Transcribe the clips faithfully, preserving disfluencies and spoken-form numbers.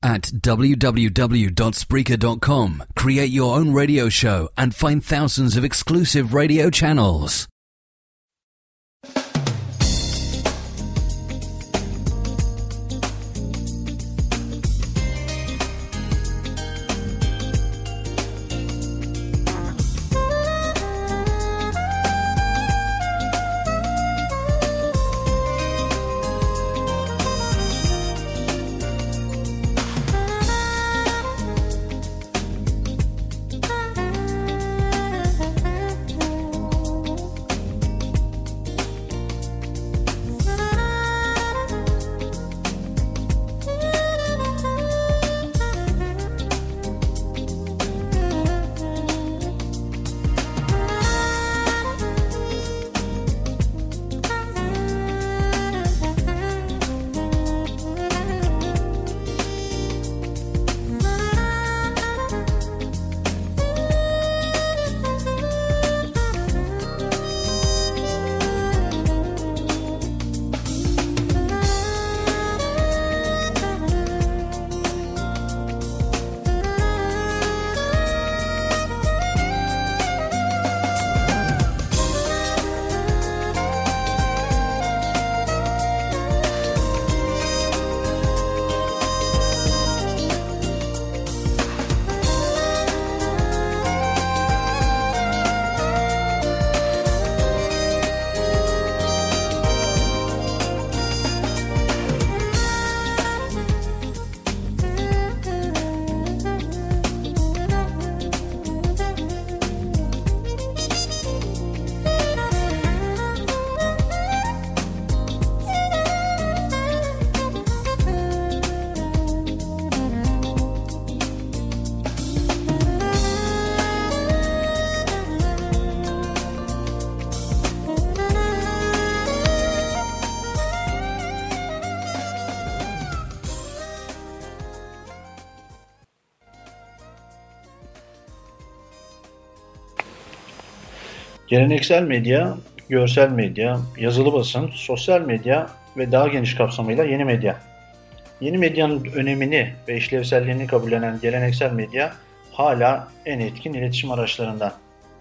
At w w w dot spreaker dot com, create your own radio show and find thousands of exclusive radio channels. Geleneksel medya, görsel medya, yazılı basın, sosyal medya ve daha geniş kapsamıyla yeni medya. Yeni medyanın önemini ve işlevselliğini kabullenen geleneksel medya hala en etkin iletişim araçlarından.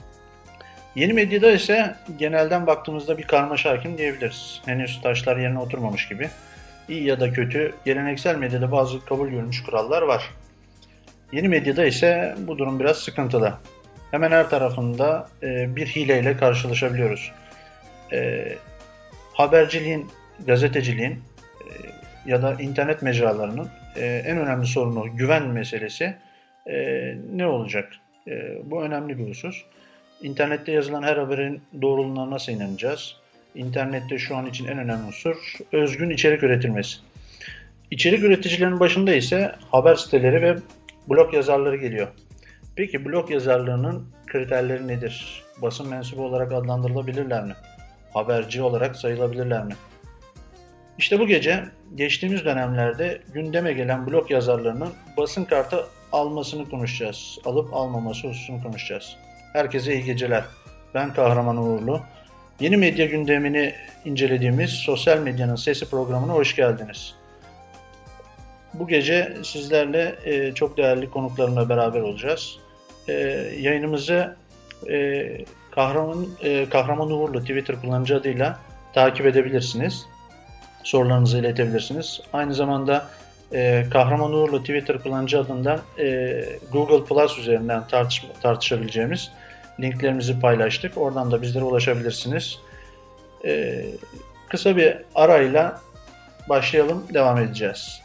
Yeni medyada ise genelden baktığımızda bir karmaşa hakim diyebiliriz. Henüz taşlar yerine oturmamış gibi. İyi ya da kötü, geleneksel medyada bazı kabul görmüş kurallar var. Yeni medyada ise bu durum biraz sıkıntılı. Hemen her tarafında e, bir hileyle karşılaşabiliyoruz. E, haberciliğin, gazeteciliğin e, ya da internet mecralarının e, en önemli sorunu güven meselesi e, ne olacak? E, bu önemli bir husus. İnternette yazılan her haberin doğruluğuna nasıl inanacağız? İnternette şu an için en önemli unsur özgün içerik üretilmesi. İçerik üreticilerinin başında ise haber siteleri ve blog yazarları geliyor. Peki blog yazarlığının kriterleri nedir? Basın mensubu olarak adlandırılabilirler mi? Haberci olarak sayılabilirler mi? İşte bu gece geçtiğimiz dönemlerde gündeme gelen blog yazarlarının basın kartı almasını konuşacağız. Alıp almaması hususunu konuşacağız. Herkese iyi geceler. Ben Kahraman Uğurlu. Yeni medya gündemini incelediğimiz Sosyal Medyanın Sesi programına hoş geldiniz. Bu gece sizlerle e, çok değerli konuklarımla beraber olacağız. E, yayınımızı e, Kahraman, e, Kahraman Uğurlu Twitter kullanıcı adıyla takip edebilirsiniz. Sorularınızı iletebilirsiniz. Aynı zamanda e, Kahraman Uğurlu Twitter kullanıcı adından e, Google Plus üzerinden tartış, tartışabileceğimiz linklerimizi paylaştık. Oradan da bizlere ulaşabilirsiniz. E, kısa bir arayla başlayalım, devam edeceğiz.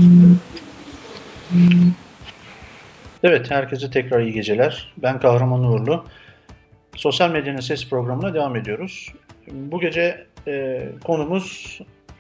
Evet, herkese tekrar iyi geceler. Ben Kahraman Uğurlu. Sosyal Medyanın Ses programına devam ediyoruz. Bu gece e, konumuz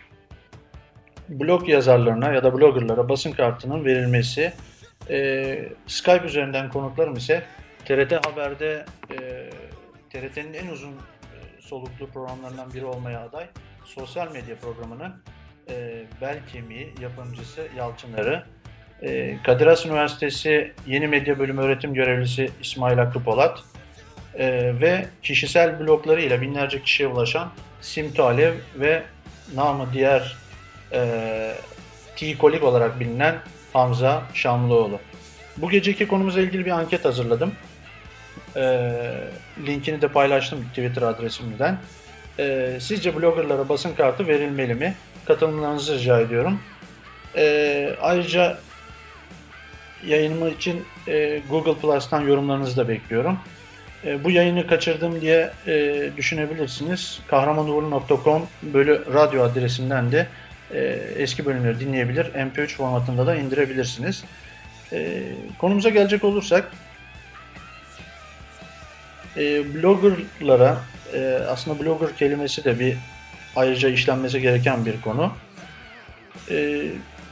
blog yazarlarına ya da bloggerlara basın kartının verilmesi. E, Skype üzerinden konuklarım ise T R T Haber'de e, T R T'nin en uzun e, soluklu programlarından biri olmaya aday sosyal medya programının e, bel kemiği, yapımcısı Yalçın Arı, e, Kadir Has Üniversitesi Yeni Medya Bölümü öğretim görevlisi İsmail Hakkı Polat e, ve kişisel bloglarıyla binlerce kişiye ulaşan Simto Alev ve namı diğer e, T-Kolik olarak bilinen Hamza Şamlıoğlu. Bu geceki konumuzla ilgili bir anket hazırladım. E, linkini de paylaştım Twitter adresimden. E, sizce bloggerlara basın kartı verilmeli mi? Katılımlarınızı rica ediyorum. E, ayrıca yayınım için e, Google Plus'tan yorumlarınızı da bekliyorum. E, bu yayını kaçırdım diye e, düşünebilirsiniz. kahramanuğurlu nokta com bölü radyo adresinden de e, eski bölümleri dinleyebilir. M P üç formatında da indirebilirsiniz. E, konumuza gelecek olursak e, bloggerlara e, aslında blogger kelimesi de bir ayrıca işlenmesi gereken bir konu. E,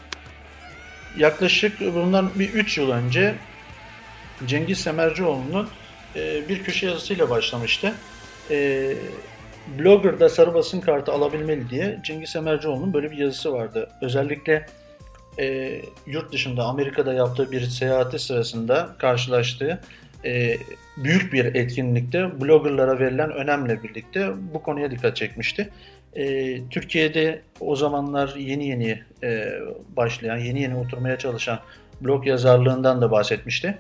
yaklaşık bundan bir üç yıl önce Cengiz Semercioğlu'nun e, bir köşe yazısıyla başlamıştı. E, Blogger'da sarı basın kartı alabilmeli diye Cengiz Semercioğlu'nun böyle bir yazısı vardı. Özellikle e, yurt dışında Amerika'da yaptığı bir seyahati sırasında karşılaştığı e, büyük bir etkinlikte bloggerlara verilen önemle birlikte bu konuya dikkat çekmişti. E, Türkiye'de o zamanlar yeni yeni e, başlayan, yeni yeni oturmaya çalışan blog yazarlığından da bahsetmişti.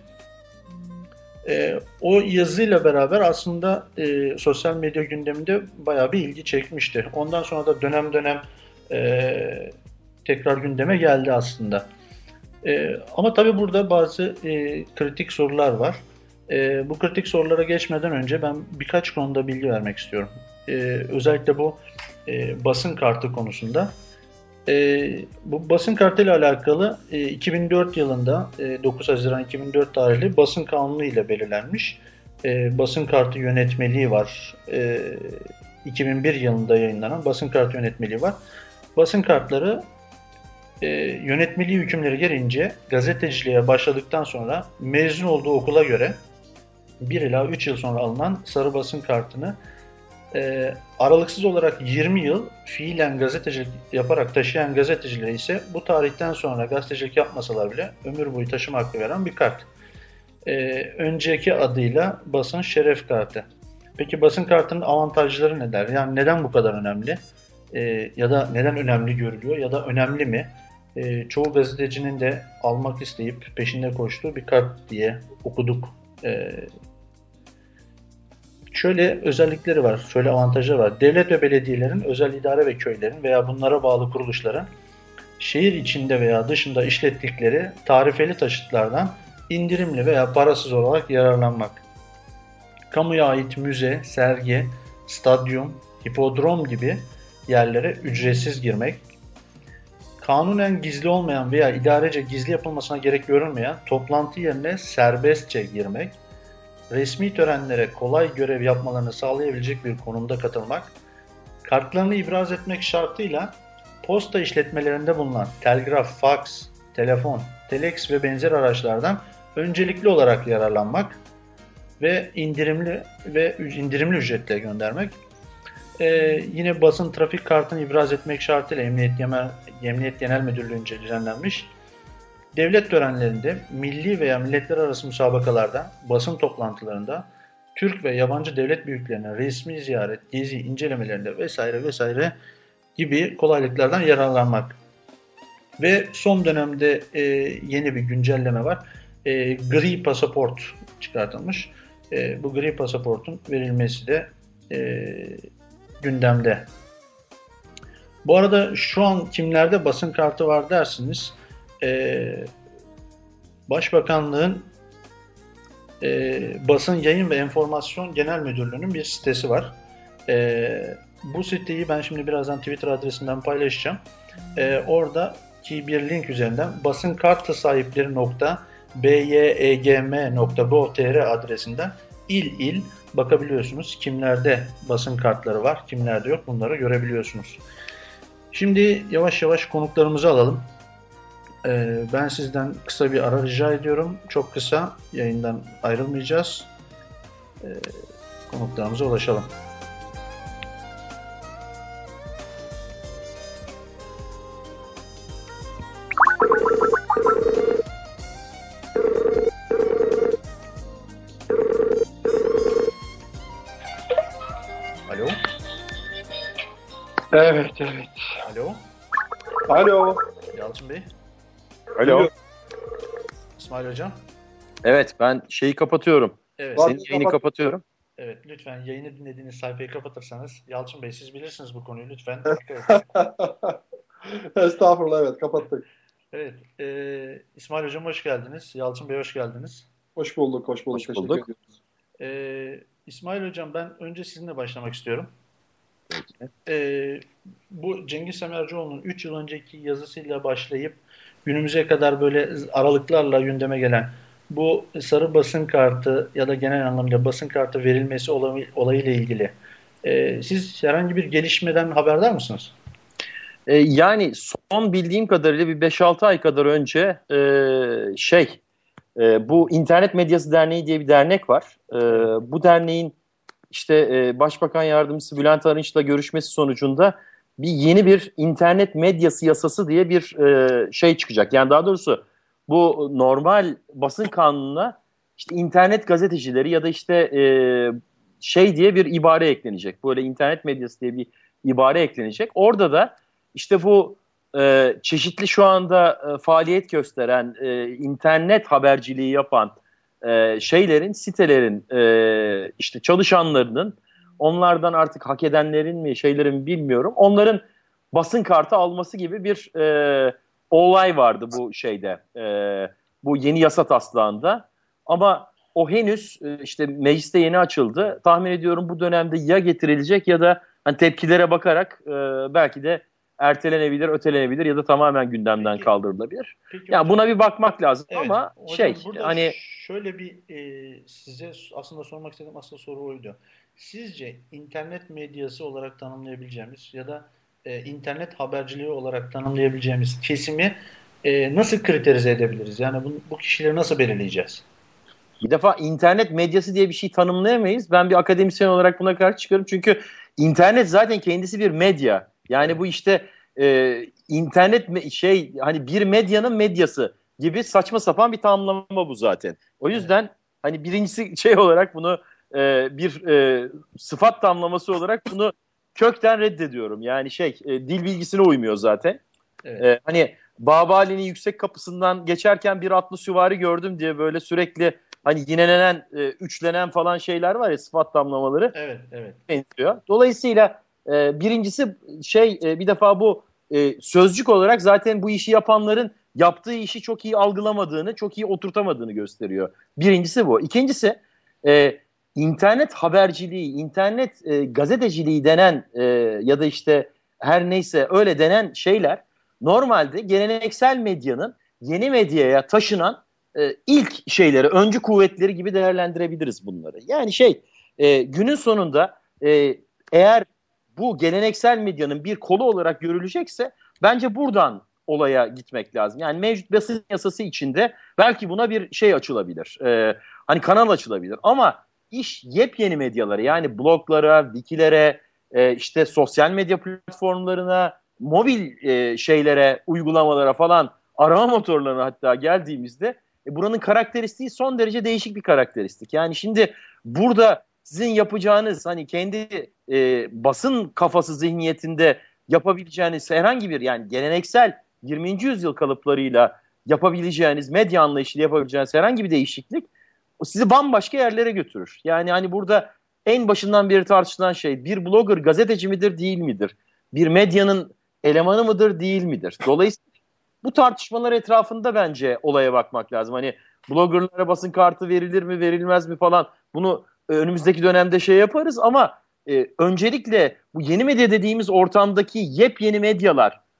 E, o yazıyla beraber aslında e, sosyal medya gündeminde bayağı bir ilgi çekmişti. Ondan sonra da dönem dönem e, tekrar gündeme geldi aslında. E, ama tabii burada bazı e, kritik sorular var. E, bu kritik sorulara geçmeden önce ben birkaç konuda bilgi vermek istiyorum. E, özellikle bu e, basın kartı konusunda. E, bu basın kartı ile alakalı e, iki bin dört yılında e, dokuz Haziran iki bin dört tarihli basın kanunu ile belirlenmiş e, basın kartı yönetmeliği var. E, iki bin bir yılında yayınlanan basın kartı yönetmeliği var. Basın kartları e, yönetmeliği hükümleri gereğince gazeteciliğe başladıktan sonra mezun olduğu okula göre bir ila üç yıl sonra alınan sarı basın kartını e, aralıksız olarak yirmi yıl fiilen gazetecilik yaparak taşıyan gazetecilere ise bu tarihten sonra gazetecilik yapmasalar bile ömür boyu taşıma hakkı veren bir kart. E, önceki adıyla basın şeref kartı. Peki basın kartının avantajları neler? Yani neden bu kadar önemli? E, ya da neden önemli görülüyor ya da önemli mi? E, çoğu gazetecinin de almak isteyip peşinde koştuğu bir kart diye okuduk. E, Şöyle özellikleri var, şöyle avantajları var. Devlet ve belediyelerin, özel idare ve köylerin veya bunlara bağlı kuruluşların şehir içinde veya dışında işlettikleri tarifeli taşıtlardan indirimli veya parasız olarak yararlanmak. Kamuya ait müze, sergi, stadyum, hipodrom gibi yerlere ücretsiz girmek. Kanunen gizli olmayan veya idarece gizli yapılmasına gerek görülmeyen toplantı yerine serbestçe girmek. Resmi törenlere kolay görev yapmalarını sağlayabilecek bir konumda katılmak, kartlarını ibraz etmek şartıyla posta işletmelerinde bulunan telgraf, faks, telefon, telex ve benzer araçlardan öncelikli olarak yararlanmak ve indirimli ve indirimli ücretle göndermek. Ee, yine basın trafik kartını ibraz etmek şartıyla Emniyet Genel, Emniyet Genel Müdürlüğü'nce düzenlenmiş. Devlet törenlerinde, milli veya milletler arası müsabakalarda, basın toplantılarında, Türk ve yabancı devlet büyüklerine resmi ziyaret, gezi, incelemelerinde vesaire vesaire gibi kolaylıklardan yararlanmak. Ve son dönemde e, yeni bir güncelleme var. E, gri pasaport çıkartılmış. E, bu gri pasaportun verilmesi de e, gündemde. Bu arada şu an kimlerde basın kartı var dersiniz. Ee, Başbakanlığın e, Basın Yayın ve Enformasyon Genel Müdürlüğü'nün bir sitesi var. E, bu siteyi ben şimdi birazdan Twitter adresinden paylaşacağım. E, orada ki bir link üzerinden basın kartı sahipleri nokta b y e g m nokta gov nokta t r adresinden il il bakabiliyorsunuz. Kimlerde basın kartları var, kimlerde yok, bunları görebiliyorsunuz. Şimdi yavaş yavaş konuklarımızı alalım. Ee, ben sizden kısa bir ara rica ediyorum. Çok kısa, yayından ayrılmayacağız. Ee, konuklarımıza ulaşalım. Alo. Evet, evet. Alo. Alo. Yalçın Bey. Alo. İsmail Hocam. Evet, ben şeyi kapatıyorum. Evet. Senin yayını kapat- kapatıyorum. Evet, lütfen yayını dinlediğiniz sayfayı kapatırsanız. Yalçın Bey, siz bilirsiniz bu konuyu, lütfen. Estağfurullah, evet, kapattık. Evet, e, İsmail Hocam hoş geldiniz. Yalçın Bey hoş geldiniz. Hoş bulduk, hoş bulduk. Hoş Teşekkür bulduk. ediyoruz. E, İsmail Hocam, ben önce sizinle başlamak istiyorum. Peki. E, bu Cengiz Semercioğlu'nun üç yıl önceki yazısıyla başlayıp günümüze kadar böyle aralıklarla gündeme gelen bu sarı basın kartı ya da genel anlamda basın kartı verilmesi olay, olayıyla ilgili e, siz herhangi bir gelişmeden haberdar mısınız? Ee, yani son bildiğim kadarıyla bir beş altı ay kadar önce e, şey e, bu İnternet Medyası Derneği diye bir dernek var. E, bu derneğin işte e, Başbakan Yardımcısı Bülent Arınç'la görüşmesi sonucunda bir yeni bir internet medyası yasası diye bir e, şey çıkacak. Yani daha doğrusu bu normal basın kanununa işte internet gazetecileri ya da işte e, şey diye bir ibare eklenecek. Böyle internet medyası diye bir ibare eklenecek. Orada da işte bu e, çeşitli şu anda e, faaliyet gösteren, e, internet haberciliği yapan e, şeylerin, sitelerin e, işte çalışanlarının, onlardan artık hak edenlerin mi, şeylerin bilmiyorum, onların basın kartı alması gibi bir e, olay vardı bu şeyde, e, bu yeni yasa taslağında. Ama o henüz e, işte mecliste yeni açıldı. Tahmin ediyorum bu dönemde ya getirilecek ya da hani tepkilere bakarak e, belki de ertelenebilir, ötelenebilir ya da tamamen gündemden Peki. kaldırılabilir. Peki Ya hocam, buna bir bakmak lazım evet, ama hocam şey burada hani şöyle bir e, size aslında sormak istediğim asıl soru oydu. Sizce internet medyası olarak tanımlayabileceğimiz ya da e, internet haberciliği olarak tanımlayabileceğimiz kesimi e, nasıl kriterize edebiliriz? Yani bu, bu kişileri nasıl belirleyeceğiz? bir defa internet medyası diye bir şey tanımlayamayız. Ben bir akademisyen olarak buna karşı çıkıyorum. Çünkü internet zaten kendisi bir medya. Yani bu işte e, internet me- şey hani bir medyanın medyası gibi saçma sapan bir tanımlama bu zaten. O yüzden hani birincisi şey olarak bunu e, bir e, sıfat tanımlaması olarak bunu kökten reddediyorum. Yani şey e, dil bilgisine uymuyor zaten. Evet. E, hani Babali'nin yüksek kapısından geçerken bir atlı süvari gördüm diye böyle sürekli hani yinelenen, e, üçlenen falan şeyler var ya, sıfat damlamaları Evet, evet. benziyor. Dolayısıyla e, birincisi şey e, bir defa bu e, sözcük olarak zaten bu işi yapanların yaptığı işi çok iyi algılamadığını, çok iyi oturtamadığını gösteriyor. Birincisi bu. İkincisi e, internet haberciliği, internet e, gazeteciliği denen e, ya da işte her neyse öyle denen şeyler normalde geleneksel medyanın yeni medyaya taşınan e, ilk şeyleri, öncü kuvvetleri gibi değerlendirebiliriz bunları. Yani şey e, günün sonunda e, eğer bu geleneksel medyanın bir kolu olarak görülecekse bence buradan olaya gitmek lazım. Yani mevcut basın yasası içinde belki buna bir şey açılabilir. E, hani kanal açılabilir. Ama iş yepyeni medyalara, yani bloglara, wikilere, e, işte sosyal medya platformlarına, mobil e, şeylere, uygulamalara falan, arama motorlarına hatta geldiğimizde e, buranın karakteristiği son derece değişik bir karakteristik. Yani şimdi burada sizin yapacağınız hani kendi e, basın kafası zihniyetinde yapabileceğiniz herhangi bir, yani geleneksel yirminci yüzyıl kalıplarıyla yapabileceğiniz, medya anlayışıyla yapabileceğiniz herhangi bir değişiklik sizi bambaşka yerlere götürür. Yani hani burada en başından beri tartışılan şey, bir blogger gazeteci midir değil midir? Bir medyanın elemanı mıdır değil midir? Dolayısıyla bu tartışmalar etrafında bence olaya bakmak lazım. Hani bloggerlara basın kartı verilir mi verilmez mi falan, bunu önümüzdeki dönemde şey yaparız ama e, öncelikle bu yeni medya dediğimiz ortamdaki yepyeni medyalar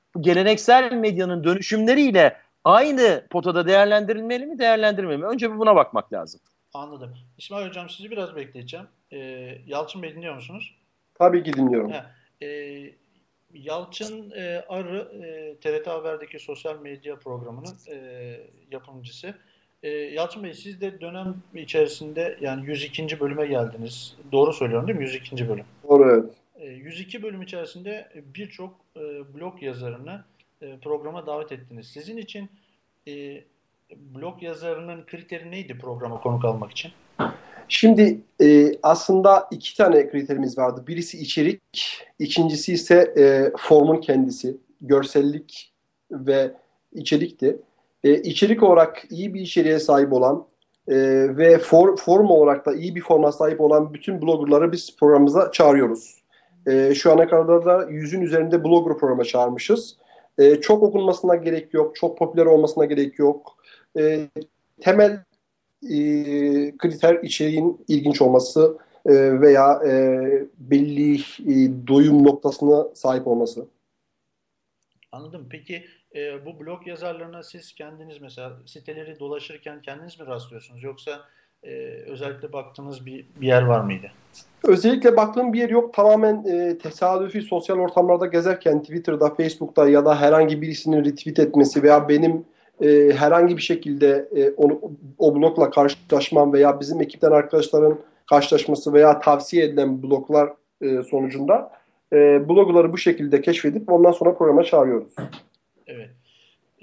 bu geleneksel medyanın dönüşümleriyle aynı potada değerlendirilmeli mi, değerlendirilmeli mi? Önce bir buna bakmak lazım. Anladım. İsmail Hocam sizi biraz bekleyeceğim. Ee, Yalçın Bey dinliyor musunuz? Tabii ki dinliyorum. He, e, Yalçın e, Arı, e, T R T Haber'deki sosyal medya programının e, yapımcısı. E, Yalçın Bey siz de dönem içerisinde yani yüz ikinci bölüme geldiniz. Doğru söylüyorum değil mi? yüz ikinci bölüm. Doğru, evet. E, yüz iki bölüm içerisinde birçok e, blog yazarını e, programa davet ettiniz. Sizin için e, blog yazarının kriteri neydi programa konuk almak için? Şimdi e, aslında iki tane kriterimiz vardı. Birisi içerik, ikincisi ise e, formun kendisi. Görsellik ve içerikti. E, içerik olarak iyi bir içeriğe sahip olan e, ve for, form olarak da iyi bir forma sahip olan bütün bloggerları biz programımıza çağırıyoruz. E, şu ana kadar da yüzün üzerinde blogger programa çağırmışız. E, çok okunmasına gerek yok, çok popüler olmasına gerek yok. E, temel e, kriter içeriğin ilginç olması e, veya e, belli e, doyum noktasına sahip olması. Anladım. Peki e, bu blog yazarlarına siz kendiniz mesela siteleri dolaşırken kendiniz mi rastlıyorsunuz? Yoksa e, özellikle baktığınız bir, bir yer var mıydı? Özellikle baktığım bir yer yok. Tamamen e, tesadüfi sosyal ortamlarda gezerken Twitter'da, Facebook'ta ya da herhangi birisinin retweet etmesi veya benim e, herhangi bir şekilde e, onu, o blogla karşılaşmam veya bizim ekipten arkadaşların karşılaşması veya tavsiye edilen bloglar e, sonucunda e, blogları bu şekilde keşfedip ondan sonra programa çağırıyoruz. Evet. E,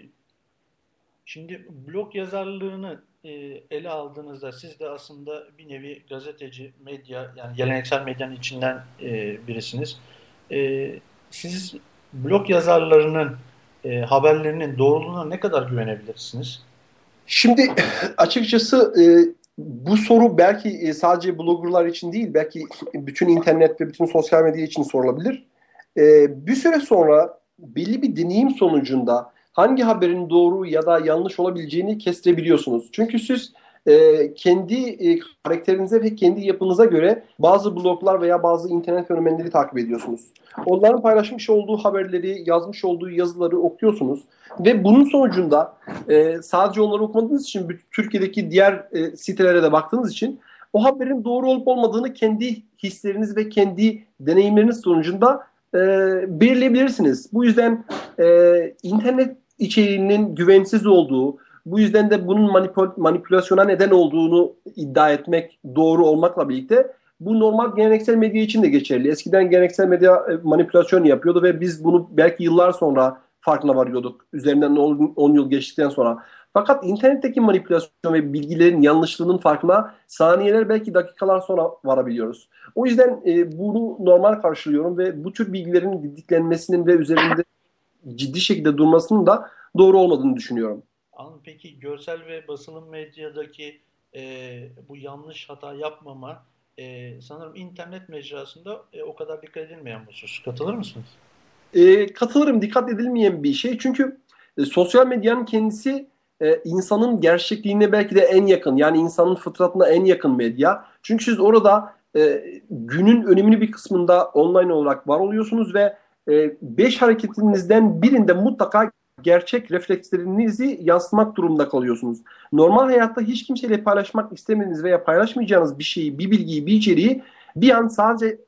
şimdi blog yazarlığını e, ele aldığınızda siz de aslında bir nevi gazeteci, medya yani geleneksel medyanın içinden e, birisiniz. E, siz blog yazarlarının e, haberlerinin doğruluğuna ne kadar güvenebilirsiniz? Şimdi açıkçası e, bu soru belki e, sadece bloggerlar için değil, belki bütün internet ve bütün sosyal medya için sorulabilir. E, bir süre sonra belli bir deneyim sonucunda hangi haberin doğru ya da yanlış olabileceğini kestirebiliyorsunuz. Çünkü siz e, kendi e, karakterinize ve kendi yapınıza göre bazı bloglar veya bazı internet fenomenleri takip ediyorsunuz. Onların paylaşmış olduğu haberleri, yazmış olduğu yazıları okuyorsunuz. Ve bunun sonucunda e, sadece onları okumadığınız için bütün Türkiye'deki diğer e, sitelere de baktığınız için o haberin doğru olup olmadığını kendi hisleriniz ve kendi deneyimleriniz sonucunda e, belirleyebilirsiniz. Bu yüzden e, internet içeriğinin güvensiz olduğu, bu yüzden de bunun manipül- manipülasyona neden olduğunu iddia etmek doğru olmakla birlikte bu normal geleneksel medya için de geçerli. Eskiden geleneksel medya manipülasyon yapıyordu ve biz bunu belki yıllar sonra farkına varıyorduk. Üzerinden on yıl geçtikten sonra. Fakat internetteki manipülasyon ve bilgilerin yanlışlığının farkına saniyeler belki dakikalar sonra varabiliyoruz. O yüzden e, bunu normal karşılıyorum ve bu tür bilgilerin didiklenmesinin ve üzerinde ciddi şekilde durmasının da doğru olmadığını düşünüyorum. Anladım. Peki görsel ve basılı medyadaki e, bu yanlış hata yapmama e, sanırım internet mecrasında e, o kadar dikkat edilmeyen bu husus. Katılır mısınız? E, katılırım. Dikkat edilmeyen bir şey. Çünkü e, sosyal medyanın kendisi e, insanın gerçekliğine belki de en yakın. Yani insanın fıtratına en yakın medya. Çünkü siz orada e, günün önemli bir kısmında online olarak var oluyorsunuz ve e, beş hareketinizden birinde mutlaka gerçek reflekslerinizi yansıtmak durumunda kalıyorsunuz. Normal hayatta hiç kimseyle paylaşmak istemediğiniz veya paylaşmayacağınız bir şeyi, bir bilgiyi, bir içeriği bir an sadece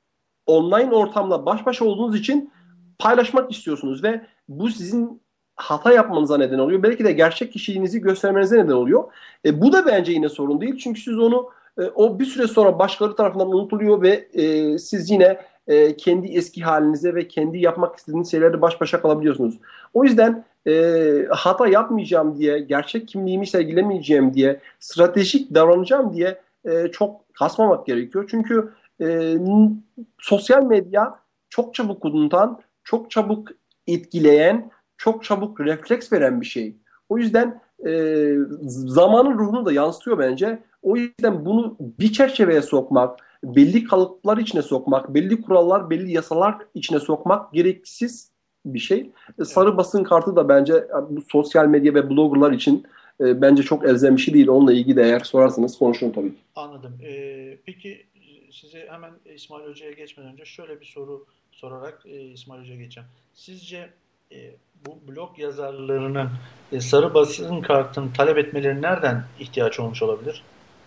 online ortamla baş başa olduğunuz için paylaşmak istiyorsunuz ve bu sizin hata yapmanıza neden oluyor. Belki de gerçek kişiliğinizi göstermenize neden oluyor. E, bu da bence yine sorun değil. Çünkü siz onu e, o bir süre sonra başkaları tarafından unutuluyor ve e, siz yine e, kendi eski halinize ve kendi yapmak istediğiniz şeylerle baş başa kalabiliyorsunuz. O yüzden e, hata yapmayacağım diye, gerçek kimliğimi sergilemeyeceğim diye, stratejik davranacağım diye e, çok kasmamak gerekiyor. Çünkü e, sosyal medya çok çabuk unutan, çok çabuk etkileyen, çok çabuk refleks veren bir şey. O yüzden e, zamanın ruhunu da yansıtıyor bence. O yüzden bunu bir çerçeveye sokmak, belli kalıplar içine sokmak, belli kurallar, belli yasalar içine sokmak gereksiz bir şey. Evet. Sarı basın kartı da bence bu sosyal medya ve bloggerlar için e, bence çok elzem bir şey değil. Onunla ilgili de eğer sorarsanız konuşurum tabii ki. Anladım. Ee, peki size hemen İsmail Hoca'ya geçmeden önce şöyle bir soru sorarak e, İsmail Hoca'ya geçeceğim. Sizce e, bu blog yazarlarının e, sarı basın kartını talep etmeleri nereden ihtiyaç olmuş olabilir?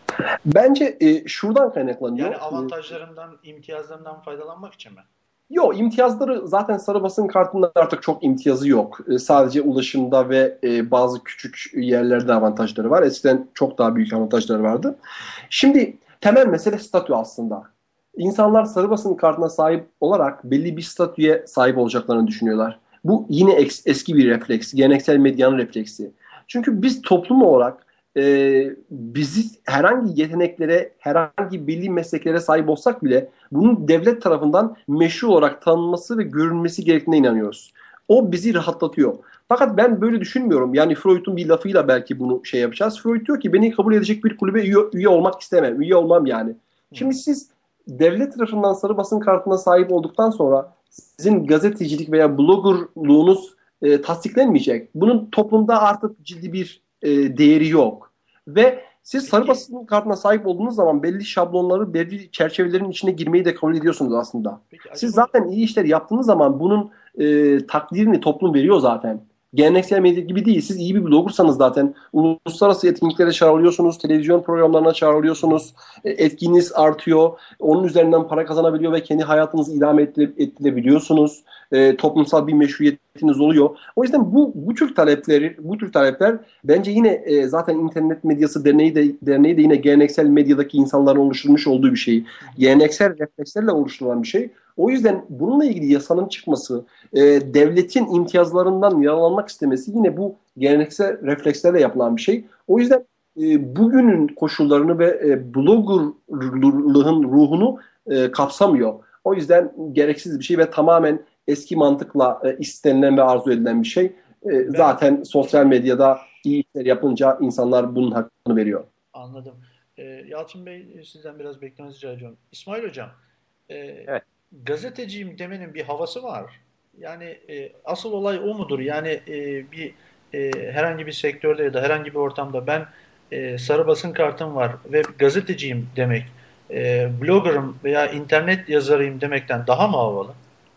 Bence e, şuradan kaynaklanıyor. Yani avantajlarından, imtiyazlarından faydalanmak için mi? Yok, imtiyazları zaten sarı basın kartında artık çok imtiyazı yok. E, sadece ulaşımda ve e, bazı küçük yerlerde avantajları var. Eskiden çok daha büyük avantajları vardı. Şimdi temel mesele statü aslında. İnsanlar sarı basın kartına sahip olarak belli bir statüye sahip olacaklarını düşünüyorlar. Bu yine es- eski bir refleks, geleneksel medyanın refleksi. Çünkü biz toplum olarak e, bizi herhangi yeteneklere, herhangi belli mesleklere sahip olsak bile bunun devlet tarafından meşru olarak tanınması ve görülmesi gerektiğine inanıyoruz. O bizi rahatlatıyor. Fakat ben böyle düşünmüyorum. Yani Freud'un bir lafıyla belki bunu şey yapacağız. Freud diyor ki beni kabul edecek bir kulübe üye, üye olmak istemem. Üye olmam yani. Şimdi siz devlet tarafından sarı basın kartına sahip olduktan sonra sizin gazetecilik veya bloggerluğunuz e, tasdiklenmeyecek. Bunun toplumda artık ciddi bir e, değeri yok. Ve siz Peki. sarı basın kartına sahip olduğunuz zaman belli şablonları, belli çerçevelerin içine girmeyi de kabul ediyorsunuz aslında. Peki, Siz acaba... zaten iyi işler yaptığınız zaman bunun e, takdirini toplum veriyor zaten. Geleneksel medya gibi değil. Siz iyi bir bloggersanız zaten uluslararası etkinliklere çağrılıyorsunuz, televizyon programlarına çağrılıyorsunuz, e, etkinliğiniz artıyor, onun üzerinden para kazanabiliyor ve kendi hayatınızı idame ettirebiliyorsunuz. E, toplumsal bir meşruiyetiniz oluyor. O yüzden bu bu tür talepleri, bu tür talepler bence yine e, zaten internet medyası derneği de derneği de yine geleneksel medyadaki insanların oluşturmuş olduğu bir şey. Geleneksel reflekslerle oluşturulan bir şey. O yüzden bununla ilgili yasanın çıkması, e, devletin imtiyazlarından yararlanmak istemesi yine bu geleneksel reflekslerle yapılan bir şey. O yüzden e, bugünün koşullarını ve e, bloggerlığın ruhunu e, kapsamıyor. O yüzden gereksiz bir şey ve tamamen eski mantıkla e, istenilen ve arzu edilen bir şey. E, Ben... Zaten sosyal medyada iyi işler yapınca insanlar bunun hakkını veriyor. Anladım. E, Yalçın Bey, sizden biraz beklemenizi rica ediyorum. İsmail Hocam, e, evet. gazeteciyim demenin bir havası var. Yani e, asıl olay o mudur? Yani e, bir e, herhangi bir sektörde ya da herhangi bir ortamda ben e, sarı basın kartım var ve gazeteciyim demek, e, bloggerım veya internet yazarıyım demekten daha mı havalı?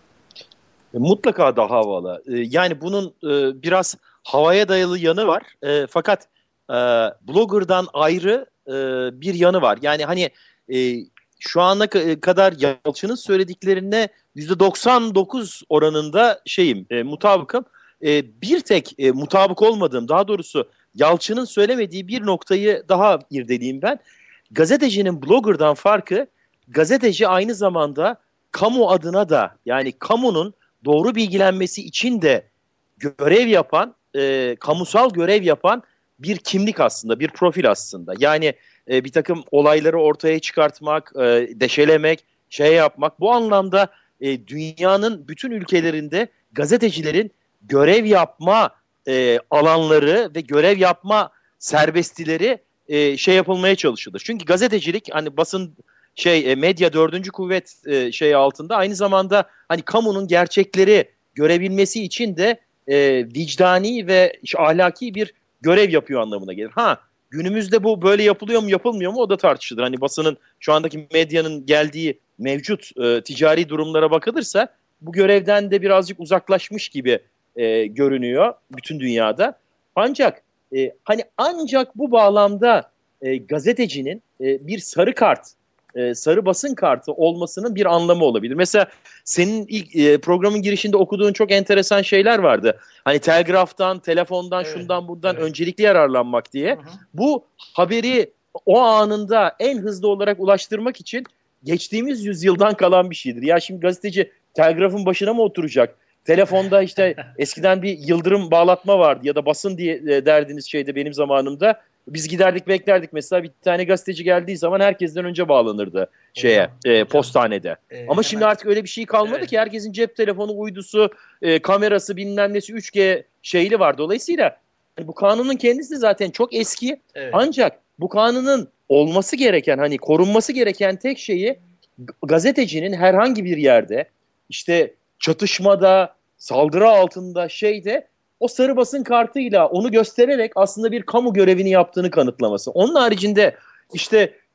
Mutlaka daha havalı. E, yani bunun e, biraz havaya dayalı yanı var. E, fakat e, blogger'dan ayrı e, bir yanı var. Yani hani e, şu ana kadar Yalçın'ın söylediklerine yüzde doksan dokuz oranında şeyim, e, mutabıkım. E, bir tek e, mutabık olmadığım, daha doğrusu Yalçın'ın söylemediği bir noktayı daha irdeleyeyim ben. Gazetecinin blogger'dan farkı, gazeteci aynı zamanda kamu adına da, yani kamunun doğru bilgilenmesi için de görev yapan, e, kamusal görev yapan bir kimlik aslında, bir profil aslında. Yani e, bir takım olayları ortaya çıkartmak, e, deşelemek, şey yapmak. Bu anlamda e, dünyanın bütün ülkelerinde gazetecilerin görev yapma e, alanları ve görev yapma serbestileri e, şey yapılmaya çalışılır. Çünkü gazetecilik, hani basın şey e, medya dördüncü kuvvet e, şey altında, aynı zamanda hani kamunun gerçekleri görebilmesi için de e, vicdani ve işte, ahlaki bir görev yapıyor anlamına gelir. Ha, günümüzde bu böyle yapılıyor mu yapılmıyor mu o da tartışılır. Hani basının, şu andaki medyanın geldiği mevcut e, ticari durumlara bakılırsa bu görevden de birazcık uzaklaşmış gibi e, görünüyor bütün dünyada. Ancak e, hani ancak bu bağlamda e, gazetecinin e, bir sarı kart, e, sarı basın kartı olmasının bir anlamı olabilir. Mesela senin ilk e, programın girişinde okuduğun çok enteresan şeyler vardı. Hani telgraftan, telefondan, Evet, şundan buradan evet. öncelikli yararlanmak diye. Hı hı. Bu haberi o anında en hızlı olarak ulaştırmak için geçtiğimiz yüzyıldan kalan bir şeydir. Ya şimdi gazeteci telgrafın başına mı oturacak? Telefonda işte eskiden bir yıldırım bağlatma vardı ya da basın diye derdiniz şeyde, benim zamanımda. Biz giderdik beklerdik, mesela bir tane gazeteci geldiği zaman herkesten önce bağlanırdı şeye, hocam, e, postanede. E, Ama hemen... şimdi artık öyle bir şey kalmadı evet. ki herkesin cep telefonu, uydusu, e, kamerası, bilmem nesi, üç G şeyli var. Dolayısıyla bu kanunun kendisi zaten çok eski. Evet. Ancak bu kanunun olması gereken, hani korunması gereken tek şeyi, gazetecinin herhangi bir yerde işte çatışmada, saldırı altında, şeyde o sarı basın kartıyla onu göstererek aslında bir kamu görevini yaptığını kanıtlaması. Onun haricinde işte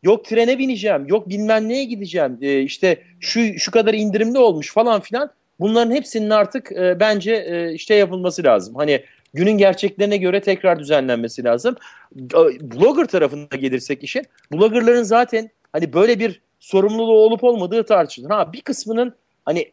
yok trene bineceğim, yok bilmem neye gideceğim, e, işte şu şu kadar indirimli olmuş falan filan. Bunların hepsinin artık e, bence e, işte yapılması lazım. Hani günün gerçeklerine göre tekrar düzenlenmesi lazım. Blogger tarafına gelirsek işin, bloggerların zaten hani böyle bir sorumluluğu olup olmadığı tartışılır. Ha, bir kısmının hani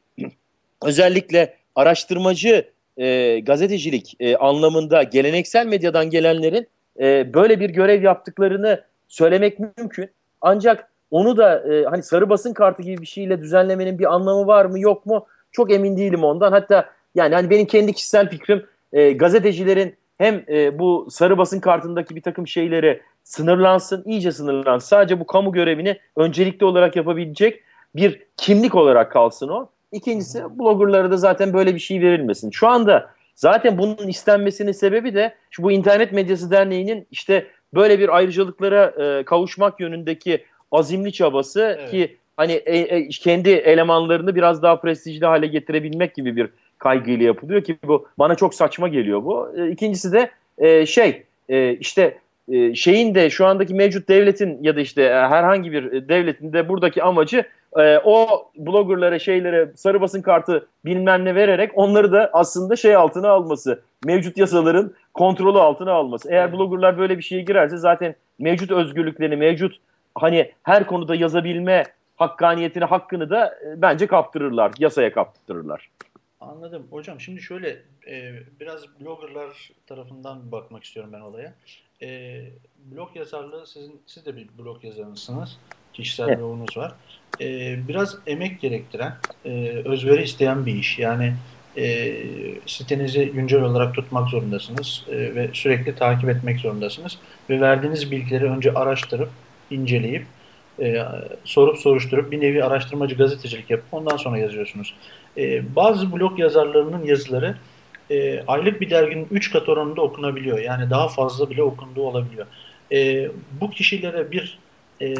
özellikle araştırmacı e, gazetecilik e, anlamında geleneksel medyadan gelenlerin e, böyle bir görev yaptıklarını söylemek mümkün. Ancak onu da e, hani sarı basın kartı gibi bir şeyle düzenlemenin bir anlamı var mı yok mu? Çok emin değilim ondan. Hatta yani hani benim kendi kişisel fikrim, e, gazetecilerin hem e, bu sarı basın kartındaki bir takım şeyleri sınırlansın, iyice sınırlansın. Sadece bu kamu görevini öncelikli olarak yapabilecek bir kimlik olarak kalsın o. İkincisi, bloggerlara da zaten böyle bir şey verilmesin. Şu anda zaten bunun istenmesinin sebebi de şu bu İnternet Medyası Derneği'nin işte böyle bir ayrıcalıklara e, kavuşmak yönündeki azimli çabası, evet. Ki hani e, e, kendi elemanlarını biraz daha prestijli hale getirebilmek gibi bir kaygıyla yapılıyor ki bu bana çok saçma geliyor bu. E, ikincisi de e, şey e, işte e, şeyin de şu andaki mevcut devletin ya da işte e, herhangi bir devletin de buradaki amacı e, o bloggerlara şeylere sarı basın kartı bilmem ne vererek onları da aslında şey altına alması, mevcut yasaların kontrolü altına alması. Eğer bloggerlar böyle bir şeye girerse zaten mevcut özgürlüklerini, mevcut hani her konuda yazabilme hakkaniyetini, hakkını da e, bence kaptırırlar, yasaya kaptırırlar. Anladım. Hocam şimdi şöyle e, biraz bloggerlar tarafından bakmak istiyorum ben olaya. E, blog yazarlığı, sizin, siz de bir blog yazarısınız. Kişisel evet. blogunuz var. E, biraz emek gerektiren, e, özveri isteyen bir iş. Yani e, sitenizi güncel olarak tutmak zorundasınız e, ve sürekli takip etmek zorundasınız. Ve verdiğiniz bilgileri önce araştırıp, inceleyip, e, sorup soruşturup bir nevi araştırmacı gazetecilik yapıp ondan sonra yazıyorsunuz. Ee, bazı blog yazarlarının yazıları e, aylık bir derginin üç kat oranında okunabiliyor. Yani daha fazla bile okunduğu olabiliyor. E, bu kişilere bir e,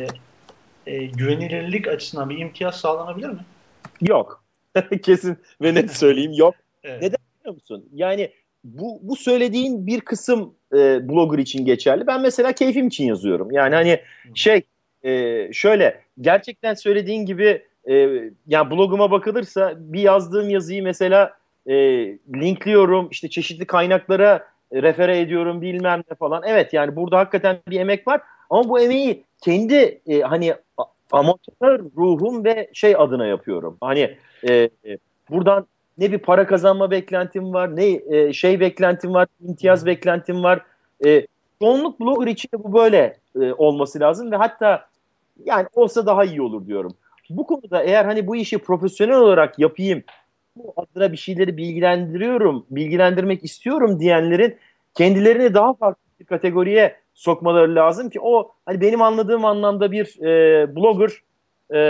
e, güvenilirlik açısından bir imtiyaz sağlanabilir mi? Yok. Kesin ve net söyleyeyim yok. Evet. Neden biliyor musun? Yani bu, bu söylediğin bir kısım e, blogger için geçerli. Ben mesela keyfim için yazıyorum. Yani hani şey e, şöyle gerçekten söylediğin gibi e, yani bloguma bakılırsa bir yazdığım yazıyı mesela e, linkliyorum, işte çeşitli kaynaklara e, refere ediyorum bilmem ne falan. Evet, yani burada hakikaten bir emek var ama bu emeği kendi e, hani amatör ruhum ve şey adına yapıyorum. Hani e, e, buradan ne bir para kazanma beklentim var, ne e, şey beklentim var, imtiyaz beklentim var. E, çoğunluk blogger için de bu böyle e, olması lazım ve hatta yani olsa daha iyi olur diyorum. Bu konuda eğer hani bu işi profesyonel olarak yapayım, bu adına bir şeyleri bilgilendiriyorum, bilgilendirmek istiyorum diyenlerin kendilerini daha farklı bir kategoriye sokmaları lazım ki o hani benim anladığım anlamda bir e, blogger e,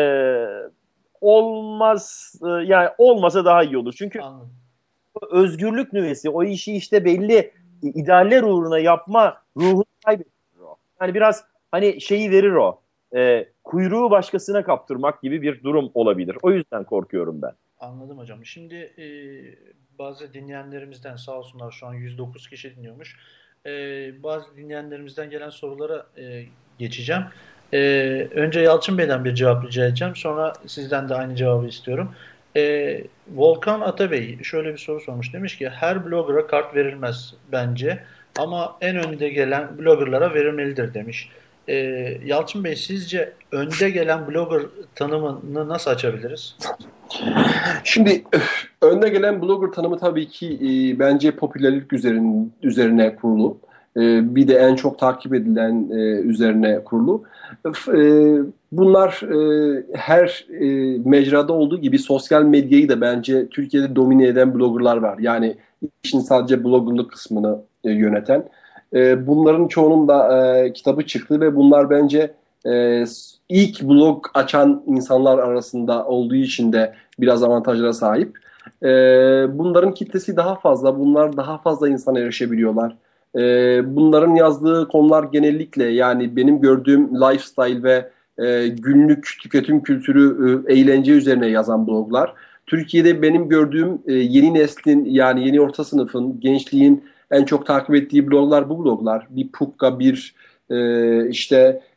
olmaz e, yani olmasa daha iyi olur. Çünkü Anladım. Özgürlük nüvesi o işi işte belli idealler uğruna yapma ruhunu kaybettirir o. Yani biraz hani şeyi verir o. E, kuyruğu başkasına kaptırmak gibi bir durum olabilir. O yüzden korkuyorum ben. Anladım hocam. Şimdi e, bazı dinleyenlerimizden sağ olsunlar şu an yüz dokuz kişi dinliyormuş. E, bazı dinleyenlerimizden gelen sorulara e, geçeceğim. E, önce Yalçın Bey'den bir cevap rica edeceğim. Sonra sizden de aynı cevabı istiyorum. E, Volkan Atabey şöyle bir soru sormuş. Demiş ki her blogger'a kart verilmez bence ama en önde gelen bloggerlara verilmelidir demiş. Ee, Yalçın Bey, sizce önde gelen blogger tanımını nasıl açabiliriz? Şimdi önde gelen blogger tanımı tabii ki e, bence popülerlik üzerine, üzerine kurulu. E, bir de en çok takip edilen e, üzerine kurulu. E, bunlar e, her e, mecrada olduğu gibi sosyal medyayı da bence Türkiye'de domine eden bloggerlar var. Yani işin sadece bloggerlık kısmını e, yöneten. Bunların çoğunun da e, kitabı çıktı ve bunlar bence e, ilk blog açan insanlar arasında olduğu için de biraz avantajlara sahip. E, bunların kitlesi daha fazla, bunlar daha fazla insana erişebiliyorlar. E, bunların yazdığı konular genellikle yani benim gördüğüm lifestyle ve e, günlük tüketim kültürü, e, eğlence üzerine yazan bloglar. Türkiye'de benim gördüğüm e, yeni neslin yani yeni orta sınıfın, gençliğin en çok takip ettiği bloglar bu bloglar. Bir Pukka, bir e, işte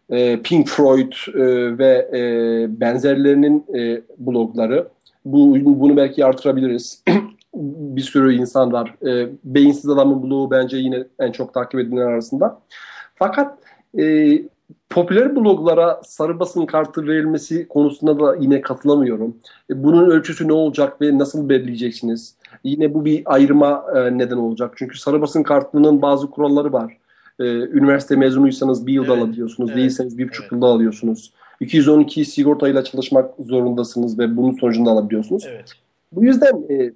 e, Pink Floyd e, ve e, benzerlerinin e, blogları. Bu, bunu belki artırabiliriz. Bir sürü insan var. E, Beyinsiz Adamın blogu bence yine en çok takip edilenler arasında. Fakat e, popüler bloglara sarı basın kartı verilmesi konusunda da yine katılamıyorum. E, bunun ölçüsü ne olacak ve nasıl belirleyeceksiniz? Yine bu bir ayrıma e, neden olacak. Çünkü sarı basın kartının bazı kuralları var. E, üniversite mezunuysanız bir yılda Evet, alabiliyorsunuz. evet, Değilseniz bir buçuk evet. yılda alıyorsunuz. iki yüz on iki sigortayla çalışmak zorundasınız ve bunun sonucunda alabiliyorsunuz. Evet. Bu yüzden e,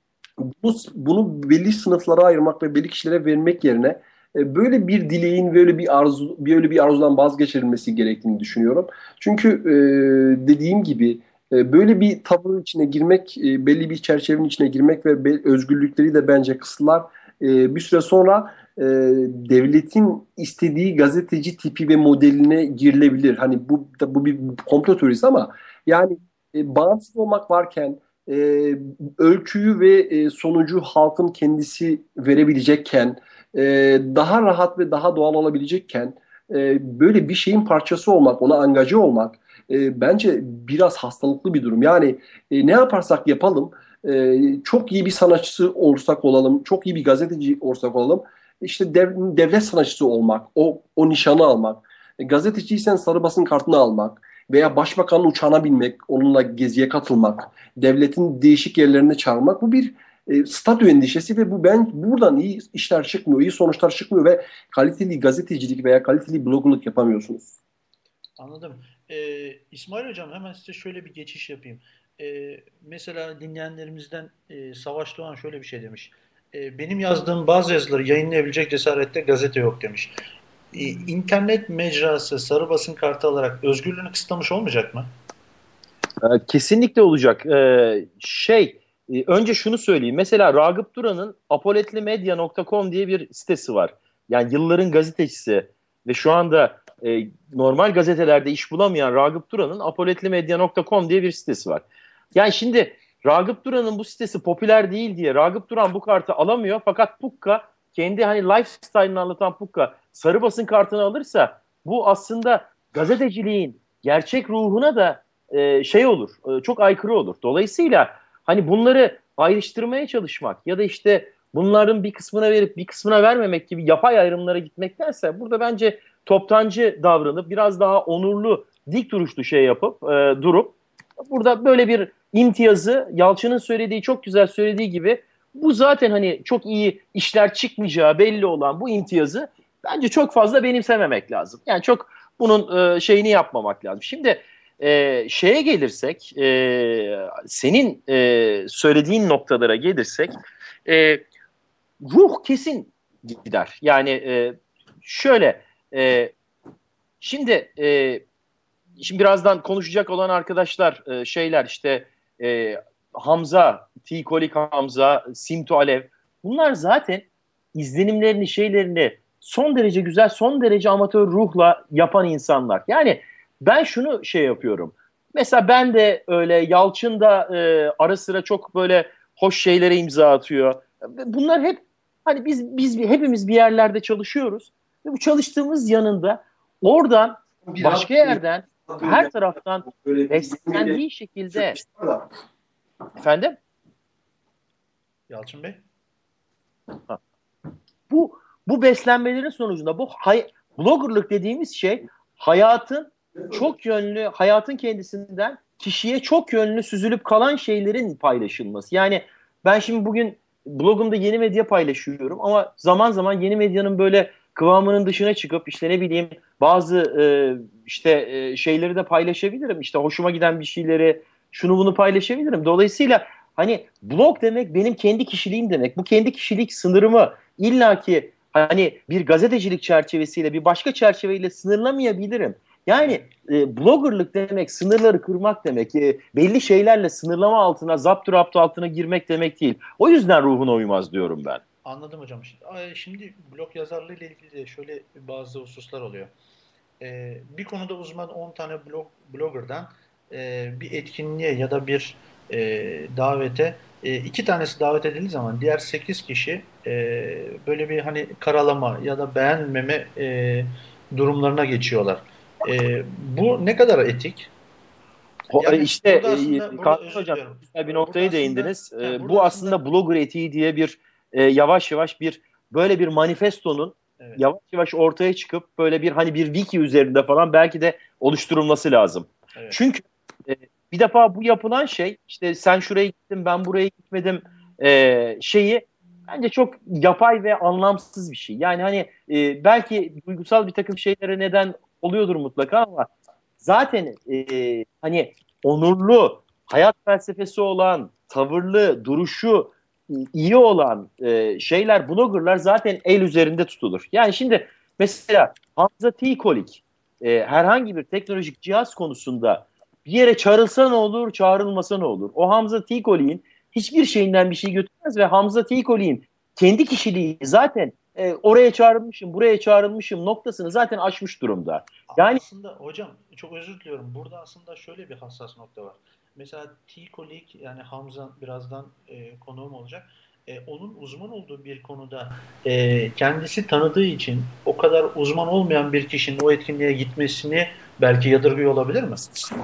bu, bunu belli sınıflara ayırmak ve belli kişilere vermek yerine e, böyle bir dileğin, böyle bir arzu, böyle bir arzudan vazgeçirilmesi gerektiğini düşünüyorum. Çünkü e, dediğim gibi e, böyle bir tavır içine girmek, e, belli bir çerçevenin içine girmek ve be- özgürlükleri de bence kısıtlar. E, bir süre sonra e, devletin istediği gazeteci tipi ve modeline girilebilir. Hani bu da bu bir komplo teorisi ama yani e, bağımsız olmak varken e, ölçüyü ve e, sonucu halkın kendisi verebilecekken, e, daha rahat ve daha doğal olabilecekken e, böyle bir şeyin parçası olmak, ona angaje olmak e, bence biraz hastalıklı bir durum. Yani e, ne yaparsak yapalım, e, çok iyi bir sanatçısı olursak olalım, çok iyi bir gazeteci olursak olalım, işte dev, devlet sanatçısı olmak, o, o nişanı almak, e, gazeteciysen sarı basın kartını almak veya başbakanın uçağına binmek, onunla geziye katılmak, devletin değişik yerlerine çağırmak, bu bir e, statü endişesi ve bu ben buradan iyi işler çıkmıyor, iyi sonuçlar çıkmıyor ve kaliteli gazetecilik veya kaliteli blogluk yapamıyorsunuz. Anladım. Ee, İsmail Hocam, hemen size şöyle bir geçiş yapayım. Ee, mesela dinleyenlerimizden e, Savaş Doğan şöyle bir şey demiş. Ee, benim yazdığım bazı yazıları yayınlayabilecek cesarette gazete yok demiş. Ee, internet mecrası sarı basın kartı alarak özgürlüğünü kısıtlamış olmayacak mı? Ee, Kesinlikle olacak. Ee, şey, e, önce şunu söyleyeyim. Mesela Ragıp Duran'ın apoletlimedya nokta com diye bir sitesi var. Yani yılların gazetecisi ve şu anda e, normal gazetelerde iş bulamayan Ragıp Duran'ın apoletlimedya nokta com diye bir sitesi var. Yani şimdi Ragıp Duran'ın bu sitesi popüler değil diye Ragıp Duran bu kartı alamıyor. Fakat Pukka, kendi hani lifestyle'ını anlatan Pukka sarı basın kartını alırsa bu aslında gazeteciliğin gerçek ruhuna da e, şey olur, e, çok aykırı olur. Dolayısıyla hani bunları ayrıştırmaya çalışmak ya da işte bunların bir kısmına verip bir kısmına vermemek gibi yapay ayrımlara gitmektense burada bence toptancı davranıp biraz daha onurlu, dik duruşlu şey yapıp e, durup burada böyle bir imtiyazı, Yalçın'ın söylediği, çok güzel söylediği gibi, bu zaten hani çok iyi işler çıkmayacağı belli olan bu imtiyazı bence çok fazla benimsememek lazım. Yani çok bunun e, şeyini yapmamak lazım. Şimdi e, şeye gelirsek, e, senin e, söylediğin noktalara gelirsek, e, ruh kesin gider. Yani e, şöyle, e, şimdi e, şimdi birazdan konuşacak olan arkadaşlar e, şeyler işte e, Hamza, T-Kolik Hamza, Simtu Alev, bunlar zaten izlenimlerini, şeylerini son derece güzel, son derece amatör ruhla yapan insanlar. Yani ben şunu şey yapıyorum. Mesela ben de öyle, Yalçın da e, ara sıra çok böyle hoş şeylere imza atıyor. Bunlar hep hani biz biz hepimiz bir yerlerde çalışıyoruz ve bu çalıştığımız yanında oradan başka yerden her taraftan beslendiği şekilde efendim Yalçın Bey? ha. bu bu beslenmelerin sonucunda bu hay, bloggerlık dediğimiz şey hayatın çok yönlü, hayatın kendisinden kişiye çok yönlü süzülüp kalan şeylerin paylaşılması. Yani ben şimdi bugün blogumda yeni medya paylaşıyorum ama zaman zaman yeni medyanın böyle kıvamının dışına çıkıp işte ne bileyim bazı e, işte e, şeyleri de paylaşabilirim. İşte hoşuma giden bir şeyleri, şunu bunu paylaşabilirim. Dolayısıyla hani blog demek benim kendi kişiliğim demek. Bu kendi kişilik sınırımı illaki hani bir gazetecilik çerçevesiyle bir başka çerçeveyle sınırlamayabilirim. Yani e, bloggerlık demek sınırları kırmak demek. E, belli şeylerle sınırlama altına, zapturapt altına girmek demek değil. O yüzden ruhuna uymaz diyorum ben. Anladım hocam. Şimdi, şimdi blog yazarlığı ile ilgili de şöyle bazı hususlar oluyor. Ee, bir konuda uzman on tane blog, blogger'dan e, bir etkinliğe ya da bir e, davete e, iki tanesi davet edildiği zaman diğer sekiz kişi e, böyle bir hani karalama ya da beğenmeme e, durumlarına geçiyorlar. E, bu ne kadar etik? Yani işte aslında, e, Kaan Hocam güzel bir noktayı burada değindiniz. Aslında, E, burada bu aslında, aslında blogger etiği diye bir e, yavaş yavaş bir böyle bir manifestonun evet. yavaş yavaş ortaya çıkıp böyle bir hani bir wiki üzerinde falan belki de oluşturulması lazım. Evet. Çünkü e, bir defa bu yapılan şey işte sen şuraya gittin ben buraya gitmedim e, şeyi bence çok yapay ve anlamsız bir şey. Yani hani e, belki duygusal bir takım şeylere neden oluyordur mutlaka ama zaten e, hani onurlu, hayat felsefesi olan, tavırlı, duruşu iyi olan e, şeyler, bloggerlar zaten el üzerinde tutulur. Yani şimdi mesela Hamza T. Kolik e, herhangi bir teknolojik cihaz konusunda bir yere çağrılsa ne olur, çağrılmasa ne olur? O Hamza T. Kolik'in hiçbir şeyinden bir şey götürmez ve Hamza T. Kolik'in kendi kişiliği zaten e, oraya çağrılmışım, buraya çağrılmışım noktasını zaten aşmış durumda. Yani aslında hocam çok özür diliyorum. Burada aslında şöyle bir hassas nokta var. Mesela T-Kolik yani Hamza birazdan e, konuğum olacak. E, onun uzman olduğu bir konuda e, kendisi tanıdığı için o kadar uzman olmayan bir kişinin o etkinliğe gitmesini belki yadırgıyor olabilir mi?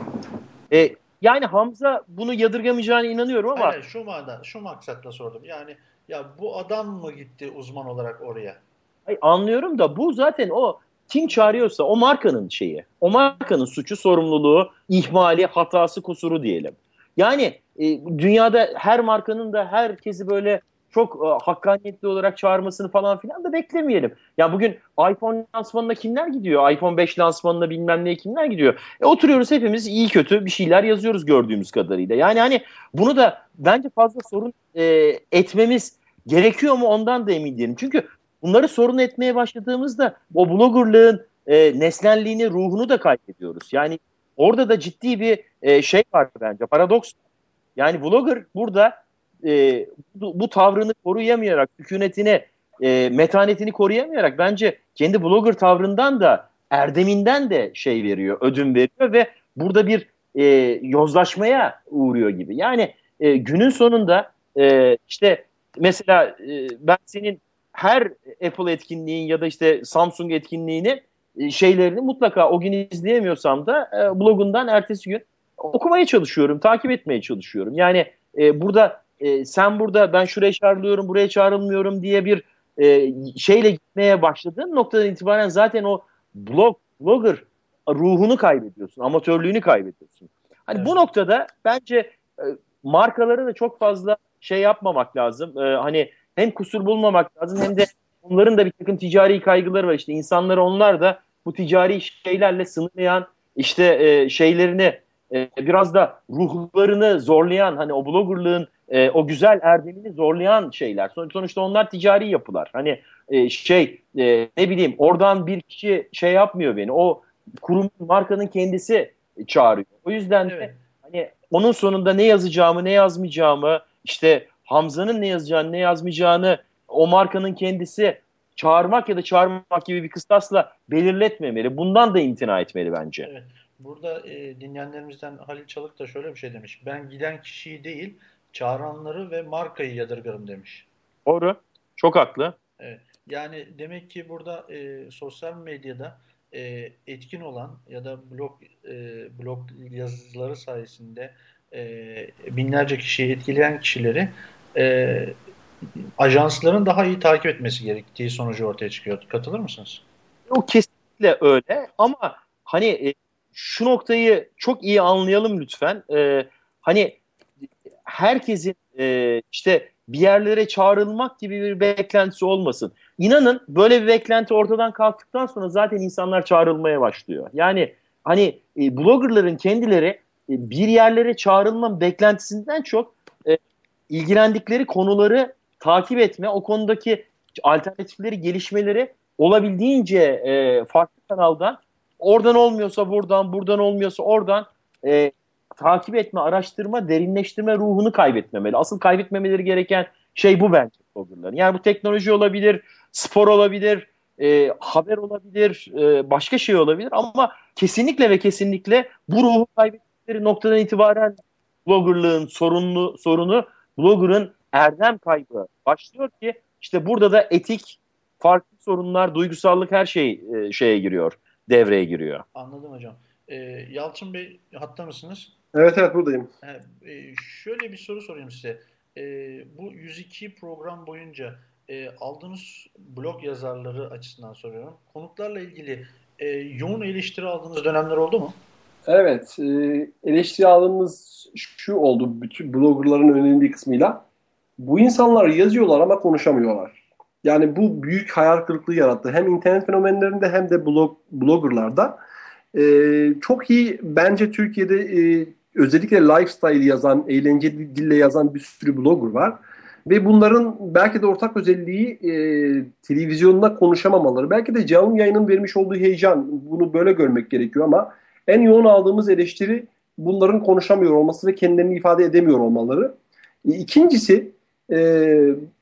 E, yani Hamza bunu yadırgamayacağına inanıyorum ama Hayır, şu mada, şu maksatla sordum. Yani ya bu adam mı gitti uzman olarak oraya? ay, anlıyorum da bu zaten o kim çağırıyorsa o markanın şeyi. O markanın suçu, sorumluluğu, ihmali, hatası, kusuru diyelim. Yani e, dünyada her markanın da herkesi böyle çok e, hakkaniyetli olarak çağırmasını falan filan da beklemeyelim. Ya bugün iPhone lansmanına kimler gidiyor? iPhone beş lansmanına bilmem neye kimler gidiyor? E, oturuyoruz hepimiz iyi kötü bir şeyler yazıyoruz gördüğümüz kadarıyla. Yani hani bunu da bence fazla sorun e, etmemiz gerekiyor mu ondan da emin değilim. Çünkü bunları sorun etmeye başladığımızda o bloggerlığın e, nesnelliğini, ruhunu da kaybediyoruz. Yani orada da ciddi bir e, şey var bence, paradoks. Yani blogger burada e, bu, bu tavrını koruyamayarak, sükunetini, e, metanetini koruyamayarak bence kendi blogger tavrından da, erdeminden de şey veriyor, ödün veriyor ve burada bir e, yozlaşmaya uğruyor gibi. Yani e, günün sonunda e, işte mesela e, ben senin her Apple etkinliğin ya da işte Samsung etkinliğini e, şeylerini mutlaka o gün izleyemiyorsam da e, blogundan ertesi gün okumaya çalışıyorum, takip etmeye çalışıyorum. Yani e, burada e, sen burada ben şuraya çağrılıyorum, buraya çağrılmıyorum diye bir e, şeyle gitmeye başladığın noktadan itibaren zaten o blog, blogger ruhunu kaybediyorsun, amatörlüğünü kaybediyorsun. Hani Evet. bu noktada bence e, markaları da çok fazla şey yapmamak lazım. E, hani hem kusur bulmamak lazım hem de onların da bir takım ticari kaygıları var. İşte insanları onlar da bu ticari şeylerle sınırlayan işte e, şeylerini e, biraz da ruhlarını zorlayan hani o bloggerlığın e, o güzel erdemini zorlayan şeyler. Son, sonuçta onlar ticari yapılar. Hani e, şey e, ne bileyim oradan bir kişi şey yapmıyor beni. O kurum markanın kendisi çağırıyor. O yüzden de Evet. hani onun sonunda ne yazacağımı ne yazmayacağımı işte Hamza'nın ne yazacağını ne yazmayacağını o markanın kendisi çağırmak ya da çağırmak gibi bir kıstasla belirletmemeli. Bundan da imtina etmeli bence. Evet. Burada e, dinleyenlerimizden Halil Çalık da şöyle bir şey demiş. Ben giden kişiyi değil, çağıranları ve markayı yadırgarım demiş. Doğru. Çok haklı. Evet. Yani demek ki burada e, sosyal medyada e, etkin olan ya da blog e, blog yazıları sayesinde e, binlerce kişiyi etkileyen kişileri e, ajansların daha iyi takip etmesi gerektiği sonucu ortaya çıkıyor. Katılır mısınız? O kesinlikle öyle ama hani e, şu noktayı çok iyi anlayalım lütfen. E, hani herkesin e, işte bir yerlere çağrılmak gibi bir beklentisi olmasın. İnanın böyle bir beklenti ortadan kalktıktan sonra zaten insanlar çağrılmaya başlıyor. Yani hani e, bloggerların kendileri e, bir yerlere çağrılma beklentisinden çok e, ilgilendikleri konuları takip etme, o konudaki alternatifleri, gelişmeleri olabildiğince e, farklı kanaldan, oradan olmuyorsa buradan, buradan olmuyorsa oradan e, takip etme, araştırma, derinleştirme ruhunu kaybetmemeli. Asıl kaybetmemeleri gereken şey bu bence bloggerların. Yani bu teknoloji olabilir, spor olabilir, e, haber olabilir, e, başka şey olabilir ama kesinlikle ve kesinlikle bu ruhu kaybettikleri noktadan itibaren bloggerlığın sorunlu, sorunu blogger'ın erdem kaybı başlıyor ki işte burada da etik, farklı sorunlar, duygusallık her şey e, şeye giriyor. devreye giriyor. Anladım hocam. Ee, Yalçın Bey hatta mısınız? Evet evet buradayım. He, e, şöyle bir soru sorayım size. E, bu yüz iki program boyunca e, aldığınız blog yazarları açısından soruyorum. Konuklarla ilgili e, yoğun eleştiri aldığınız dönemler oldu mu? Evet, e, eleştiri aldığımız şu oldu bütün bloggerların önemli bir kısmıyla. Bu insanlar yazıyorlar ama konuşamıyorlar. Yani bu büyük hayal kırıklığı yarattı. Hem internet fenomenlerinde hem de blog, bloggerlarda. E, çok iyi bence Türkiye'de e, özellikle lifestyle yazan, eğlenceli dille yazan bir sürü blogger var. Ve bunların belki de ortak özelliği e, televizyonda konuşamamaları. Belki de canlı yayının vermiş olduğu heyecan. Bunu böyle görmek gerekiyor ama en yoğun aldığımız eleştiri bunların konuşamıyor olması ve kendilerini ifade edemiyor olmaları. E, İkincisi e,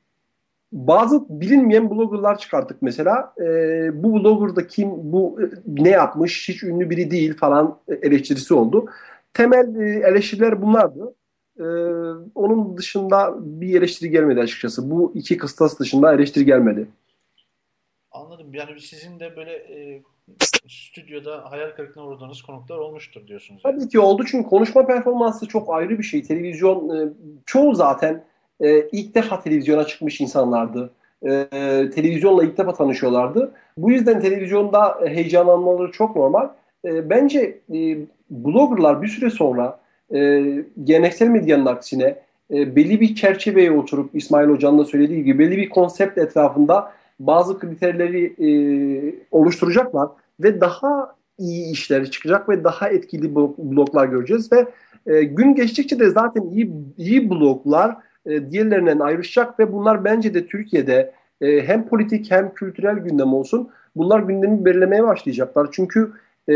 bazı bilinmeyen bloggerlar çıkarttık mesela. E, bu blogger da kim, bu e, ne yapmış, hiç ünlü biri değil falan eleştirisi oldu. Temel e, eleştiriler bunlardı. E, onun dışında bir eleştiri gelmedi açıkçası. Bu iki kıstas dışında eleştiri gelmedi. Anladım. Yani sizin de böyle e, stüdyoda hayal kırıklığına uğradığınız konuklar olmuştur diyorsunuz yani. Tabii ki oldu çünkü konuşma performansı çok ayrı bir şey. Televizyon e, çoğu zaten e, ilk defa televizyona çıkmış insanlardı. E, televizyonla ilk defa tanışıyorlardı. Bu yüzden televizyonda heyecanlanmaları çok normal. E, bence e, bloggerlar bir süre sonra e, geleneksel medyanın aksine e, belli bir çerçeveye oturup İsmail Hoca'nın da söylediği gibi belli bir konsept etrafında bazı kriterleri e, oluşturacaklar ve daha iyi işler çıkacak ve daha etkili bloglar göreceğiz ve e, gün geçtikçe de zaten iyi iyi bloglar e, diğerlerinden ayrışacak ve bunlar bence de Türkiye'de e, hem politik hem kültürel gündem olsun bunlar gündemi belirlemeye başlayacaklar. Çünkü e,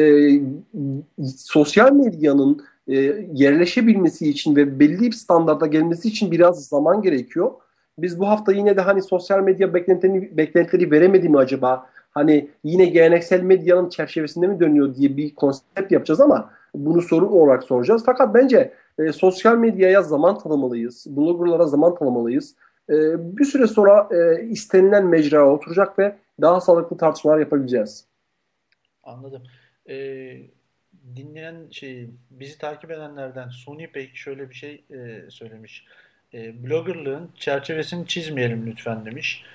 sosyal medyanın e, yerleşebilmesi için ve belli bir standarda gelmesi için biraz zaman gerekiyor. Biz bu hafta yine de hani sosyal medya beklentileri, beklentileri veremedi mi acaba? Hani yine geleneksel medyanın çerçevesinde mi dönüyor diye bir konsept yapacağız ama bunu soru olarak soracağız. Fakat bence e, sosyal medyaya zaman tanımalıyız. Bloggerlara zaman tanımalıyız. E, bir süre sonra e, istenilen mecraya oturacak ve daha sağlıklı tartışmalar yapabileceğiz. Anladım. Ee, dinleyen şey bizi takip edenlerden Suni Pek şöyle bir şey e, söylemiş. E, bloggerlığın çerçevesini çizmeyelim lütfen demiş.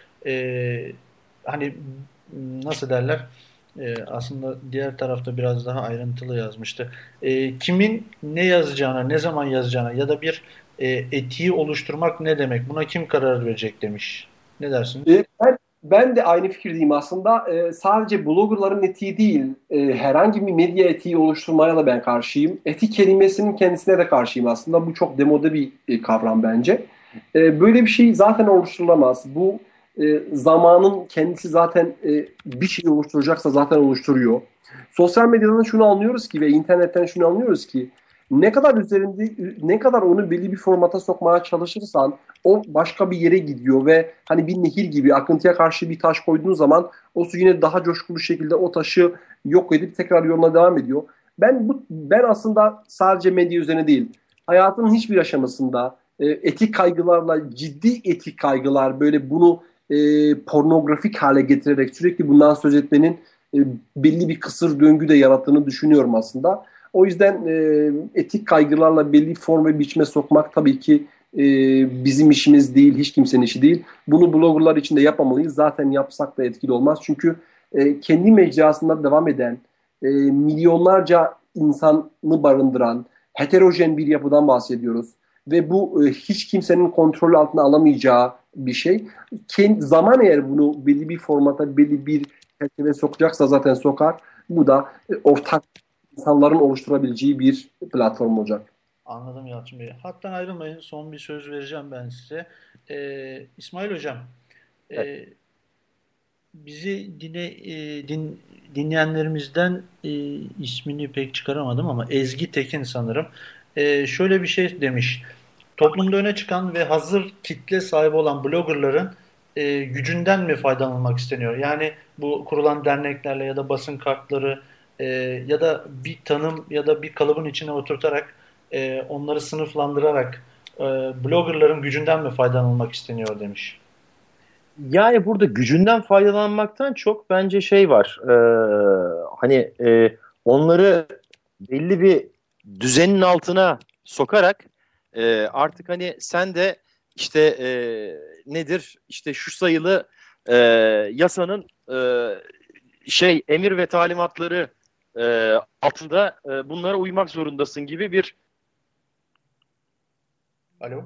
E, hani nasıl derler? E, aslında diğer tarafta biraz daha ayrıntılı yazmıştı. E, kimin ne yazacağına, ne zaman yazacağına ya da bir e, etiği oluşturmak ne demek? Buna kim karar verecek demiş. Ne dersiniz? E, ben, ben de aynı fikirdeyim aslında. E, sadece bloggerların etiği değil, e, herhangi bir medya etiği oluşturmaya da ben karşıyım. Etik kelimesinin kendisine de karşıyım aslında. Bu çok demode bir e, kavram bence. E, böyle bir şey zaten oluşturulamaz. Bu e, zamanın kendisi zaten e, bir şey oluşturacaksa zaten oluşturuyor. Sosyal medyadan şunu anlıyoruz ki ve internetten şunu anlıyoruz ki ne kadar üzerinde ne kadar onu belli bir formata sokmaya çalışırsan o başka bir yere gidiyor ve hani bir nehir gibi akıntıya karşı bir taş koyduğun zaman o su yine daha coşkulu şekilde o taşı yok edip tekrar yoluna devam ediyor. Ben bu ben aslında sadece medya üzerine değil, hayatın hiçbir aşamasında e, etik kaygılarla ciddi etik kaygılar böyle bunu e, pornografik hale getirerek sürekli bundan söz etmenin e, belli bir kısır döngü de yarattığını düşünüyorum aslında. O yüzden e, etik kaygılarla belli form ve biçime sokmak tabii ki e, bizim işimiz değil, hiç kimsenin işi değil. Bunu bloggerlar için de yapamalıyız. Zaten yapsak da etkili olmaz. Çünkü e, kendi mecrasında devam eden, e, milyonlarca insanı barındıran, heterojen bir yapıdan bahsediyoruz. Ve bu e, hiç kimsenin kontrol altına alamayacağı bir şey. Kendi, zaman eğer bunu belli bir formata, belli bir çerçeve sokacaksa zaten sokar. Bu da e, ortak insanların oluşturabileceği bir platform olacak. Anladım Yalçın Bey. Hattan ayrılmayın. Son bir söz vereceğim ben size. Ee, İsmail Hocam, Evet. e, bizi dine, e, din, dinleyenlerimizden e, ismini pek çıkaramadım ama Ezgi Tekin sanırım. E, şöyle bir şey demiş. Toplumda öne çıkan ve hazır kitle sahibi olan bloggerların e, gücünden mi faydalanmak isteniyor? Yani bu kurulan derneklerle ya da basın kartları e, ya da bir tanım ya da bir kalıbın içine oturtarak e, onları sınıflandırarak e, bloggerların gücünden mi faydalanmak isteniyor demiş. Yani burada gücünden faydalanmaktan çok bence şey var. E, hani e, onları belli bir düzenin altına sokarak e, artık hani sen de işte e, nedir işte şu sayılı e, yasanın e, şey emir ve talimatları e, altında e, bunlara uymak zorundasın gibi bir Alo.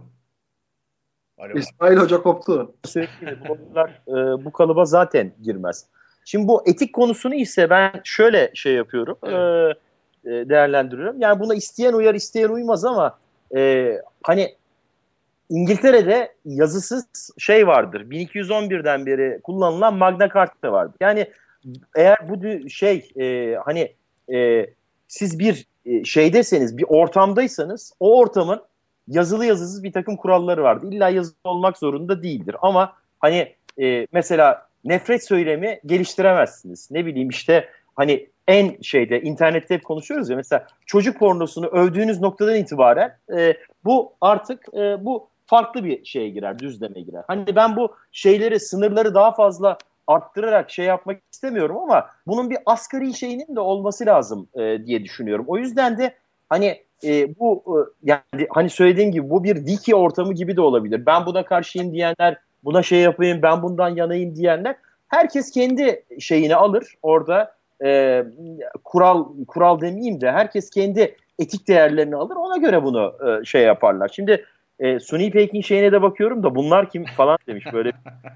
Alo. İsmail Hoca koptu. sürekli bloggerlar e, bu kalıba zaten girmez. Şimdi bu etik konusunu ise ben şöyle şey yapıyorum, Evet. e, e, değerlendiriyorum. Yani buna isteyen uyar, isteyen uymaz ama e, hani İngiltere'de yazısız şey vardır. bin iki yüz on birden beri kullanılan Magna Carta vardır. Yani eğer bu şey e, hani e, siz bir e, şeydeseniz, bir ortamdaysanız o ortamın yazılı yazısız bir takım kuralları vardır. İlla yazılı olmak zorunda değildir. Ama hani e, mesela nefret söylemi geliştiremezsiniz. Ne bileyim işte hani en şeyde internette hep konuşuyoruz ya mesela çocuk pornosunu övdüğünüz noktadan itibaren e, bu artık e, bu farklı bir şeye girer, düzleme girer. Hani ben bu şeyleri, sınırları daha fazla arttırarak şey yapmak istemiyorum ama bunun bir asgari şeyinin de olması lazım e, diye düşünüyorum. O yüzden de hani e, bu e, yani hani söylediğim gibi bu bir diki ortamı gibi de olabilir. Ben buna karşıyım diyenler, buna şey yapayım, ben bundan yanayım diyenler herkes kendi şeyini alır orada e, kural kural demeyeyim de herkes kendi etik değerlerini alır ona göre bunu e, şey yaparlar. Şimdi e, Sunny Pekin şeyine de bakıyorum da bunlar kim falan demiş böyle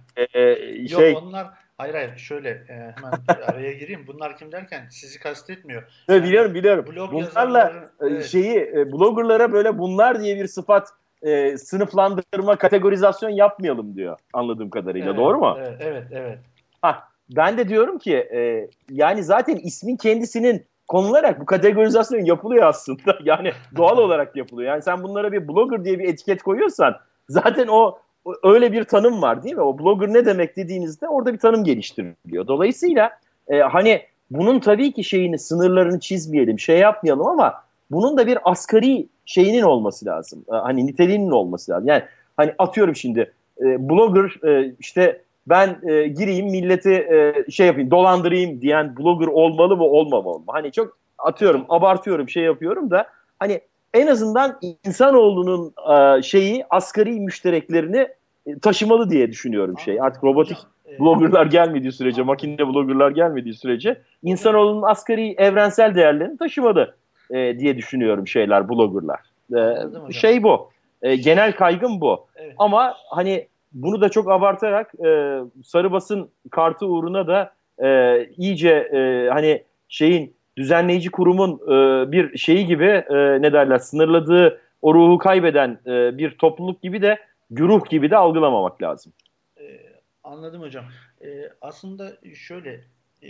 e, şey. Yok onlar hayır hayır şöyle e, hemen araya gireyim. Bunlar kim derken sizi kastetmiyor. Evet, Yani biliyorum biliyorum. blog Bunlarla yazarları e, evet. şeyi e, bloggerlara böyle bunlar diye bir sıfat e, sınıflandırma, kategorizasyon yapmayalım diyor anladığım kadarıyla. Evet, Doğru mu? evet, evet, evet. Hah, ben de diyorum ki e, yani zaten ismin kendisinin konularak bu kategorizasyon yapılıyor aslında. Yani doğal olarak yapılıyor. Yani sen bunlara bir blogger diye bir etiket koyuyorsan zaten o, o öyle bir tanım var değil mi? O blogger ne demek dediğinizde orada bir tanım geliştiriliyor. Dolayısıyla e, hani bunun tabii ki şeyini sınırlarını çizmeyelim, şey yapmayalım ama bunun da bir asgari şeyinin olması lazım. E, hani niteliğinin olması lazım. Yani hani atıyorum şimdi e, blogger e, işte ben e, gireyim milleti e, şey yapayım dolandırayım diyen blogger olmalı mı olmamalı mı? Hani çok atıyorum abartıyorum şey yapıyorum da hani en azından insanoğlunun e, şeyi asgari müştereklerini e, taşımalı diye düşünüyorum şey. Anladım. Artık robotik Hocam, e, bloggerlar gelmediği sürece, anladım. makine bloggerlar gelmediği sürece Hocam, insanoğlunun asgari evrensel değerlerini taşımalı e, diye düşünüyorum şeyler bloggerlar. E, anladım hocam. şey bu. E, genel kaygım bu. Evet. Ama hani bunu da çok abartarak e, sarı basın kartı uğruna da e, iyice e, hani şeyin düzenleyici kurumun e, bir şeyi gibi e, ne derler sınırladığı o ruhu kaybeden e, bir topluluk gibi de güruh gibi de algılamamak lazım. E, anladım hocam. E, aslında şöyle e,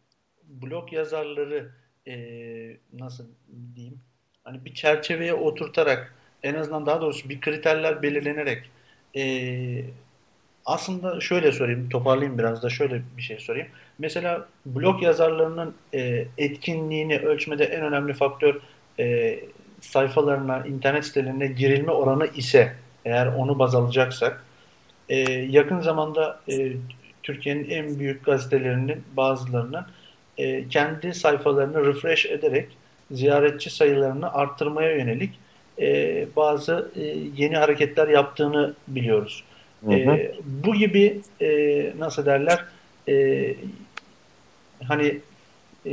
blog yazarları e, nasıl diyeyim? Hani bir çerçeveye oturtarak en azından daha doğrusu bir kriterler belirlenerek e, aslında şöyle sorayım, toparlayayım biraz da şöyle bir şey sorayım. Mesela blog yazarlarının e, etkinliğini ölçmede en önemli faktör e, sayfalarına, internet sitelerine girilme oranı ise eğer onu baz alacaksak e, yakın zamanda e, Türkiye'nin en büyük gazetelerinin bazılarının e, kendi sayfalarını refresh ederek ziyaretçi sayılarını arttırmaya yönelik e, bazı e, yeni hareketler yaptığını biliyoruz. Hı hı. E, bu gibi e, nasıl derler e, hani e,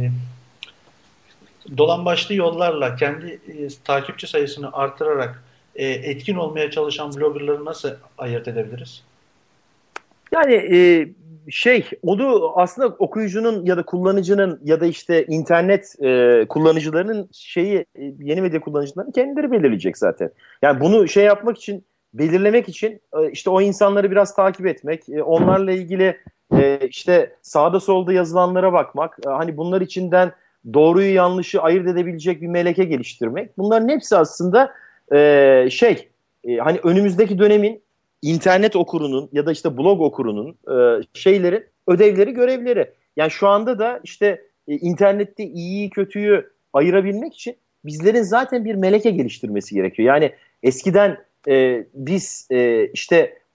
dolambaçlı yollarla kendi e, takipçi sayısını artırarak e, etkin olmaya çalışan bloggerları nasıl ayırt edebiliriz? Yani e, şey onu aslında okuyucunun ya da kullanıcının ya da işte internet e, kullanıcılarının şeyi e, yeni medya kullanıcılarının kendileri belirleyecek zaten. Yani bunu şey yapmak için belirlemek için e, işte o insanları biraz takip etmek, e, onlarla ilgili e, işte sağda solda yazılanlara bakmak, e, hani bunlar içinden doğruyu yanlışı ayırt edebilecek bir meleke geliştirmek. Bunların hepsi aslında e, şey e, hani önümüzdeki dönemin internet okurunun ya da işte blog okurunun e, şeylerin ödevleri görevleri. Yani şu anda da işte e, internette iyiyi kötüyü ayırabilmek için bizlerin zaten bir meleke geliştirmesi gerekiyor. Yani eskiden e, biz e, işte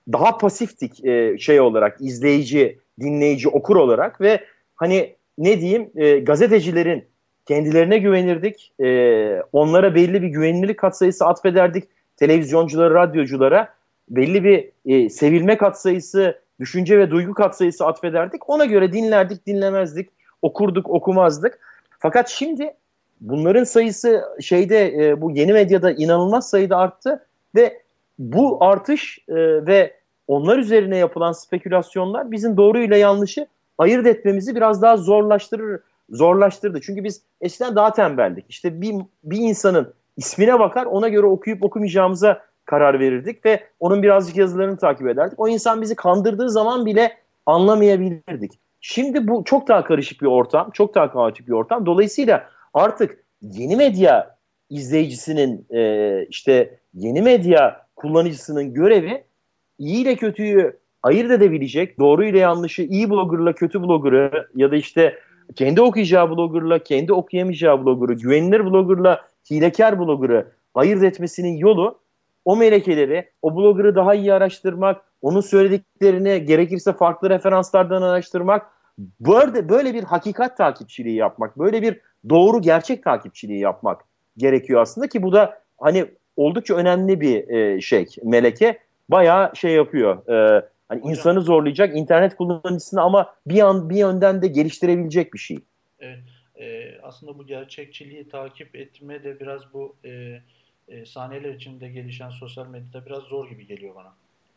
daha pasiftik e, şey olarak, izleyici, dinleyici, okur olarak ve hani ne diyeyim e, gazetecilerin kendilerine güvenirdik. E, onlara belli bir güvenilirlik katsayısı atfederdik. Televizyonculara, radyoculara belli bir e, sevilme katsayısı, düşünce ve duygu katsayısı atfederdik. Ona göre dinlerdik, dinlemezdik, okurduk, okumazdık. Fakat şimdi bunların sayısı şeyde e, bu yeni medyada inanılmaz sayıda arttı ve bu artış e, ve onlar üzerine yapılan spekülasyonlar bizim doğruyla yanlışı ayırt etmemizi biraz daha zorlaştırır, zorlaştırdı. Çünkü biz eskiden daha tembeldik. İşte bir, bir insanın ismine bakar, ona göre okuyup okumayacağımıza karar verirdik ve onun birazcık yazılarını takip ederdik. O insan bizi kandırdığı zaman bile anlamayabilirdik. Şimdi bu çok daha karışık bir ortam, çok daha kaotik bir ortam. Dolayısıyla artık yeni medya izleyicisinin, e, işte yeni medya kullanıcısının görevi iyi ile kötüyü ayırt edebilecek, doğru ile yanlışı, iyi bloggerla kötü bloggerı ya da işte kendi okuyacağı bloggerla kendi okuyamayacağı bloggerı, güvenilir bloggerla hilekar bloggerı ayırt etmesinin yolu o melekeleri, o bloggerı daha iyi araştırmak, onun söylediklerini gerekirse farklı referanslardan araştırmak, böyle, böyle bir hakikat takipçiliği yapmak, böyle bir doğru gerçek takipçiliği yapmak gerekiyor aslında ki bu da hani oldukça önemli bir e, şey, meleke. Bayağı şey yapıyor. E, hani Hocam, insanı zorlayacak, internet kullanıcısını ama bir an bir yönden de geliştirebilecek bir şey. Evet. E, aslında bu gerçekçiliği takip etme de biraz bu e, e, saniyeler içinde gelişen sosyal medyada biraz zor gibi geliyor bana.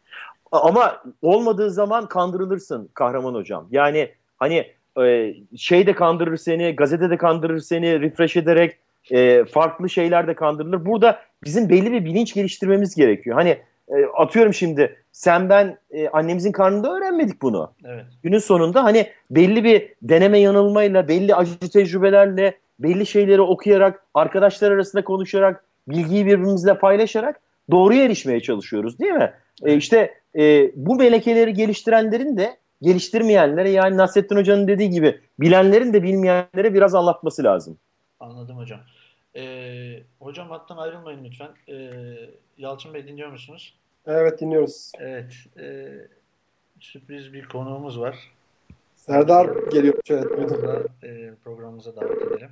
Ama olmadığı zaman kandırılırsın Kahraman Hocam. Yani hani e, şey de kandırır seni, gazete de kandırır seni, refresh ederek e, farklı şeyler de kandırılır. Burada bizim belli bir bilinç geliştirmemiz gerekiyor. Hani e, atıyorum şimdi sen ben e, annemizin karnında öğrenmedik bunu. Evet. Günün sonunda hani belli bir deneme yanılmayla, belli acı tecrübelerle, belli şeyleri okuyarak, arkadaşlar arasında konuşarak, bilgiyi birbirimizle paylaşarak doğruya erişmeye çalışıyoruz değil mi? Evet. E, işte e, bu melekeleri geliştirenlerin de geliştirmeyenlere, yani Nasrettin Hoca'nın dediği gibi bilenlerin de bilmeyenlere biraz anlatması lazım. Anladım hocam. Ee, hocam hattan ayrılmayın lütfen. Ee, Yalçın Bey dinliyor musunuz? Evet dinliyoruz. Evet. E, sürpriz bir konuğumuz var. Serdar geliyor. Evet, onu da e, programımıza davet edelim.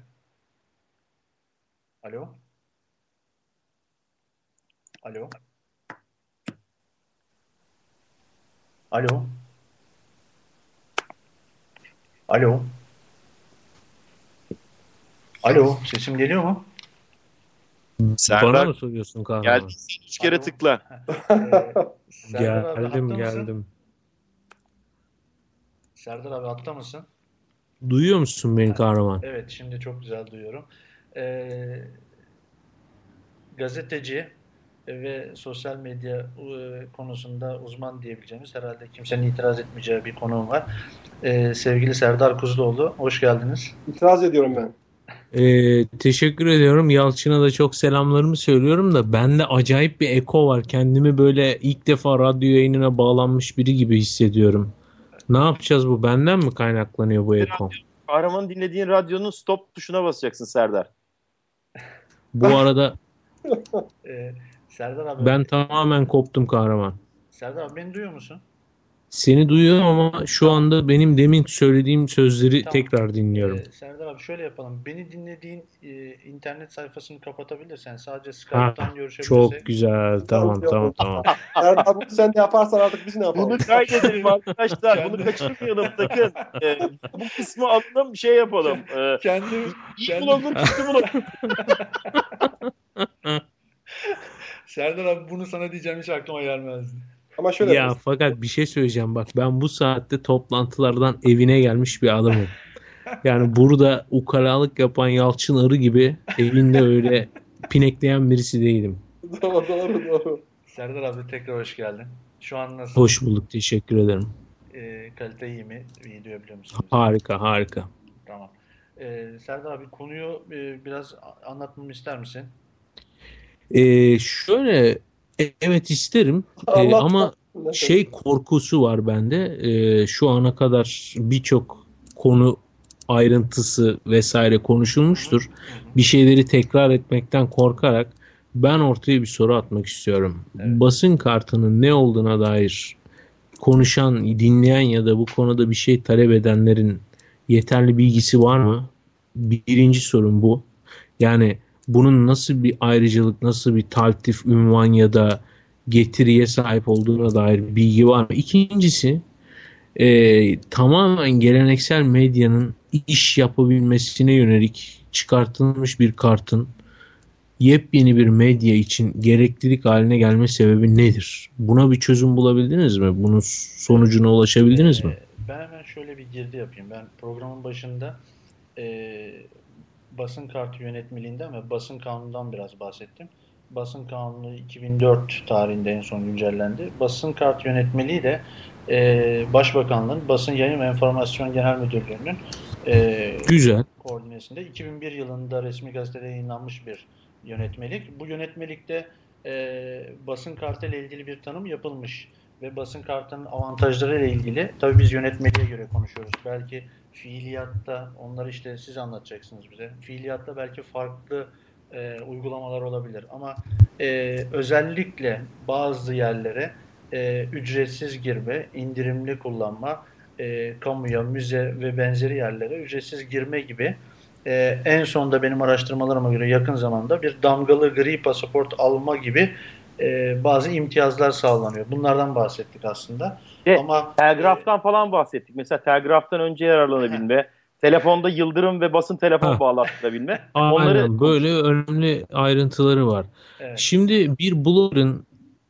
Alo. Alo. Alo. Alo. Alo. Sesim geliyor mu? Serdar, bana mı soruyorsun Kahraman? Gel, üç kere Alo. Tıkla. ee, geldim geldim. Serdar abi hatta mısın? Duyuyor musun beni Kahraman? Evet, şimdi çok güzel duyuyorum. Ee, gazeteci ve sosyal medya e, konusunda uzman diyebileceğimiz, herhalde kimsenin itiraz etmeyeceği bir konuğum var. Ee, sevgili Serdar Kuzluoğlu, hoş geldiniz. İtiraz ediyorum ben. Ee, teşekkür ediyorum. Yalçın'a da çok selamlarımı söylüyorum da bende acayip bir eko var. Kendimi böyle ilk defa radyo yayınına bağlanmış biri gibi hissediyorum. Ne yapacağız, bu benden mi kaynaklanıyor bu eko? Kahraman'ın dinlediğin radyonun stop tuşuna basacaksın Serdar. Bu arada ee, Serdar abi, ben tamamen koptum Kahraman. Serdar abi beni duyuyor musun? Seni duyuyorum ama şu anda benim demin söylediğim sözleri tamam. tekrar dinliyorum. Ee, Serdar abi şöyle yapalım. Beni dinlediğin e, internet sayfasını kapatabilirsen, sadece Skype'tan görüşebilirsek. Çok güzel. Tamam tamam tamam. Serdar abi sen de yaparsan artık biz ne yapalım? Bunu kaydedelim arkadaşlar. Bunu kaçırmayalım sakın. Ee, bu kısmı alalım, bir şey yapalım. Ee, kendi iyi blogger, kötü blogger. Serdar abi bunu sana diyeceğim hiç aklıma gelmezdi. Ama şöyle ya yapalım. Fakat bir şey söyleyeceğim, bak ben bu saatte toplantılardan evine gelmiş bir adamım. Yani burada ukalalık yapan Yalçın Arı gibi evinde öyle pinekleyen birisi değilim. Doğru doğru doğru. Serdar abi tekrar hoş geldin. Şu an nasıl? Hoş bulduk, teşekkür ederim. E, kalite iyi mi? İyi duyabiliyor musunuz? Harika harika. Tamam. E, Serdar abi konuyu e, biraz anlatmamı ister misin? Ee, şöyle evet isterim ee, ama şey korkusu var bende. Ee, şu ana kadar birçok konu ayrıntısı vesaire konuşulmuştur. Bir şeyleri tekrar etmekten korkarak Ben ortaya bir soru atmak istiyorum. Evet. Basın kartının ne olduğuna dair konuşan, dinleyen ya da bu konuda bir şey talep edenlerin yeterli bilgisi var mı? Birinci sorun bu. Yani bunun nasıl bir ayrıcalık, nasıl bir taltif, ünvan ya da getiriye sahip olduğuna dair bilgi var mı? İkincisi, e, tamamen geleneksel medyanın iş yapabilmesine yönelik çıkartılmış bir kartın yepyeni bir medya için gereklilik haline gelme sebebi nedir? Buna bir çözüm bulabildiniz mi? Bunun sonucuna ulaşabildiniz mi? Ee, ben hemen şöyle bir girdi yapayım. Ben programın başında e, basın kartı yönetmeliğinden ve basın kanunundan biraz bahsettim. Basın kanunu iki bin dört tarihinde en son güncellendi. Basın kartı yönetmeliği de e, Başbakanlığın Basın Yayın ve Enformasyon Genel Müdürlüğü'nün e, Güzel. koordinesinde iki bin bir yılında resmi gazetede yayınlanmış bir yönetmelik. Bu yönetmelikte e, basın kartı ile ilgili bir tanım yapılmış ve basın kartının avantajları ile ilgili, tabii biz yönetmeliğe göre konuşuyoruz. Belki fiiliyatta, onları işte siz anlatacaksınız bize. Fiiliyatta belki farklı e, uygulamalar olabilir ama e, özellikle bazı yerlere e, ücretsiz girme, indirimli kullanma, e, kamuya, müze ve benzeri yerlere ücretsiz girme gibi Ee, en sonda benim araştırmalarıma göre yakın zamanda bir damgalı gri pasaport alma gibi e, bazı imtiyazlar sağlanıyor. Bunlardan bahsettik aslında. De, Ama telgraftan e, falan bahsettik. Mesela telgraftan önce yararlanabilme, telefonda yıldırım ve basın telefon bağlattırabilme. Onları Aynen, böyle önemli ayrıntıları var. Evet. Şimdi bir blogger'ın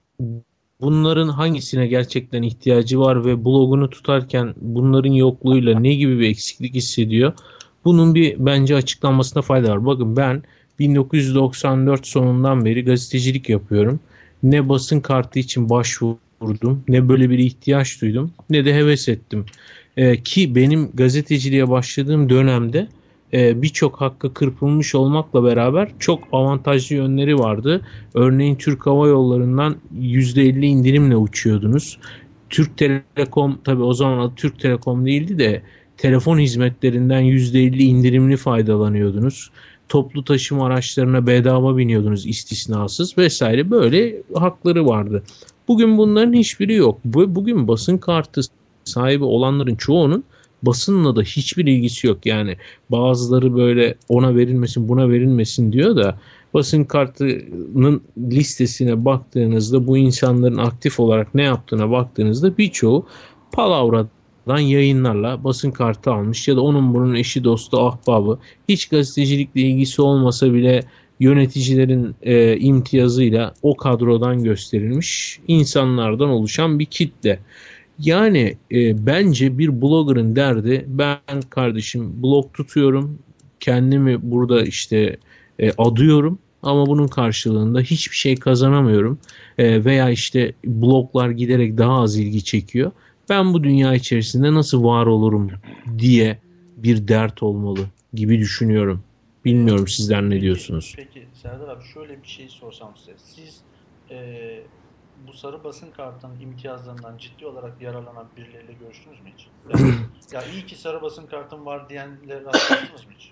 bunların hangisine gerçekten ihtiyacı var ve blogunu tutarken bunların yokluğuyla ne gibi bir eksiklik hissediyor? Bunun bir bence açıklanmasına fayda var. Bakın, ben bin dokuz yüz doksan dört sonundan beri gazetecilik yapıyorum. Ne basın kartı için başvurdum, ne böyle bir ihtiyaç duydum, ne de heves ettim. Ee, ki benim gazeteciliğe başladığım dönemde e, birçok hakkı kırpılmış olmakla beraber çok avantajlı yönleri vardı. Örneğin Türk Hava Yolları'ndan yüzde elli indirimle uçuyordunuz. Türk Telekom, tabii o zaman adı Türk Telekom değildi de, telefon hizmetlerinden yüzde elli indirimli faydalanıyordunuz. Toplu taşıma araçlarına bedava biniyordunuz istisnasız vesaire, böyle hakları vardı. Bugün bunların hiçbiri yok. Bugün basın kartı sahibi olanların çoğunun basınla da hiçbir ilgisi yok. Yani bazıları böyle ona verilmesin buna verilmesin diyor da, basın kartının listesine baktığınızda, bu insanların aktif olarak ne yaptığına baktığınızda birçoğu palavra yayınlarla basın kartı almış ya da onun bunun eşi dostu ahbabı, hiç gazetecilikle ilgisi olmasa bile yöneticilerin e, imtiyazıyla o kadrodan gösterilmiş insanlardan oluşan bir kitle. Yani e, bence bir blogger'ın derdi, ben kardeşim blog tutuyorum, kendimi burada işte e, adıyorum ama bunun karşılığında hiçbir şey kazanamıyorum e, veya işte bloglar giderek daha az ilgi çekiyor. Ben bu dünya içerisinde nasıl var olurum diye bir dert olmalı gibi düşünüyorum. Bilmiyorum, sizler ne diyorsunuz? Peki Serdar abi, şöyle bir şey sorsam size. Siz e, bu sarı basın kartının imtiyazlarından ciddi olarak yararlanan birileriyle görüştünüz mü hiç? Yani, ya iyi ki sarı basın kartım var diyenlere rastladınız mı hiç?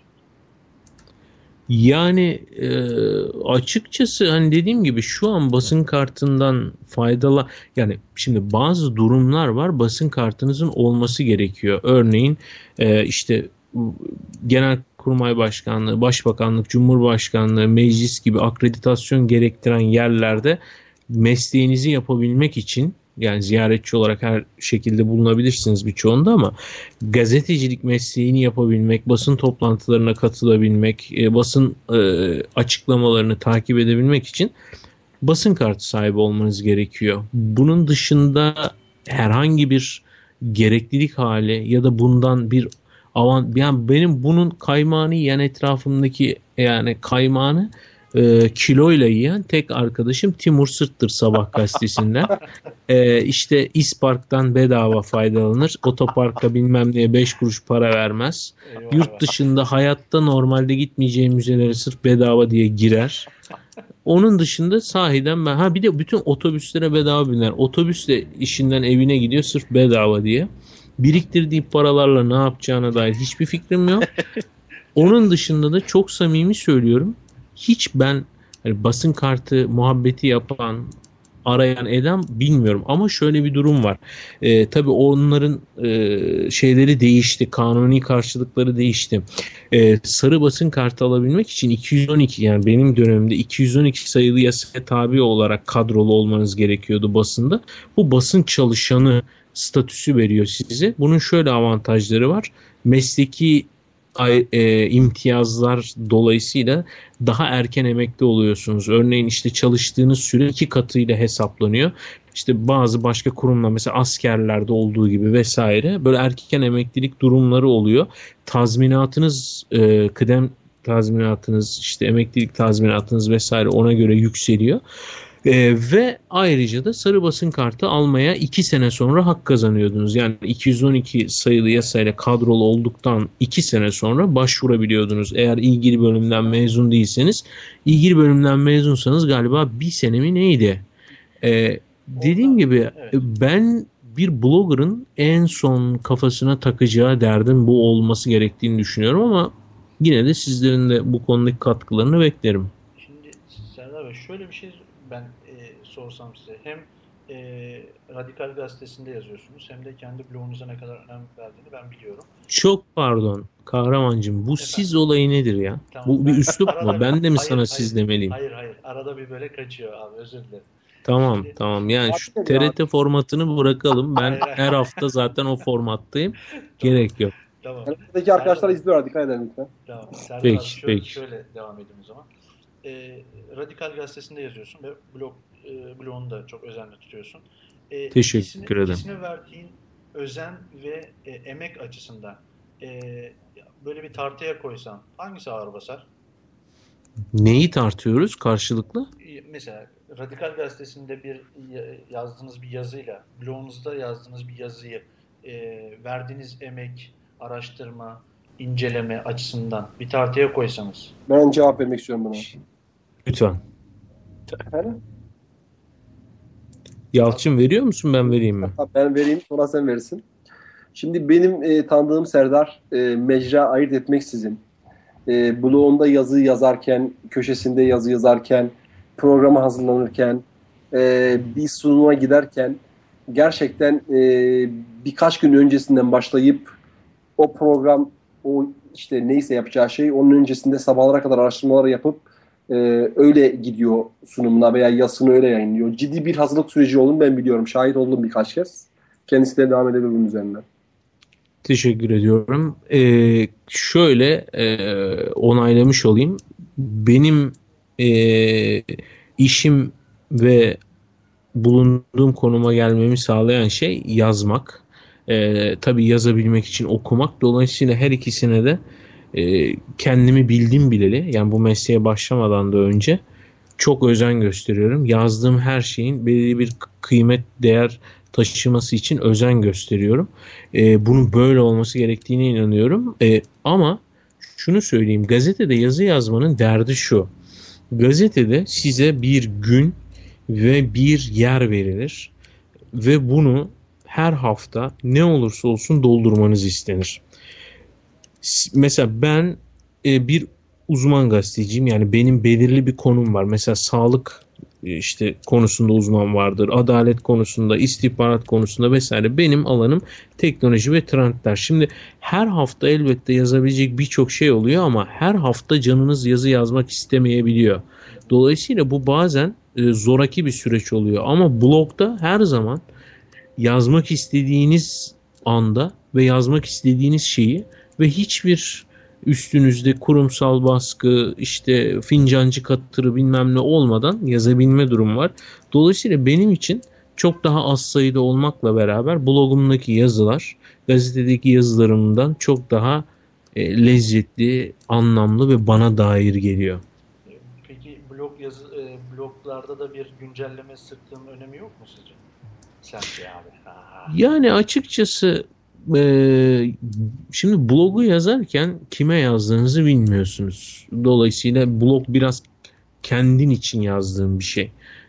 Yani e, açıkçası hani dediğim gibi şu an basın kartından faydalı, yani şimdi bazı durumlar var, basın kartınızın olması gerekiyor. Örneğin e, işte Genelkurmay Başkanlığı, Başbakanlık, Cumhurbaşkanlığı, meclis gibi akreditasyon gerektiren yerlerde mesleğinizi yapabilmek için, yani ziyaretçi olarak her şekilde bulunabilirsiniz birçoğunda, ama gazetecilik mesleğini yapabilmek, basın toplantılarına katılabilmek, e, basın e, açıklamalarını takip edebilmek için basın kartı sahibi olmanız gerekiyor. Bunun dışında herhangi bir gereklilik hali ya da bundan bir avant, yani benim bunun kaymağını yiyen, etrafımdaki yani kaymağını E, kiloyla yiyen tek arkadaşım Timur Sırt'tır Sabah gazetesinden. E, işte İspark'tan bedava faydalanır. Otoparka bilmem neye beş kuruş para vermez. Eyvallah. Yurt dışında hayatta normalde gitmeyeceği müzelere sırf bedava diye girer. Onun dışında sahiden ben, ha bir de bütün otobüslere bedava biner. Otobüsle işinden evine gidiyor sırf bedava diye. Biriktirdiği paralarla ne yapacağına dair hiçbir fikrim yok. Onun dışında da çok samimi söylüyorum, hiç ben hani basın kartı muhabbeti yapan, arayan eden bilmiyorum ama şöyle bir durum var. Ee, tabii onların e, şeyleri değişti. Kanuni karşılıkları değişti. Ee, sarı basın kartı alabilmek için iki yüz on iki, yani benim dönemimde iki yüz on iki sayılı yasaya tabi olarak kadrolu olmanız gerekiyordu basında. Bu basın çalışanı statüsü veriyor size. Bunun şöyle avantajları var. Mesleki ay, e, imtiyazlar dolayısıyla daha erken emekli oluyorsunuz. Örneğin işte çalıştığınız süre iki katıyla hesaplanıyor. İşte bazı başka kurumlar, mesela askerlerde olduğu gibi vesaire, böyle erken emeklilik durumları oluyor. Tazminatınız, e, kıdem tazminatınız, işte emeklilik tazminatınız vesaire ona göre yükseliyor. Ee, ve ayrıca da sarı basın kartı almaya iki sene sonra hak kazanıyordunuz. Yani iki yüz on iki sayılı yasayla kadrolu olduktan iki sene sonra başvurabiliyordunuz. Eğer ilgili bölümden mezun değilseniz, ilgili bölümden mezunsanız galiba bir sene mi neydi? Ee, dediğim gibi ben bir blogger'ın en son kafasına takacağı derdin bu olması gerektiğini düşünüyorum ama yine de sizlerin de bu konudaki katkılarını beklerim. Şimdi Serdar Bey, şöyle bir şey ben e, sorsam size. Hem e, Radikal Gazetesi'nde yazıyorsunuz hem de kendi blogunuza ne kadar önem verdiğini ben biliyorum. Çok pardon Kahramancığım, bu Efendim? Siz olayı nedir ya? Tamam, bu bir üslup mu? Ben de mi hayır, sana hayır, siz demeliyim? Hayır hayır. Arada bir böyle kaçıyor abi, özür dilerim. Tamam Şimdi, tamam. Yani şu T R T formatını bırakalım. Ben hayır, her hafta zaten o formattayım. Tamam. Gerek yok. Tamam. Buradaki arkadaşlar izliyor. Dikkat edin lütfen. Tamam. Serdar peki, abi, şöyle, peki. şöyle devam edeyim o zaman. E, Radikal Gazetesi'nde yazıyorsun ve blog e, blogunu da çok özenle tutuyorsun. E, Teşekkür ikisini, ederim. İkisine verdiğin özen ve e, emek açısından e, böyle bir tartıya koysan hangisi ağır basar? Neyi tartıyoruz karşılıklı? E, mesela Radikal Gazetesi'nde bir yazdığınız bir yazıyla blogunuzda yazdığınız bir yazıyı e, verdiğiniz emek, araştırma, inceleme açısından bir tartıya koysanız. Ben cevap vermek istiyorum buna. Lütfen. Efendim? Yalçın veriyor musun, ben vereyim mi? Ben vereyim, sonra sen verirsin. Şimdi benim e, tanıdığım Serdar e, mecra ayırt etmeksizin e, blogunda yazı yazarken, köşesinde yazı yazarken, programa hazırlanırken, e, bir sunuma giderken gerçekten e, birkaç gün öncesinden başlayıp o program, o işte neyse yapacağı şey, onun öncesinde sabahlara kadar araştırmalar yapıp e, öyle gidiyor sunumuna veya yazısını öyle yayınlıyor. Ciddi bir hazırlık süreci olduğunu ben biliyorum. Şahit oldum birkaç kez. Kendisi de devam edebilir bunun üzerinden. Teşekkür ediyorum. Ee, şöyle e, onaylamış olayım. Benim e, işim ve bulunduğum konuma gelmemi sağlayan şey yazmak. Ee, tabii yazabilmek için okumak. Dolayısıyla her ikisine de e, kendimi bildim bileli, yani bu mesleğe başlamadan da önce çok özen gösteriyorum. Yazdığım her şeyin belirli bir kıymet, değer taşıması için özen gösteriyorum. E, bunun böyle olması gerektiğine inanıyorum. E, ama şunu söyleyeyim, gazetede yazı yazmanın derdi şu. Gazetede size bir gün ve bir yer verilir ve bunu her hafta ne olursa olsun doldurmanız istenir. Mesela ben e, bir uzman gazeteciyim, yani benim belirli bir konum var. Mesela sağlık işte konusunda uzman vardır, adalet konusunda, istihbarat konusunda vesaire. Benim alanım teknoloji ve trendler. Şimdi her hafta elbette yazabilecek birçok şey oluyor ama her hafta canınız yazı yazmak istemeyebiliyor. Dolayısıyla bu bazen e, zoraki bir süreç oluyor ama blogda her zaman yazmak istediğiniz anda ve yazmak istediğiniz şeyi ve hiçbir üstünüzde kurumsal baskı, işte fincancı katırı bilmem ne olmadan yazabilme durumu var. Dolayısıyla benim için çok daha az sayıda olmakla beraber blogumdaki yazılar gazetedeki yazılarımdan çok daha e, lezzetli, anlamlı ve bana dair geliyor. Peki blog yazı, e, bloglarda da bir güncelleme sıklığının önemi yok mu sizce? Sence abi. Aha. Yani açıkçası Ee, şimdi blogu yazarken kime yazdığınızı bilmiyorsunuz. Dolayısıyla blog biraz kendin için yazdığın bir şey.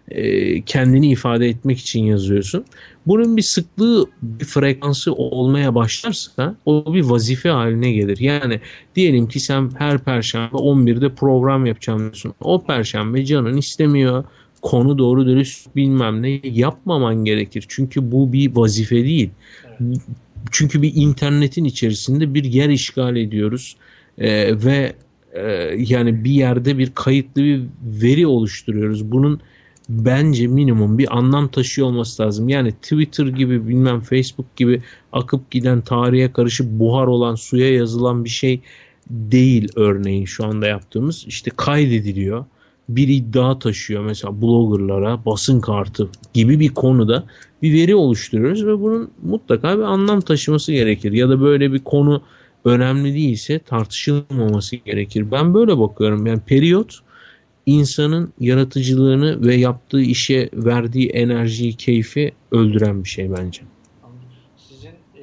e, kendini ifade etmek için yazıyorsun. Bunun bir sıklığı, bir frekansı olmaya başlarsa o bir vazife haline gelir. Yani diyelim ki sen her perşembe on birde program yapacağım diyorsun. O perşembe canın istemiyor. Konu doğru dürüst bilmem ne yapmaman gerekir. Çünkü bu bir vazife değil. Evet. Çünkü bir internetin içerisinde bir yer işgal ediyoruz. Ee, ve e, yani bir yerde bir kayıtlı bir veri oluşturuyoruz. Bunun bence minimum bir anlam taşıyor olması lazım. Yani Twitter gibi bilmem Facebook gibi akıp giden, tarihe karışıp buhar olan, suya yazılan bir şey değil örneğin şu anda yaptığımız. İşte kaydediliyor. Bir iddia taşıyor mesela bloggerlara, basın kartı gibi bir konuda bir veri oluşturuyoruz ve bunun mutlaka bir anlam taşıması gerekir. Ya da böyle bir konu önemli değilse tartışılmaması gerekir. Ben böyle bakıyorum. Yani periyot insanın yaratıcılığını ve yaptığı işe verdiği enerjiyi, keyfi öldüren bir şey bence. Sizin e,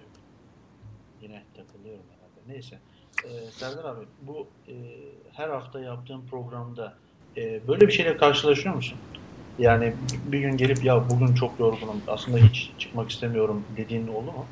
yine takılıyorum herhalde. Neyse. E, Serdar abi bu e, her hafta yaptığım programda e, böyle bir şeyle karşılaşıyor musun? Yani bir gün gelip ya bugün çok yorgunum aslında hiç çıkmak istemiyorum dediğin oldu mu?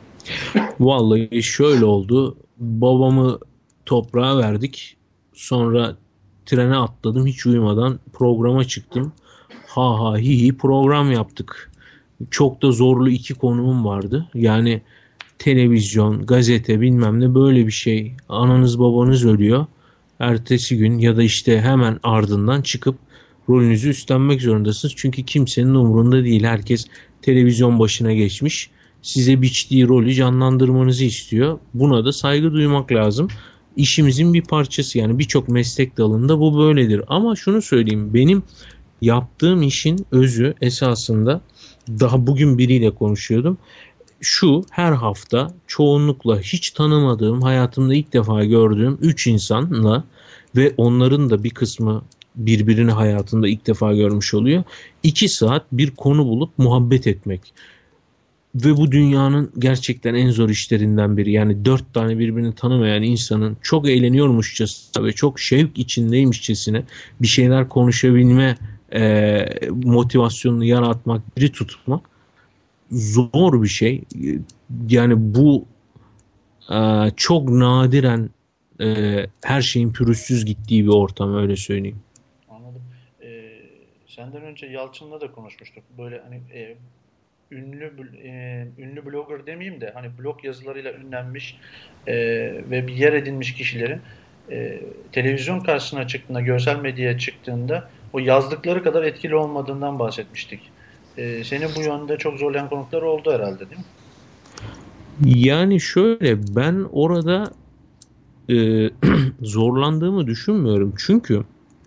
Vallahi şöyle oldu. Babamı toprağa verdik. Sonra trene atladım. Hiç uyumadan programa çıktım. Ha ha hi hi program yaptık. Çok da zorlu iki konum vardı. Yani televizyon, gazete bilmem ne böyle bir şey. Ananız babanız ölüyor. Ertesi gün ya da işte hemen ardından çıkıp rolünüzü üstlenmek zorundasınız. Çünkü kimsenin umurunda değil. Herkes televizyon başına geçmiş. Size biçtiği rolü canlandırmanızı istiyor. Buna da saygı duymak lazım. İşimizin bir parçası, yani birçok meslek dalında bu böyledir. Ama şunu söyleyeyim, benim yaptığım işin özü esasında, daha bugün biriyle konuşuyordum. Şu: her hafta çoğunlukla hiç tanımadığım, hayatımda ilk defa gördüğüm üç insanla ve onların da bir kısmı birbirini hayatında ilk defa görmüş oluyor. iki saat bir konu bulup muhabbet etmek. Ve bu dünyanın gerçekten en zor işlerinden biri. Yani dört tane birbirini tanımayan insanın çok eğleniyormuşçasına ve çok şevk içindeymişçesine bir şeyler konuşabilme e, motivasyonunu yaratmak, biri tutmak zor bir şey. Yani bu e, çok nadiren e, her şeyin pürüzsüz gittiği bir ortam, öyle söyleyeyim. Anladım. Ee, senden önce Yalçın'la da konuşmuştuk. Böyle hani e, ünlü e, ünlü blogger demeyeyim de hani blog yazılarıyla ünlenmiş e, ve bir yer edinmiş kişilerin e, televizyon karşısına çıktığında, görsel medyaya çıktığında o yazdıkları kadar etkili olmadığından bahsetmiştik. E, seni bu yönde çok zorlayan konuklar oldu herhalde, değil mi? Yani şöyle, ben orada e, zorlandığımı düşünmüyorum. Çünkü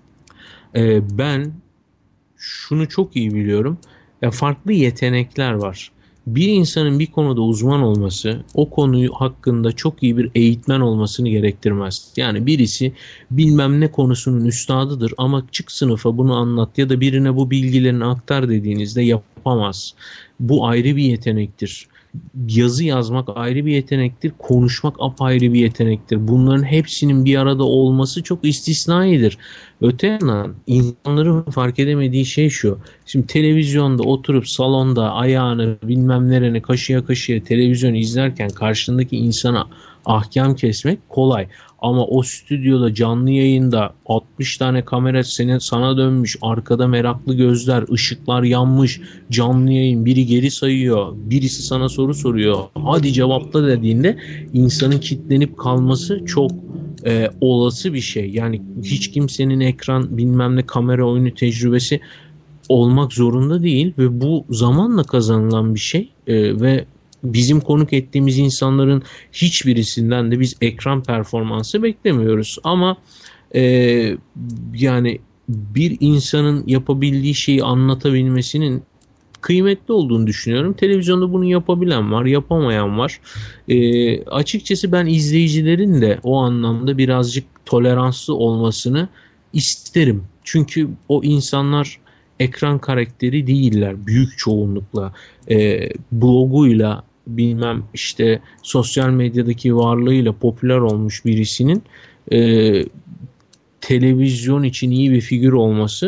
e, ben şunu çok iyi biliyorum. Ya farklı yetenekler var. Bir insanın bir konuda uzman olması o konuyu hakkında çok iyi bir eğitmen olmasını gerektirmez. Yani birisi bilmem ne konusunun üstadıdır ama çık sınıfa bunu anlat ya da birine bu bilgilerini aktar dediğinizde yapamaz. Bu ayrı bir yetenektir. Yazı yazmak ayrı bir yetenektir. Konuşmak apayrı bir yetenektir. Bunların hepsinin bir arada olması çok istisnaidir. Öte yandan insanların fark edemediği şey şu: şimdi televizyonda oturup salonda ayağını bilmem nereni kaşıya kaşıya televizyon izlerken karşındaki insana ahkam kesmek kolay. Ama o stüdyoda canlı yayında altmış tane kamera seni, sana dönmüş, arkada meraklı gözler, ışıklar yanmış, canlı yayın, biri geri sayıyor, birisi sana soru soruyor, hadi cevapla dediğinde insanın kilitlenip kalması çok e, olası bir şey. Yani hiç kimsenin ekran bilmem ne kamera oyunu tecrübesi olmak zorunda değil ve bu zamanla kazanılan bir şey e, ve bizim konuk ettiğimiz insanların hiçbirisinden de biz ekran performansı beklemiyoruz. Ama e, yani bir insanın yapabildiği şeyi anlatabilmesinin kıymetli olduğunu düşünüyorum. Televizyonda bunu yapabilen var, yapamayan var. E, açıkçası ben izleyicilerin de o anlamda birazcık toleranslı olmasını isterim. Çünkü o insanlar ekran karakteri değiller büyük çoğunlukla. E, bloguyla bilmem işte sosyal medyadaki varlığıyla popüler olmuş birisinin e, televizyon için iyi bir figür olması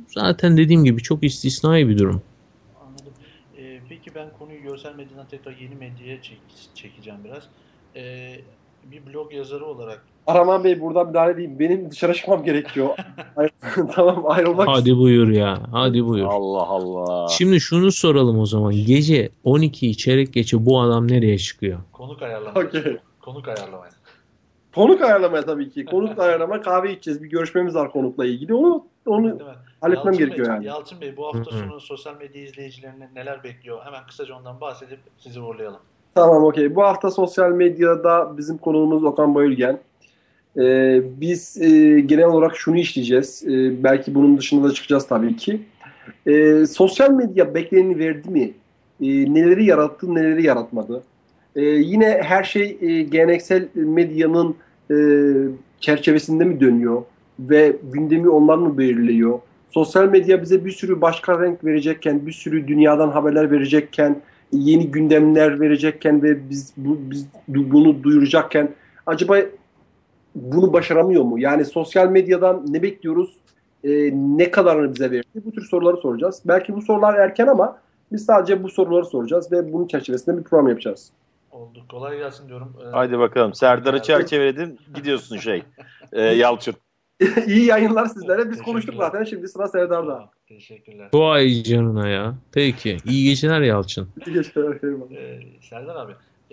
zaten dediğim gibi çok istisnai bir durum. Anladım. Ee, peki ben konuyu görsel medyadan tekrar yeni medyaya çek, çekeceğim biraz. Ee, bir blog yazarı olarak. Araman Bey buradan müdahale edeyim. Benim dışarı çıkmam gerekiyor. Tamam, ayrılmak Hadi buyur ya. Hadi buyur. Allah Allah. Şimdi şunu soralım o zaman. Gece on ikiyi çeyrek geçe bu adam nereye çıkıyor? Konuk ayarlamaya. Okay. Konuk ayarlamaya. Konuk ayarlamaya tabii ki. Konuk ayarlama, kahve içeceğiz. Bir görüşmemiz var konukla ilgili. Onu onu halletmem Yalçın gerekiyor Bey, yani. Yalçın Bey bu hafta sonu sosyal medya izleyicilerine neler bekliyor? Hemen kısaca ondan bahsedip sizi uğurlayalım. Tamam, okey. Bu hafta sosyal medyada bizim konuğumuz Okan Bayülgen. Ee, biz e, genel olarak şunu işleyeceğiz. Ee, belki bunun dışında da çıkacağız tabii ki. Ee, sosyal medya bekleneni verdi mi? Ee, neleri yarattı, neleri yaratmadı? Ee, yine her şey e, geleneksel medyanın e, çerçevesinde mi dönüyor? Ve gündemi onlar mı belirliyor? Sosyal medya bize bir sürü başka renk verecekken, bir sürü dünyadan haberler verecekken, yeni gündemler verecekken ve biz, bu, biz bunu duyuracakken acaba bunu başaramıyor mu? Yani sosyal medyadan ne bekliyoruz? Ee, ne kadarını bize verdi? Bu tür soruları soracağız. Belki bu sorular erken ama biz sadece bu soruları soracağız ve bunun çerçevesinde bir program yapacağız. Oldu. Kolay gelsin diyorum. Ee, Haydi bakalım. Serdar'ı çerçeveledin. Gidiyorsun şey. E, Yalçın. İyi yayınlar sizlere. Biz konuştuk zaten. Şimdi sıra Serdar'da. Teşekkürler. Vay canına ya. Peki. İyi geceler Yalçın. İyi geceler. Eyvallah. Ee, Serdar abi, e,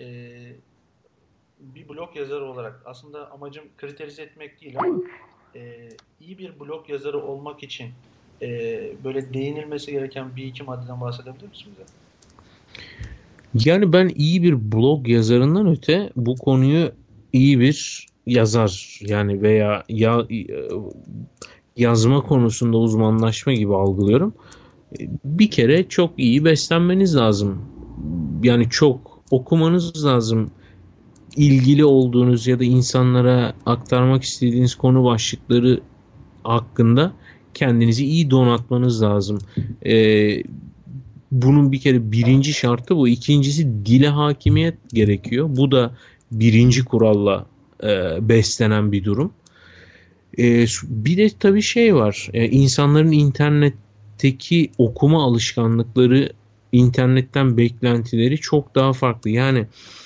bir blog yazarı olarak aslında amacım kriterize etmek değil ama e, iyi bir blog yazarı olmak için e, böyle değinilmesi gereken bir iki maddeden bahsedebilir misin bize? Yani ben iyi bir blog yazarından öte bu konuyu iyi bir yazar yani veya ya, yazma konusunda uzmanlaşma gibi algılıyorum. Bir kere çok iyi beslenmeniz lazım. Yani çok okumanız lazım. İlgili olduğunuz ya da insanlara aktarmak istediğiniz konu başlıkları hakkında kendinizi iyi donatmanız lazım. Ee, bunun bir kere birinci şartı bu. İkincisi dile hakimiyet gerekiyor. Bu da birinci kuralla e, beslenen bir durum. E, bir de tabii şey var. E, insanların internetteki okuma alışkanlıkları, internetten beklentileri çok daha farklı. Yani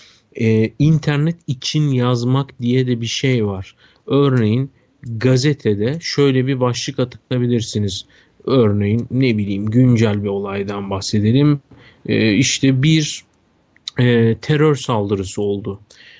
e, internet için yazmak diye de bir şey var. Örneğin gazetede şöyle bir başlık atabilirsiniz. Örneğin ne bileyim güncel bir olaydan bahsedelim. E, işte bir e, terör saldırısı oldu.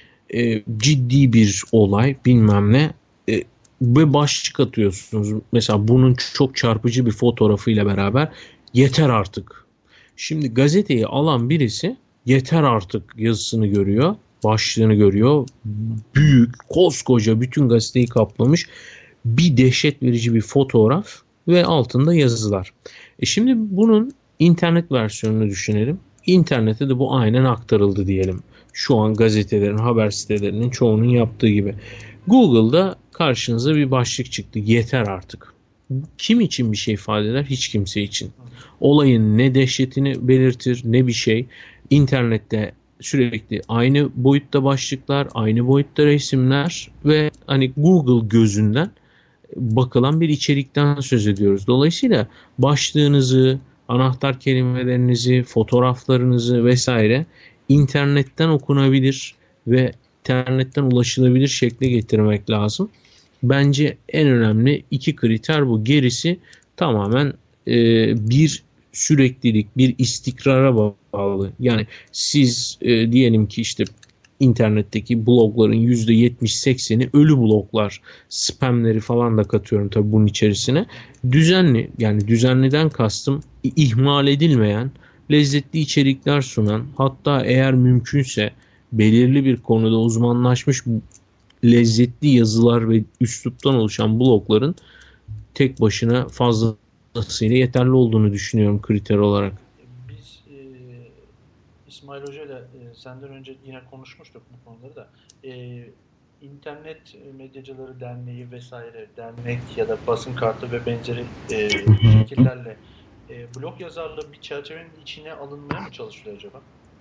E, ciddi bir olay bilmem ne. E, ve başlık atıyorsunuz. Mesela bunun çok çarpıcı bir fotoğrafıyla beraber yeter artık. Şimdi gazeteyi alan birisi yeter artık yazısını görüyor. Başlığını görüyor. Büyük, koskoca bütün gazeteyi kaplamış bir dehşet verici bir fotoğraf ve altında yazılar. E şimdi bunun internet versiyonunu düşünelim. İnternete de bu aynen aktarıldı diyelim. Şu an gazetelerin, haber sitelerinin çoğunun yaptığı gibi. Google'da karşınıza bir başlık çıktı. Yeter artık. Kim için bir şey ifade eder? Hiç kimse için. Olayın ne dehşetini belirtir ne bir şey. İnternette sürekli aynı boyutta başlıklar, aynı boyutta resimler ve hani Google gözünden bakılan bir içerikten söz ediyoruz. Dolayısıyla başlığınızı, anahtar kelimelerinizi, fotoğraflarınızı vesaire internetten okunabilir ve internetten ulaşılabilir şekle getirmek lazım. Bence en önemli iki kriter bu. Gerisi tamamen e, bir süreklilik, bir istikrara bağlı. Yani siz e, diyelim ki işte internetteki blogların yüzde yetmiş sekseni ölü bloglar, spamleri falan da katıyorum tabii bunun içerisine. Düzenli, yani düzenliden kastım ihmal edilmeyen, lezzetli içerikler sunan, hatta eğer mümkünse belirli bir konuda uzmanlaşmış lezzetli yazılar ve üsluptan oluşan blogların tek başına fazlasıyla yeterli olduğunu düşünüyorum kriter olarak. Biz e, İsmail Hoca ile e, senden önce yine konuşmuştuk bu konuları da. E, İnternet Medyacıları Derneği vesaire, dernek ya da basın kartı ve benzeri e, şekillerle e, blog yazarlığı bir çerçevenin içine alınmaya mı çalışılıyor acaba?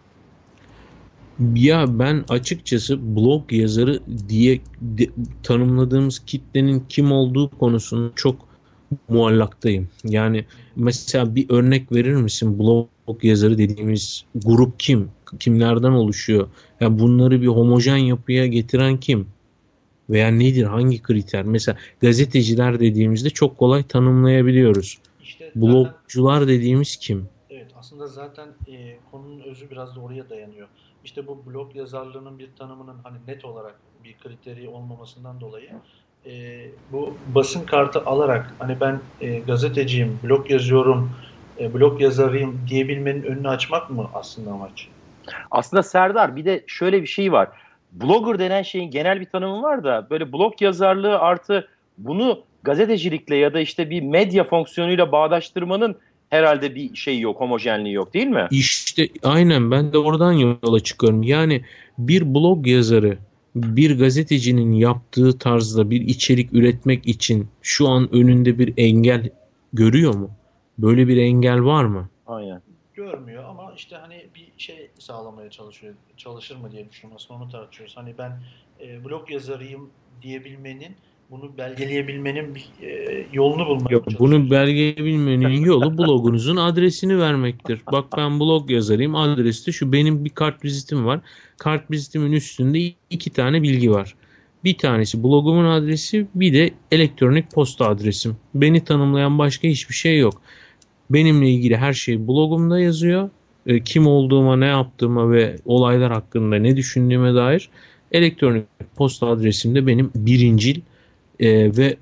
Ya ben açıkçası blog yazarı diye de, tanımladığımız kitlenin kim olduğu konusunda çok muallaktayım. Yani mesela bir örnek verir misin? Blog yazarı dediğimiz grup kim? Kimlerden oluşuyor? Yani bunları bir homojen yapıya getiren kim? Veya nedir? Hangi kriter? Mesela gazeteciler dediğimizde çok kolay tanımlayabiliyoruz. İşte zaten, blogcular dediğimiz kim? evet, aslında zaten e, konunun özü biraz da oraya dayanıyor. İşte bu blog yazarlığının bir tanımının hani net olarak bir kriteri olmamasından dolayı e, bu basın kartı alarak hani ben e, gazeteciyim, blog yazıyorum, e, blog yazarıyım diyebilmenin önünü açmak mı aslında amaç? Aslında Serdar, bir de şöyle bir şey var. Blogger denen şeyin genel bir tanımı var da böyle blog yazarlığı artı bunu gazetecilikle ya da işte bir medya fonksiyonuyla bağdaştırmanın herhalde bir şey yok, homojenliği yok, değil mi? İşte aynen, ben de oradan yola çıkıyorum. Yani bir blog yazarı bir gazetecinin yaptığı tarzda bir içerik üretmek için şu an önünde bir engel görüyor mu? Böyle bir engel var mı? Aynen. Görmüyor ama işte hani bir şey sağlamaya çalışıyor. Çalışır mı diye düşünüyorum. Aslında onu tartışıyoruz. Hani ben e, blog yazarıyım diyebilmenin, bunu belgeleyebilmenin bir e, yolunu bulmaya Yok, çalışıyoruz. bunu belgeleyebilmenin yolu blogunuzun adresini vermektir. Bak, ben blog yazarıyım, adresi de şu, benim bir kart vizitim var. Kart vizitimin üstünde iki tane bilgi var. Bir tanesi blogumun adresi, bir de elektronik posta adresim. Beni tanımlayan başka hiçbir şey yok. Benimle ilgili her şey blogumda yazıyor. E, kim olduğuma, ne yaptığıma ve olaylar hakkında ne düşündüğüme dair. Elektronik posta adresim de benim birincil e, ve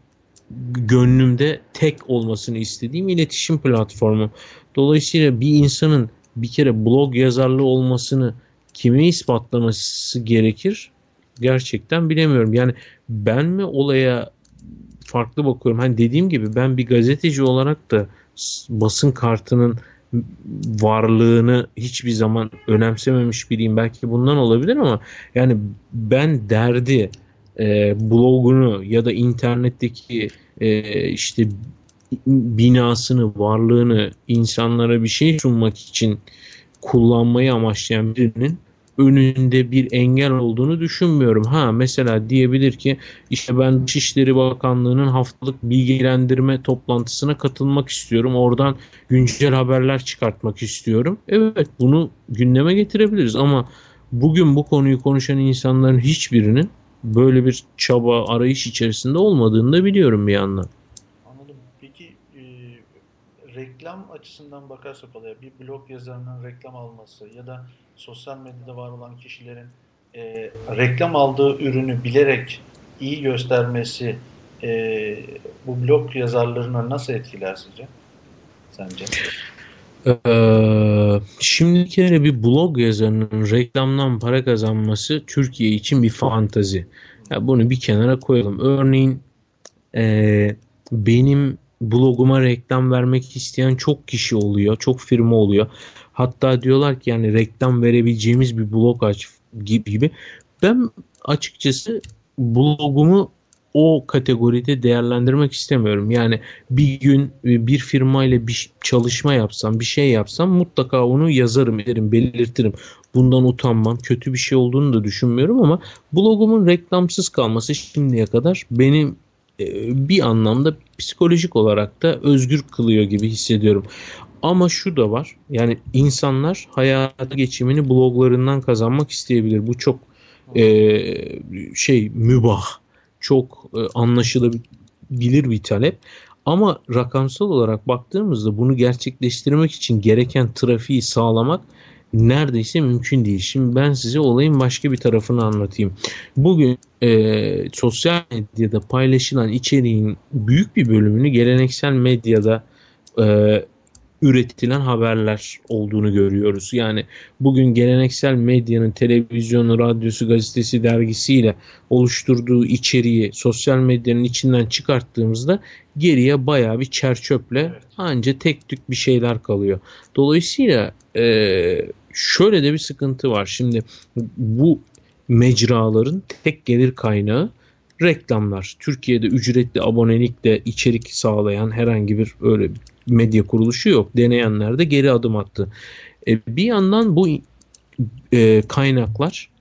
gönlümde tek olmasını istediğim iletişim platformu. Dolayısıyla bir insanın bir kere blog yazarlığı olmasını kime ispatlaması gerekir? Gerçekten bilemiyorum. Yani ben mi olaya farklı bakıyorum? Hani dediğim gibi ben bir gazeteci olarak da basın kartının varlığını hiçbir zaman önemsememiş biriyim. Belki bundan olabilir ama yani ben derdi e, blogunu ya da internetteki e, işte binasını, varlığını insanlara bir şey sunmak için kullanmayı amaçlayan birinin önünde bir engel olduğunu düşünmüyorum. Ha, mesela diyebilir ki işte ben Dışişleri Bakanlığı'nın haftalık bilgilendirme toplantısına katılmak istiyorum. Oradan güncel haberler çıkartmak istiyorum. Evet, bunu gündeme getirebiliriz ama bugün bu konuyu konuşan insanların hiçbirinin böyle bir çaba, arayış içerisinde olmadığını da biliyorum bir yandan. Anladım. Peki e, reklam açısından bakarsak olaya, bir blog yazarının reklam alması ya da sosyal medyada var olan kişilerin e, reklam aldığı ürünü bilerek iyi göstermesi e, bu blog yazarlarına nasıl etkiler sizce? Sence? Ee, şimdi bir kere bir blog yazarının reklamdan para kazanması Türkiye için bir fantazi. Ya bunu bir kenara koyalım. Örneğin e, benim bloguma reklam vermek isteyen çok kişi oluyor, çok firma oluyor. Hatta diyorlar ki yani reklam verebileceğimiz bir blog aç gibi. Ben açıkçası blogumu o kategoride değerlendirmek istemiyorum. Yani bir gün bir firmayla bir çalışma yapsam, bir şey yapsam mutlaka onu yazarım, ederim, belirtirim. Bundan utanmam, kötü bir şey olduğunu da düşünmüyorum ama blogumun reklamsız kalması şimdiye kadar benim bir anlamda psikolojik olarak da özgür kılıyor gibi hissediyorum. Ama şu da var. Yani insanlar hayat geçimini bloglarından kazanmak isteyebilir. Bu çok e, şey mübah, çok e, anlaşılabilir bir talep. Ama rakamsal olarak baktığımızda bunu gerçekleştirmek için gereken trafiği sağlamak neredeyse mümkün değil. Şimdi ben size olayın başka bir tarafını anlatayım. Bugün e, sosyal medyada paylaşılan içeriğin büyük bir bölümünü geleneksel medyada e, üretilen haberler olduğunu görüyoruz. Yani bugün geleneksel medyanın televizyonu, radyosu, gazetesi, dergisiyle oluşturduğu içeriği sosyal medyanın içinden çıkarttığımızda geriye bayağı bir çerçöple anca tek tük bir şeyler kalıyor. Dolayısıyla e, şöyle de bir sıkıntı var. Şimdi bu mecraların tek gelir kaynağı reklamlar. Türkiye'de ücretli abonelikle içerik sağlayan herhangi bir öyle medya kuruluşu yok. Deneyenler de geri adım attı. E, bir yandan bu e, kaynaklar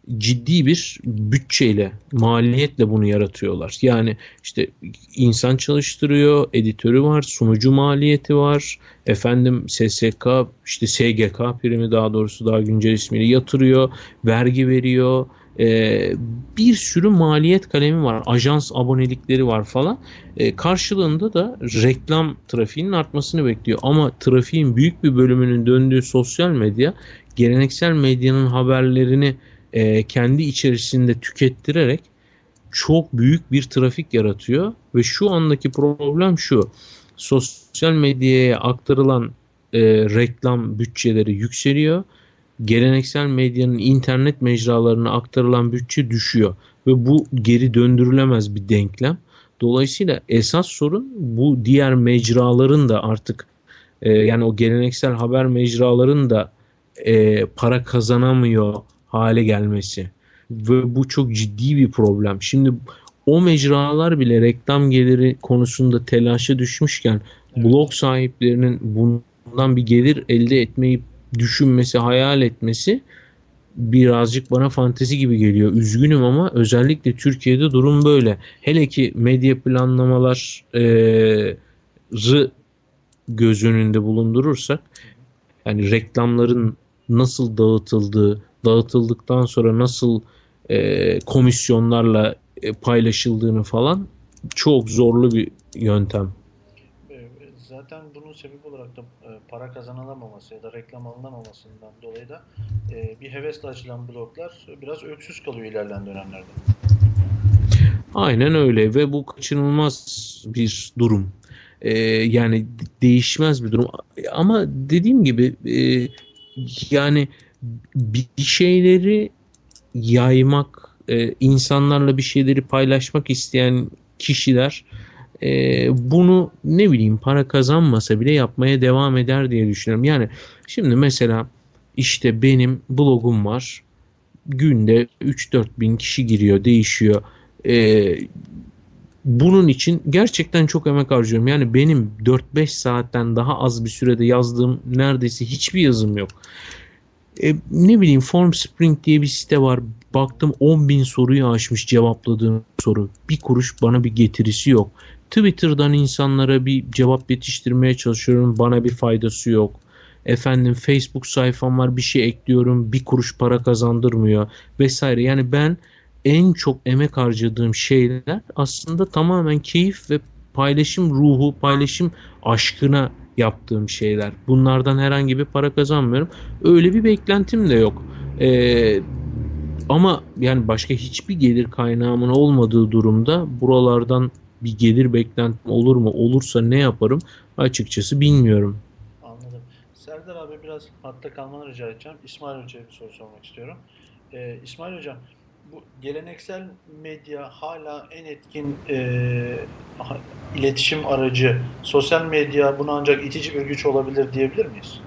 ciddi bir bütçeyle, maliyetle bunu yaratıyorlar. Yani işte insan çalıştırıyor, editörü var, sunucu maliyeti var, efendim S S K, işte S G K primi, daha doğrusu daha güncel ismiyle yatırıyor, vergi veriyor. Ee, bir sürü maliyet kalemi var, ajans abonelikleri var falan. Ee, karşılığında da reklam trafiğinin artmasını bekliyor. Ama trafiğin büyük bir bölümünün döndüğü sosyal medya, geleneksel medyanın haberlerini e, kendi içerisinde tükettirerek çok büyük bir trafik yaratıyor. Ve şu andaki problem şu: sosyal medyaya aktarılan e, reklam bütçeleri yükseliyor. Geleneksel medyanın internet mecralarına aktarılan bütçe düşüyor ve bu geri döndürülemez bir denklem. Dolayısıyla esas sorun bu diğer mecraların da artık e, yani o geleneksel haber mecraların da e, para kazanamıyor hale gelmesi ve bu çok ciddi bir problem. Şimdi o mecralar bile reklam geliri konusunda telaşa düşmüşken blog sahiplerinin bundan bir gelir elde etmeyi düşünmesi, hayal etmesi birazcık bana fantezi gibi geliyor. Üzgünüm ama özellikle Türkiye'de durum böyle. Hele ki medya planlamaları göz önünde bulundurursak, yani reklamların nasıl dağıtıldığı, dağıtıldıktan sonra nasıl e, komisyonlarla e, paylaşıldığını falan, çok zorlu bir yöntem. Zaten bunun sebep olarak da para kazanılamaması ya da reklam alınamamasından dolayı da bir hevesle açılan bloglar biraz öksüz kalıyor ilerleyen dönemlerde. Aynen öyle ve bu kaçınılmaz bir durum. Ee, yani değişmez bir durum. Ama dediğim gibi e, yani bir şeyleri yaymak, e, insanlarla bir şeyleri paylaşmak isteyen kişiler e, bunu ne bileyim para kazanmasa bile yapmaya devam eder diye düşünüyorum. Yani şimdi mesela işte benim blogum var. Günde üç dört bin kişi giriyor, değişiyor. E, bunun için gerçekten çok emek harcıyorum. Yani benim dört beş saatten daha az bir sürede yazdığım neredeyse hiçbir yazım yok. E, ne bileyim Formspring diye bir site var. Baktım on bin soruyu aşmış cevapladığım soru. Bir kuruş bana bir getirisi yok. Twitter'dan insanlara bir cevap yetiştirmeye çalışıyorum. Bana bir faydası yok. Efendim Facebook sayfam var, bir şey ekliyorum. Bir kuruş para kazandırmıyor vesaire. Yani ben en çok emek harcadığım şeyler aslında tamamen keyif ve paylaşım ruhu, paylaşım aşkına yaptığım şeyler. Bunlardan herhangi bir para kazanmıyorum. Öyle bir beklentim de yok. Ee, ama yani başka hiçbir gelir kaynağımın olmadığı durumda buralardan bir gelir beklentim olur mu? Olursa ne yaparım? Açıkçası bilmiyorum. Anladım. Serdar abi biraz hatta kalmanı rica edeceğim. İsmail Hoca'ya bir soru sormak istiyorum. Ee, İsmail Hocam, bu geleneksel medya hala en etkin e, iletişim aracı. Sosyal medya buna ancak itici bir güç olabilir diyebilir miyiz?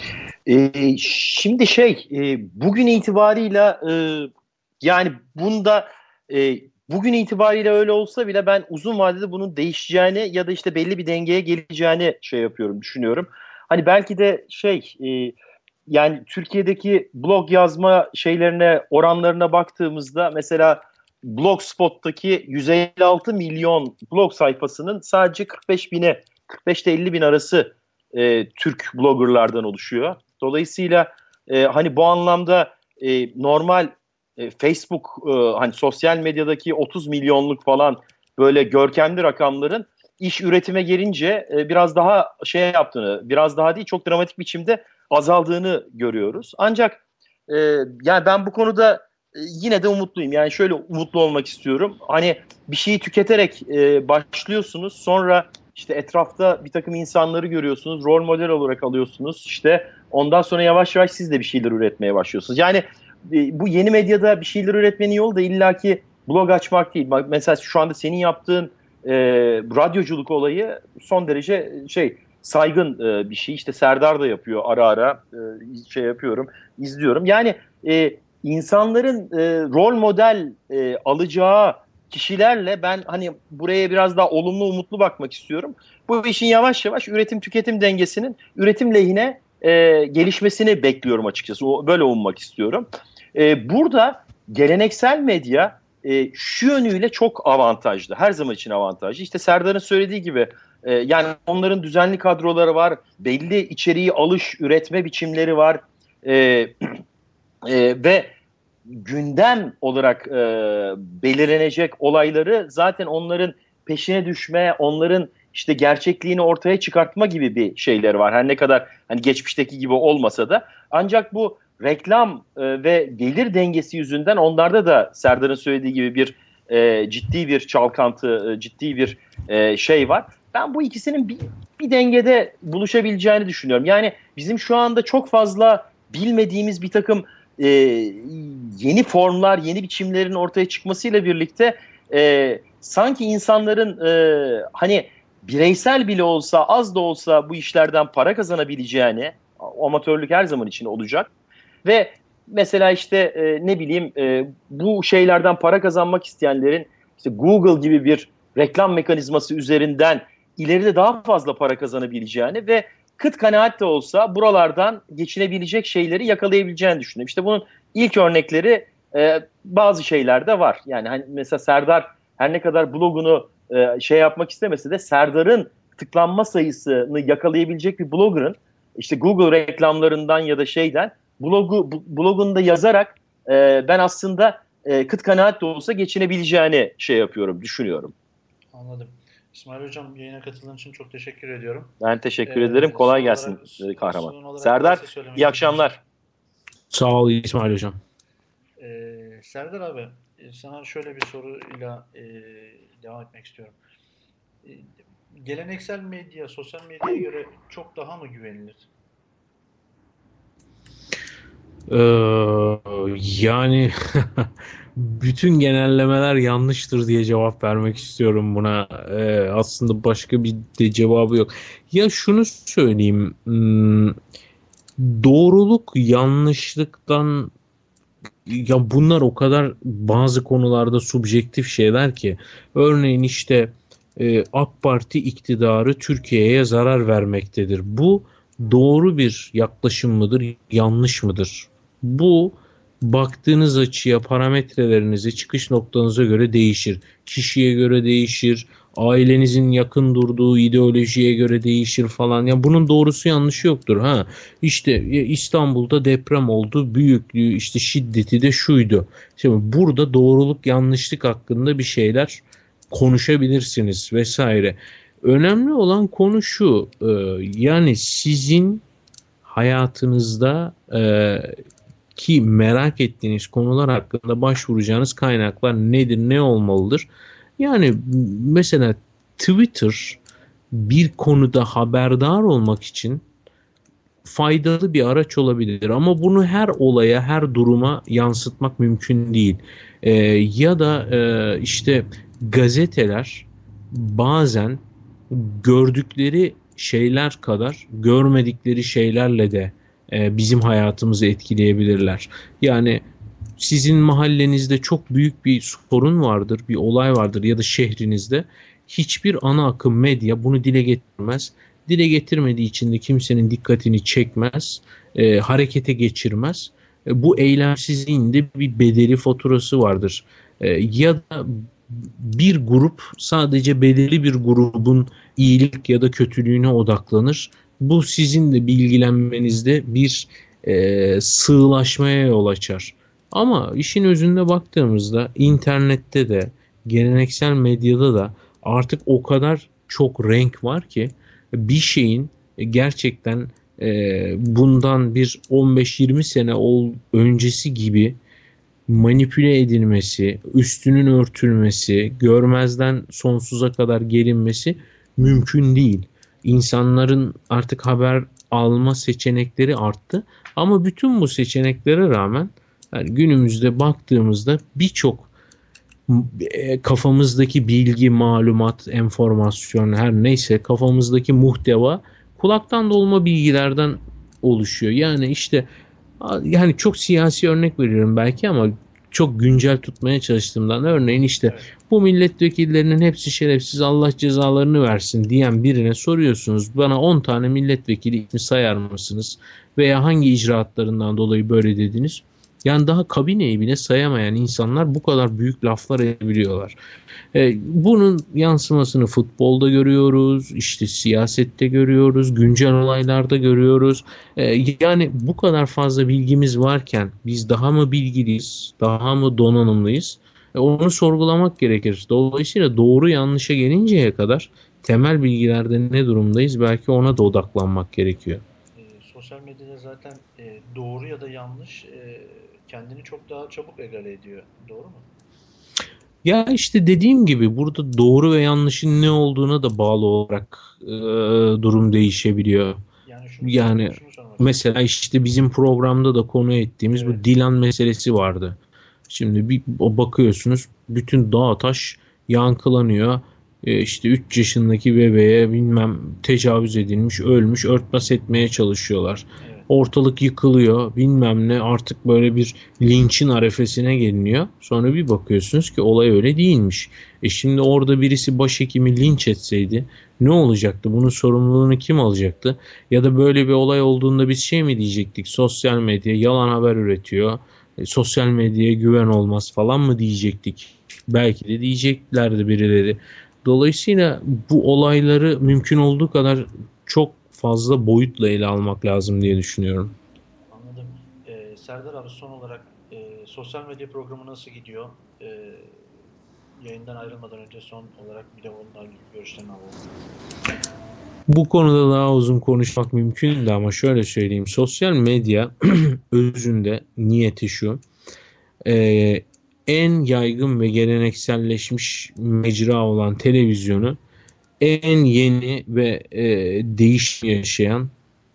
Ee, şimdi şey, e, bugün itibarıyla e, yani bunda e, bugün itibariyle öyle olsa bile ben uzun vadede bunun değişeceğini ya da işte belli bir dengeye geleceğini şey yapıyorum, düşünüyorum. Hani belki de şey, e, yani Türkiye'deki blog yazma şeylerine, oranlarına baktığımızda mesela Blogspot'taki yüz elli altı milyon blog sayfasının sadece kırk beş bine, kırk beş ile elli bin arası e, Türk bloggerlardan oluşuyor. Dolayısıyla e, hani bu anlamda e, normal e, Facebook e, hani sosyal medyadaki otuz milyonluk falan böyle görkemli rakamların iş üretime gelince e, biraz daha şey yaptığını, biraz daha değil çok dramatik biçimde azaldığını görüyoruz. Ancak e, yani ben bu konuda e, yine de umutluyum. Yani şöyle umutlu olmak istiyorum. Hani bir şeyi tüketerek e, başlıyorsunuz, sonra işte etrafta bir takım insanları görüyorsunuz, rol model olarak alıyorsunuz. İşte ondan sonra yavaş yavaş siz de bir şeyler üretmeye başlıyorsunuz. Yani e, bu yeni medyada bir şeyler üretmenin yolu da illaki blog açmak değil. Bak mesela şu anda senin yaptığın e, radyoculuk olayı son derece şey saygın e, bir şey. İşte Serdar da yapıyor ara ara e, şey yapıyorum, izliyorum. Yani e, insanların e, rol model e, alacağı kişilerle ben hani buraya biraz daha olumlu, umutlu bakmak istiyorum. Bu işin yavaş yavaş üretim tüketim dengesinin üretim lehine e, gelişmesini bekliyorum açıkçası. O, böyle ummak istiyorum. E, burada geleneksel medya e, şu yönüyle çok avantajlı. Her zaman için avantajlı. İşte Serdar'ın söylediği gibi e, yani onların düzenli kadroları var. Belli içeriği alış, üretme biçimleri var. E, e, ve gündem olarak e, belirlenecek olayları zaten onların peşine düşme, onların işte gerçekliğini ortaya çıkartma gibi bir şeyleri var. Her ne kadar hani geçmişteki gibi olmasa da. Ancak bu reklam e, ve gelir dengesi yüzünden onlarda da Serdar'ın söylediği gibi bir e, ciddi bir çalkantı, e, ciddi bir e, şey var. Ben bu ikisinin bir, bir dengede buluşabileceğini düşünüyorum. Yani bizim şu anda çok fazla bilmediğimiz bir takım e, yeni formlar, yeni biçimlerin ortaya çıkmasıyla birlikte e, sanki insanların e, hani bireysel bile olsa, az da olsa bu işlerden para kazanabileceğini, amatörlük her zaman için olacak. Ve mesela işte e, ne bileyim e, bu şeylerden para kazanmak isteyenlerin işte Google gibi bir reklam mekanizması üzerinden ileride daha fazla para kazanabileceğini ve kıt kanaat de olsa buralardan geçinebilecek şeyleri yakalayabileceğini düşünüyorum. İşte bunun ilk örnekleri e, bazı şeylerde var. Yani hani mesela Serdar her ne kadar blogunu e, şey yapmak istemese de Serdar'ın tıklanma sayısını yakalayabilecek bir blogger'ın işte Google reklamlarından ya da şeyden blogu blogunda yazarak e, ben aslında e, kıt kanaat de olsa geçinebileceğini şey yapıyorum, düşünüyorum. Anladım. İsmail Hocam, yayına katıldığın için çok teşekkür ediyorum. Ben teşekkür ee, ederim. Kolay gelsin olarak, kahraman. Serdar, iyi akşamlar. Sağ ol İsmail Hocam. Ee, Serdar abi, sana şöyle bir soruyla e, devam etmek istiyorum. E, geleneksel medya, sosyal medyaya göre çok daha mı güvenilir? Ee, yani bütün genellemeler yanlıştır diye cevap vermek istiyorum buna. Ee, aslında başka bir de cevabı yok. Ya şunu söyleyeyim. Hmm, doğruluk yanlışlıktan, ya bunlar o kadar bazı konularda subjektif şeyler ki. Örneğin işte e, AK Parti iktidarı Türkiye'ye zarar vermektedir. Bu doğru bir yaklaşım mıdır, yanlış mıdır? Bu baktığınız açıya, parametrelerinize, çıkış noktanıza göre değişir. Kişiye göre değişir. Ailenizin yakın durduğu ideolojiye göre değişir falan. Ya bunun doğrusu yanlışı yoktur. Ha işte İstanbul'da deprem oldu. Büyüklüğü, işte şiddeti de şuydu. Şimdi burada doğruluk yanlışlık hakkında bir şeyler konuşabilirsiniz vesaire. Önemli olan konu şu. E, yani sizin hayatınızda e, ki merak ettiğiniz konular hakkında başvuracağınız kaynaklar nedir, ne olmalıdır? Yani mesela Twitter bir konuda haberdar olmak için faydalı bir araç olabilir ama bunu her olaya, her duruma yansıtmak mümkün değil. Ee, ya da e, işte gazeteler bazen gördükleri şeyler kadar görmedikleri şeylerle de e, bizim hayatımızı etkileyebilirler. Yani sizin mahallenizde çok büyük bir sorun vardır, bir olay vardır ya da şehrinizde. Hiçbir ana akım medya bunu dile getirmez. Dile getirmediği için de kimsenin dikkatini çekmez, e, harekete geçirmez. E, bu eylemsizliğin de bir bedeli, faturası vardır. E, ya da bir grup sadece belirli bir grubun iyilik ya da kötülüğüne odaklanır. Bu sizin de bilgilenmenizde bir e, sığlaşmaya yol açar. Ama işin özünde baktığımızda internette de, geleneksel medyada da artık o kadar çok renk var ki bir şeyin gerçekten e, bundan bir on beş yirmi sene ol, öncesi gibi manipüle edilmesi, üstünün örtülmesi, görmezden sonsuza kadar gelinmesi mümkün değil. İnsanların artık haber alma seçenekleri arttı ama bütün bu seçeneklere rağmen yani günümüzde baktığımızda birçok kafamızdaki bilgi, malumat, enformasyon her neyse kafamızdaki muhteva kulaktan dolma bilgilerden oluşuyor. Yani işte yani çok siyasi örnek veriyorum belki ama çok güncel tutmaya çalıştığımdan örneğin işte evet. Bu milletvekillerinin hepsi şerefsiz, Allah cezalarını versin diyen birine soruyorsunuz. Bana on tane milletvekili ismi sayar mısınız? Veya hangi icraatlarından dolayı böyle dediniz? Yani daha kabineyi bile sayamayan insanlar bu kadar büyük laflar edebiliyorlar. E, bunun yansımasını futbolda görüyoruz, işte siyasette görüyoruz, güncel olaylarda görüyoruz. E, yani bu kadar fazla bilgimiz varken biz daha mı bilgiliyiz, daha mı donanımlıyız? E, onu sorgulamak gerekir. Dolayısıyla doğru yanlışa gelinceye kadar temel bilgilerde ne durumdayız? Belki ona da odaklanmak gerekiyor. E, sosyal medyada zaten e, doğru ya da yanlış e, kendini çok daha çabuk egale ediyor. Doğru mu? Ya işte dediğim gibi burada doğru ve yanlışın ne olduğuna da bağlı olarak e, durum değişebiliyor. Yani şunu, Yani şunu sormak mesela işte bizim programda da konu ettiğimiz Evet. bu Dilan meselesi vardı. Şimdi bir o bakıyorsunuz bütün dağ taş yankılanıyor. E, işte üç yaşındaki bebeğe bilmem tecavüz edilmiş, ölmüş, örtbas etmeye çalışıyorlar. Evet. Ortalık yıkılıyor, bilmem ne, artık böyle bir linçin arefesine geliniyor. Sonra bir bakıyorsunuz ki olay öyle değilmiş. E şimdi orada birisi başhekimi linç etseydi ne olacaktı? Bunun sorumluluğunu kim alacaktı? Ya da böyle bir olay olduğunda biz şey mi diyecektik? Sosyal medya yalan haber üretiyor. E, sosyal medyaya güven olmaz falan mı diyecektik? Belki de diyeceklerdi birileri. Dolayısıyla bu olayları mümkün olduğu kadar çok fazla boyutla ele almak lazım diye düşünüyorum. Anladım. Ee, Serdar abi son olarak e, sosyal medya programı nasıl gidiyor? Ee, yayından ayrılmadan önce son olarak bir de onunla ilgili görüşlerini alalım. Bu konuda daha uzun konuşmak mümkün de ama şöyle söyleyeyim. Sosyal medya özünde niyeti şu. E, en yaygın ve gelenekselleşmiş mecra olan televizyonu en yeni ve e, değişim yaşayan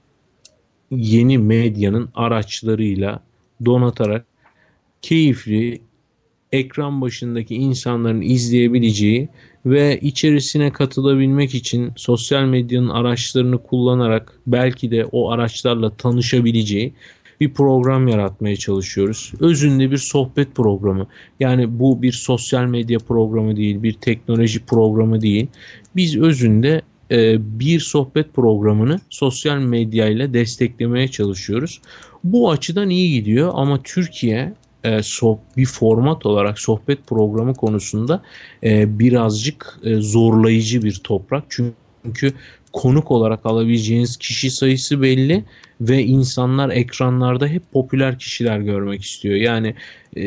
yeni medyanın araçlarıyla donatarak keyifli, ekran başındaki insanların izleyebileceği ve içerisine katılabilmek için sosyal medyanın araçlarını kullanarak belki de o araçlarla tanışabileceği bir program yaratmaya çalışıyoruz. Özünde bir sohbet programı. Yani bu bir sosyal medya programı değil, bir teknoloji programı değil. Biz özünde e, bir sohbet programını sosyal medyayla desteklemeye çalışıyoruz. Bu açıdan iyi gidiyor ama Türkiye e, so, bir format olarak sohbet programı konusunda e, birazcık e, zorlayıcı bir toprak. Çünkü konuk olarak alabileceğiniz kişi sayısı belli ve insanlar ekranlarda hep popüler kişiler görmek istiyor. Yani e,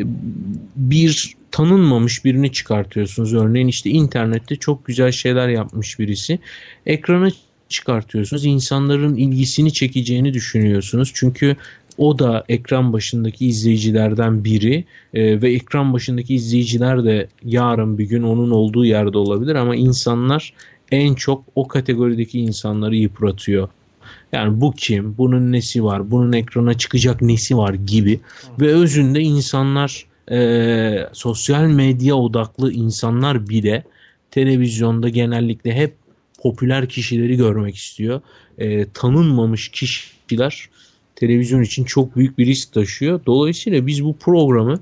bir tanınmamış birini çıkartıyorsunuz. Örneğin işte internette çok güzel şeyler yapmış birisi. Ekrana çıkartıyorsunuz. İnsanların ilgisini çekeceğini düşünüyorsunuz. Çünkü o da ekran başındaki izleyicilerden biri e, ve ekran başındaki izleyiciler de yarın bir gün onun olduğu yerde olabilir ama insanlar en çok o kategorideki insanları yıpratıyor. Yani bu kim, bunun nesi var, bunun ekrana çıkacak nesi var gibi ve özünde insanlar e, sosyal medya odaklı insanlar bile televizyonda genellikle hep popüler kişileri görmek istiyor. E, tanınmamış kişiler televizyon için çok büyük bir risk taşıyor. Dolayısıyla biz bu programı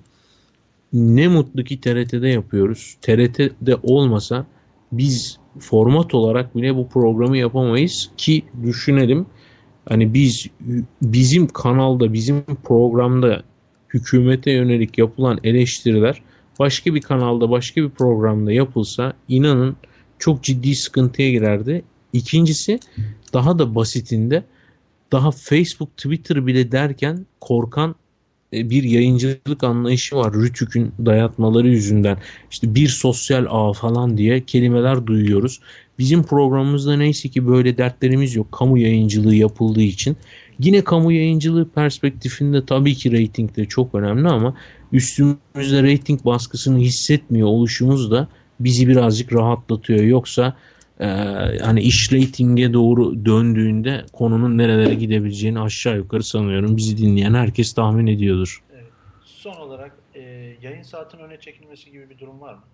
ne mutlu ki T R T'de yapıyoruz. T R T'de olmasa biz format olarak bile bu programı yapamayız ki düşünelim. Hani biz bizim kanalda, bizim programda hükümete yönelik yapılan eleştiriler başka bir kanalda, başka bir programda yapılsa inanın çok ciddi sıkıntıya girerdi. İkincisi daha da basitinde daha Facebook, Twitter bile derken korkan bir yayıncılık anlayışı var. Rütük'ün dayatmaları yüzünden işte bir sosyal ağ falan diye kelimeler duyuyoruz. Bizim programımızda neyse ki böyle dertlerimiz yok. Kamu yayıncılığı yapıldığı için. Yine kamu yayıncılığı perspektifinde tabii ki reyting de çok önemli ama üstümüzde reyting baskısını hissetmiyor oluşumuz da bizi birazcık rahatlatıyor. Yoksa e, hani iş reytinge doğru döndüğünde konunun nerelere gidebileceğini aşağı yukarı sanıyorum bizi dinleyen herkes tahmin ediyordur. Evet. Son olarak e, yayın saatinin öne çekilmesi gibi bir durum var mı?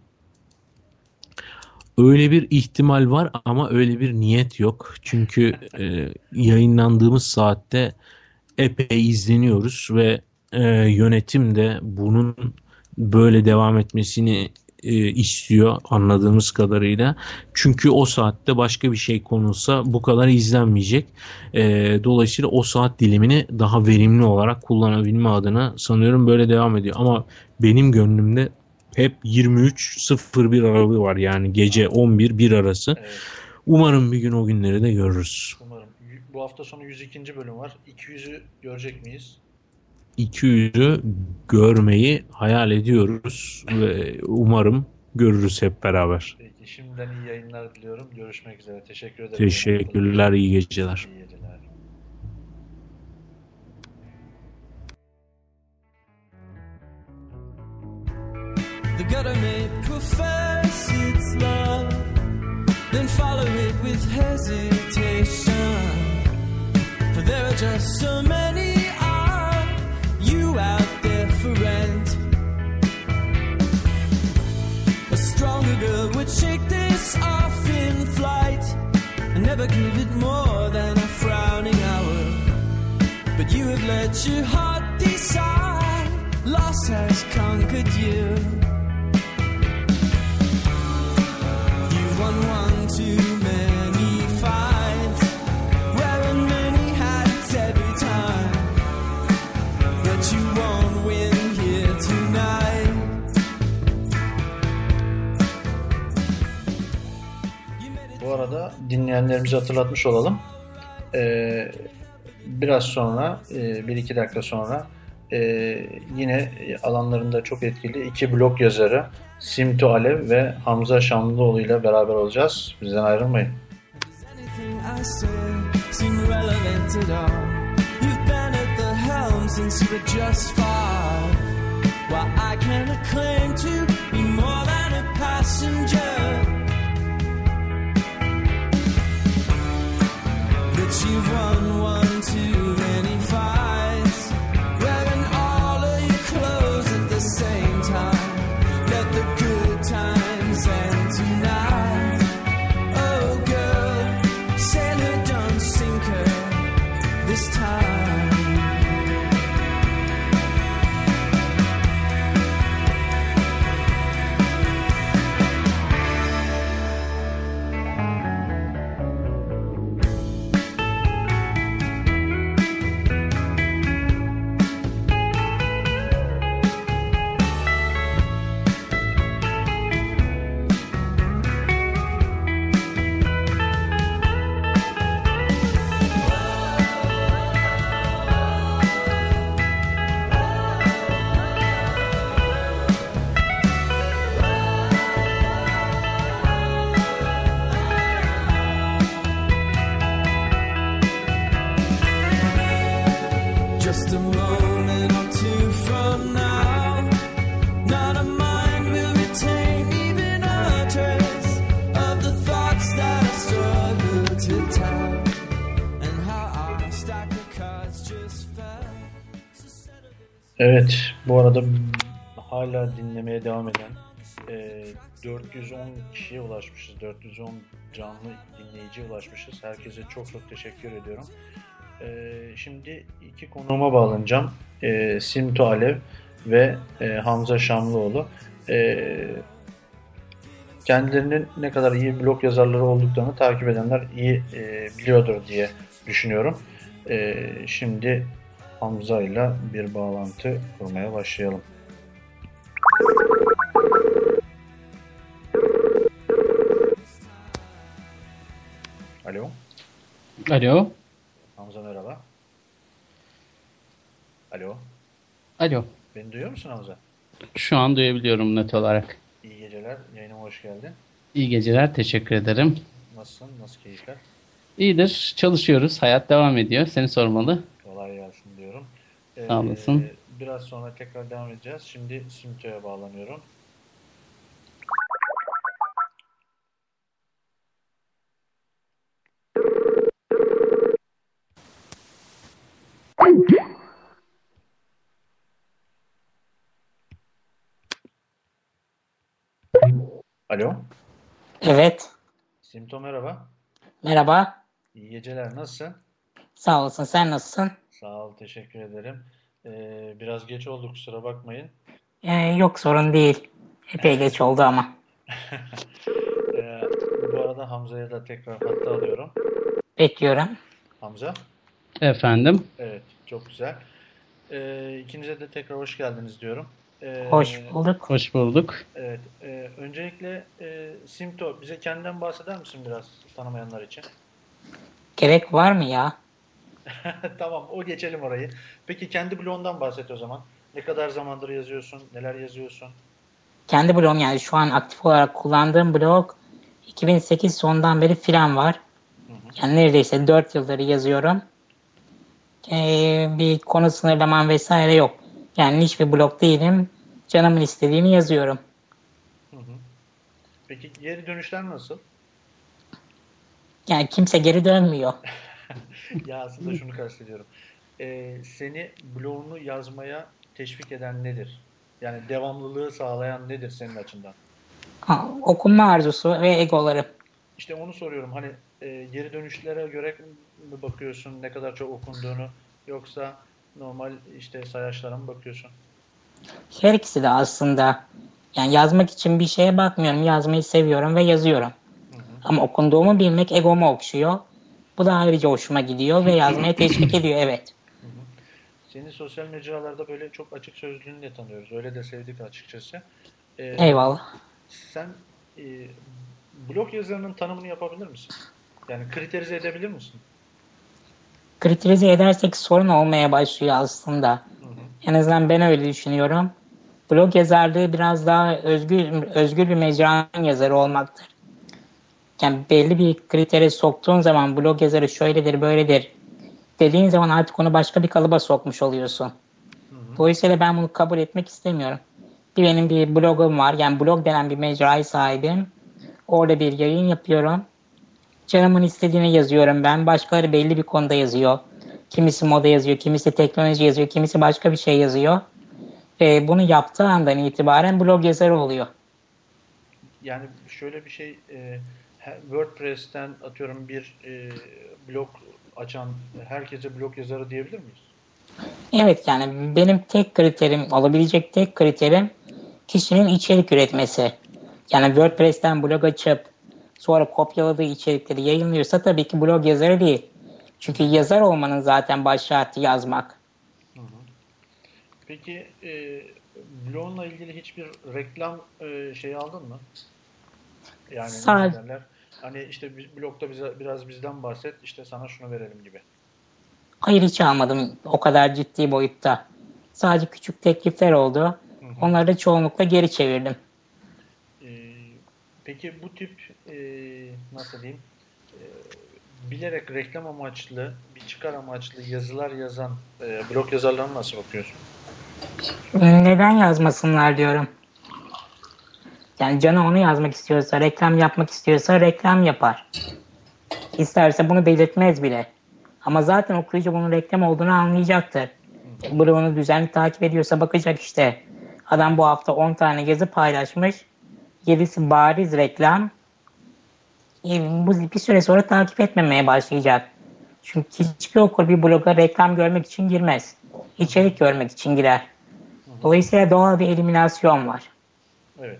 Öyle bir ihtimal var ama öyle bir niyet yok. Çünkü e, yayınlandığımız saatte epey izleniyoruz ve e, yönetim de bunun böyle devam etmesini e, istiyor anladığımız kadarıyla. Çünkü o saatte başka bir şey konulsa bu kadar izlenmeyecek. E, dolayısıyla o saat dilimini daha verimli olarak kullanabilme adına sanıyorum böyle devam ediyor. Ama benim gönlümde hep yirmi üç sıfır bir aralığı var, yani gece on bir bir arası. Evet. Umarım bir gün o günleri de görürüz. Umarım. Bu hafta sonu yüz ikinci bölüm var. iki yüzü görecek miyiz? iki yüzü görmeyi hayal ediyoruz ve umarım görürüz hep beraber. Peki, şimdiden iyi yayınlar diliyorum. Görüşmek üzere. Teşekkür ederim. Teşekkürler, iyi geceler. İyi geceler. The gutter may profess its love, then follow it with hesitation. For there are just so many of you out there for rent. A stronger girl would shake this off in flight and never give it more than a frowning hour. But you have let your heart decide, loss has conquered you. Won one too many fights, wearing many hats every time, but you won't win here tonight. Bu arada dinleyenlerimizi hatırlatmış olalım. Ee, biraz sonra, e, bir iki dakika sonra e, yine alanlarında çok etkili iki blog yazarı Simto Alev ve Hamza Şamlıoğlu ile beraber olacağız. Bizden ayrılmayın. Evet, bu arada hala dinlemeye devam eden e, dört yüz on kişiye ulaşmışız. dört yüz on canlı dinleyiciye ulaşmışız. Herkese çok çok teşekkür ediyorum. E, şimdi iki konuğuma bağlanacağım. E, Simto Alev ve e, Hamza Şamlıoğlu. E, kendilerinin ne kadar iyi blog yazarları olduklarını takip edenler iyi e, biliyordur diye düşünüyorum. E, şimdi Hamza ile bir bağlantı kurmaya başlayalım. Alo. Alo. Hamza merhaba. Alo. Alo. Beni duyuyor musun Hamza? Şu an duyabiliyorum net olarak. İyi geceler. Yayınıma hoş geldin. İyi geceler. Teşekkür ederim. Nasılsın? Nasıl keyifler? İyidir. Çalışıyoruz. Hayat devam ediyor. Seni sormalı. Kolay gelsin diyorum. Ee, Sağ olasın. Biraz sonra tekrar devam edeceğiz. Şimdi Simto'ya bağlanıyorum. Alo. Evet. Simto merhaba. Merhaba. İyi geceler. Nasılsın? Sağ olasın. Sen nasılsın? Sağ ol. Teşekkür ederim. Ee, biraz geç oldu. Kusura bakmayın. Ee, yok sorun değil. Epey geç oldu ama. Ee, bu arada Hamza'ya da tekrar hatta alıyorum. Bekliyorum. Hamza. Efendim. Evet, çok güzel. Ee, ikinize de tekrar hoş geldiniz diyorum. Ee, Hoş bulduk. Hoş bulduk. Evet, e, öncelikle e, Simto, bize kendinden bahseder misin biraz tanımayanlar için? Gerek var mı ya? Tamam, o geçelim orayı. Peki kendi blogundan bahset o zaman. Ne kadar zamandır yazıyorsun, neler yazıyorsun? Kendi blogum, yani şu an aktif olarak kullandığım blog iki bin sekiz sonundan beri filan var. Yani neredeyse dört yıldır yazıyorum. Ee, bir konu sınırlamam vesaire yok. Yani hiçbir blog değilim. Canımın istediğini yazıyorum. Hı hı. Peki geri dönüşler nasıl? Yani kimse geri dönmüyor. Ya aslında şunu kastediyorum. Ee, seni blogunu yazmaya teşvik eden nedir? Yani devamlılığı sağlayan nedir senin açından? Ha, okunma arzusu ve egoları. İşte onu soruyorum. Hani e, geri dönüşlere göre mi bakıyorsun ne kadar çok okunduğunu, yoksa normal işte sayaçlara mı bakıyorsun? Her ikisi de aslında. Yani yazmak için bir şeye bakmıyorum. Yazmayı seviyorum ve yazıyorum. Hı hı. Ama okunduğumu bilmek egomu okşuyor. Bu da ayrıca hoşuma gidiyor ve yazmaya teşvik ediyor, evet. Hı hı. Seni sosyal mecralarda böyle çok açık sözlülüğünle tanıyoruz. Öyle de sevdik açıkçası. Ee, Eyvallah. Sen e, blog yazarının tanımını yapabilir misin? Yani kriterize edebilir misin? Kriterize edersek sorun olmaya başlıyor aslında. Hı hı. En azından ben öyle düşünüyorum. Blog yazarlığı biraz daha özgür, özgür bir mecranın yazarı olmaktır. Yani belli bir kritere soktuğun zaman blog yazarı şöyledir, böyledir dediğin zaman artık onu başka bir kalıba sokmuş oluyorsun. Hı hı. Dolayısıyla ben bunu kabul etmek istemiyorum. Bir benim bir blogum var. Yani blog denen bir mecraya sahibim. Orada bir yayın yapıyorum. Canımın istediğini yazıyorum ben. Başkaları belli bir konuda yazıyor. Kimisi moda yazıyor, kimisi teknoloji yazıyor, kimisi başka bir şey yazıyor. Ve bunu yaptığı andan itibaren blog yazarı oluyor. Yani şöyle bir şey, e, WordPress'ten atıyorum bir e, blog açan herkese blog yazarı diyebilir miyiz? Evet, yani benim tek kriterim, olabilecek tek kriterim kişinin içerik üretmesi. Yani WordPress'ten blog açıp sonra kopyaladığı içerikleri yayınlıyorsa tabii ki blog yazarı değil. Çünkü yazar olmanın zaten baş şartı yazmak. Hı hı. Peki e, blogunla ilgili hiçbir reklam e, şeyi aldın mı? Yani Sağ- ne derler? Hani işte biz- blogda bize biraz bizden bahset, işte sana şunu verelim gibi. Hayır, hiç almadım o kadar ciddi boyutta. Sadece küçük teklifler oldu. Hı hı. Onları da çoğunlukla geri çevirdim. E, peki bu tip e, nasıl diyeyim, e, bilerek reklam amaçlı, bir çıkar amaçlı yazılar yazan e, blog yazarlarına nasıl bakıyorsun? Neden yazmasınlar diyorum. Yani canı onu yazmak istiyorsa, reklam yapmak istiyorsa reklam yapar. İsterse bunu belirtmez bile. Ama zaten okuyucu bunun reklam olduğunu anlayacaktır. Blogunu düzenli takip ediyorsa bakacak işte. Adam bu hafta on tane yazı paylaşmış. yedisi bariz reklam. E, bu bir süre sonra takip etmemeye başlayacak. Çünkü hiçbir okur bir bloga reklam görmek için girmez. İçerik görmek için girer. Dolayısıyla doğal bir eliminasyon var. Evet.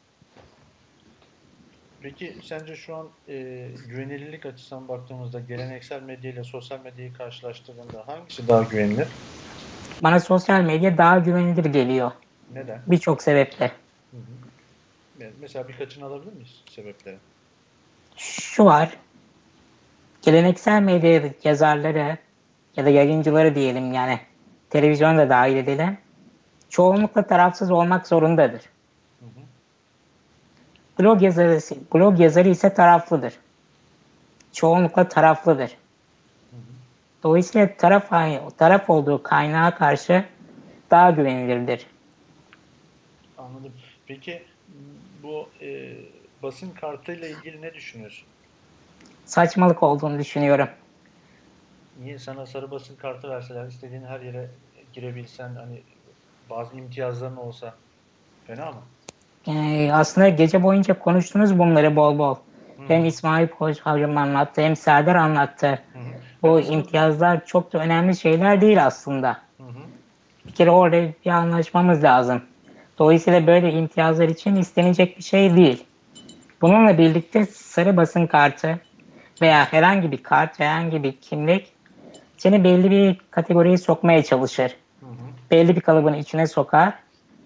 Peki sence şu an e, güvenilirlik açısından baktığımızda geleneksel medya ile sosyal medyayı karşılaştırdığında hangisi daha güvenilir? Bana sosyal medya daha güvenilir geliyor. Neden? Birçok sebeple. Hı hı. Yani mesela birkaçını alabilir miyiz sebepleri? Şu var. Geleneksel medya yazarları ya da yayıncıları diyelim, yani televizyonu da dahil edelim, çoğunlukla tarafsız olmak zorundadır. Hı hı. Blog yazarı, blog yazarı ise taraflıdır. Çoğunlukla taraflıdır. Hı hı. Dolayısıyla taraf, taraf olduğu kaynağa karşı daha güvenilirdir. Anladım. Peki bu e, basın kartıyla ilgili ne düşünüyorsun? Saçmalık olduğunu düşünüyorum. Niye sana sarı basın kartı verseler, istediğin her yere girebilsen, hani bazı imtiyazların olsa fena mı? Ee, aslında gece boyunca konuştunuz bunları bol bol. Hı. Hem İsmail Koç Hocam anlattı, hem Serdar anlattı. Hı hı. Bu Ben imtiyazlar çok da önemli şeyler değil aslında. Hı hı. Bir kere orada bir anlaşmamız lazım. Dolayısıyla böyle imtiyazlar için istenecek bir şey değil. Bununla birlikte sarı basın kartı veya herhangi bir kart, herhangi bir kimlik seni belli bir kategoriye sokmaya çalışır. Hı hı. Belli bir kalıbın içine sokar.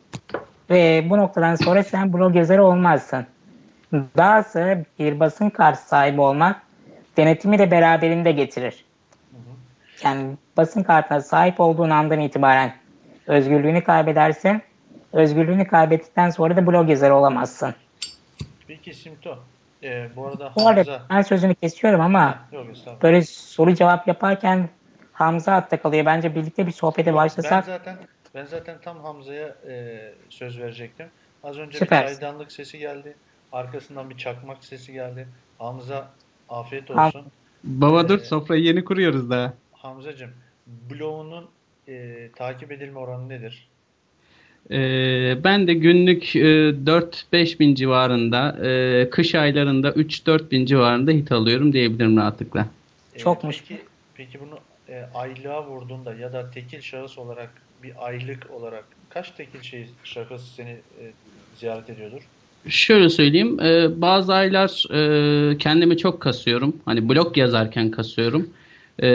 Ve bu noktadan sonra sen blog yazarı olmazsın. Dahası bir basın kartı sahibi olmak denetimi de beraberinde getirir. Hı hı. Yani basın kartına sahip olduğun andan itibaren özgürlüğünü kaybedersin. Özgürlüğünü kaybettikten sonra da blog yazarı olamazsın. Peki Simto, e, bu arada Bu arada Hamza... ben sözünü kesiyorum ama Yok, böyle soru cevap yaparken Hamza hatta kalıyor. Bence birlikte bir sohbete Yok, başlasak. Ben zaten ben zaten tam Hamza'ya e, söz verecektim. Az önce Süper. bir çaydanlık sesi geldi. Arkasından bir çakmak sesi geldi. Hamza afiyet olsun. Ham- Baba dur ee, sofrayı yeni kuruyoruz daha. Hamzacığım, blogunun e, takip edilme oranı nedir? Ee, ben de günlük e, dört beş bin civarında, e, kış aylarında üç dört bin civarında hit alıyorum diyebilirim rahatlıkla. E, Çokmuş. Peki, peki bunu e, aylığa vurduğunda ya da tekil şahıs olarak bir aylık olarak kaç tekil şey, şahıs seni e, ziyaret ediyordur? Şöyle söyleyeyim, e, bazı aylar e, kendimi çok kasıyorum. Hani blog yazarken kasıyorum. E,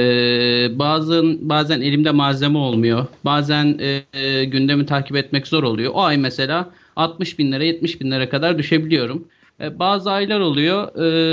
bazen bazen elimde malzeme olmuyor. Bazen e, e, gündemi takip etmek zor oluyor. O ay mesela altmış bin lira, yetmiş bin lira kadar düşebiliyorum. E, bazı aylar oluyor.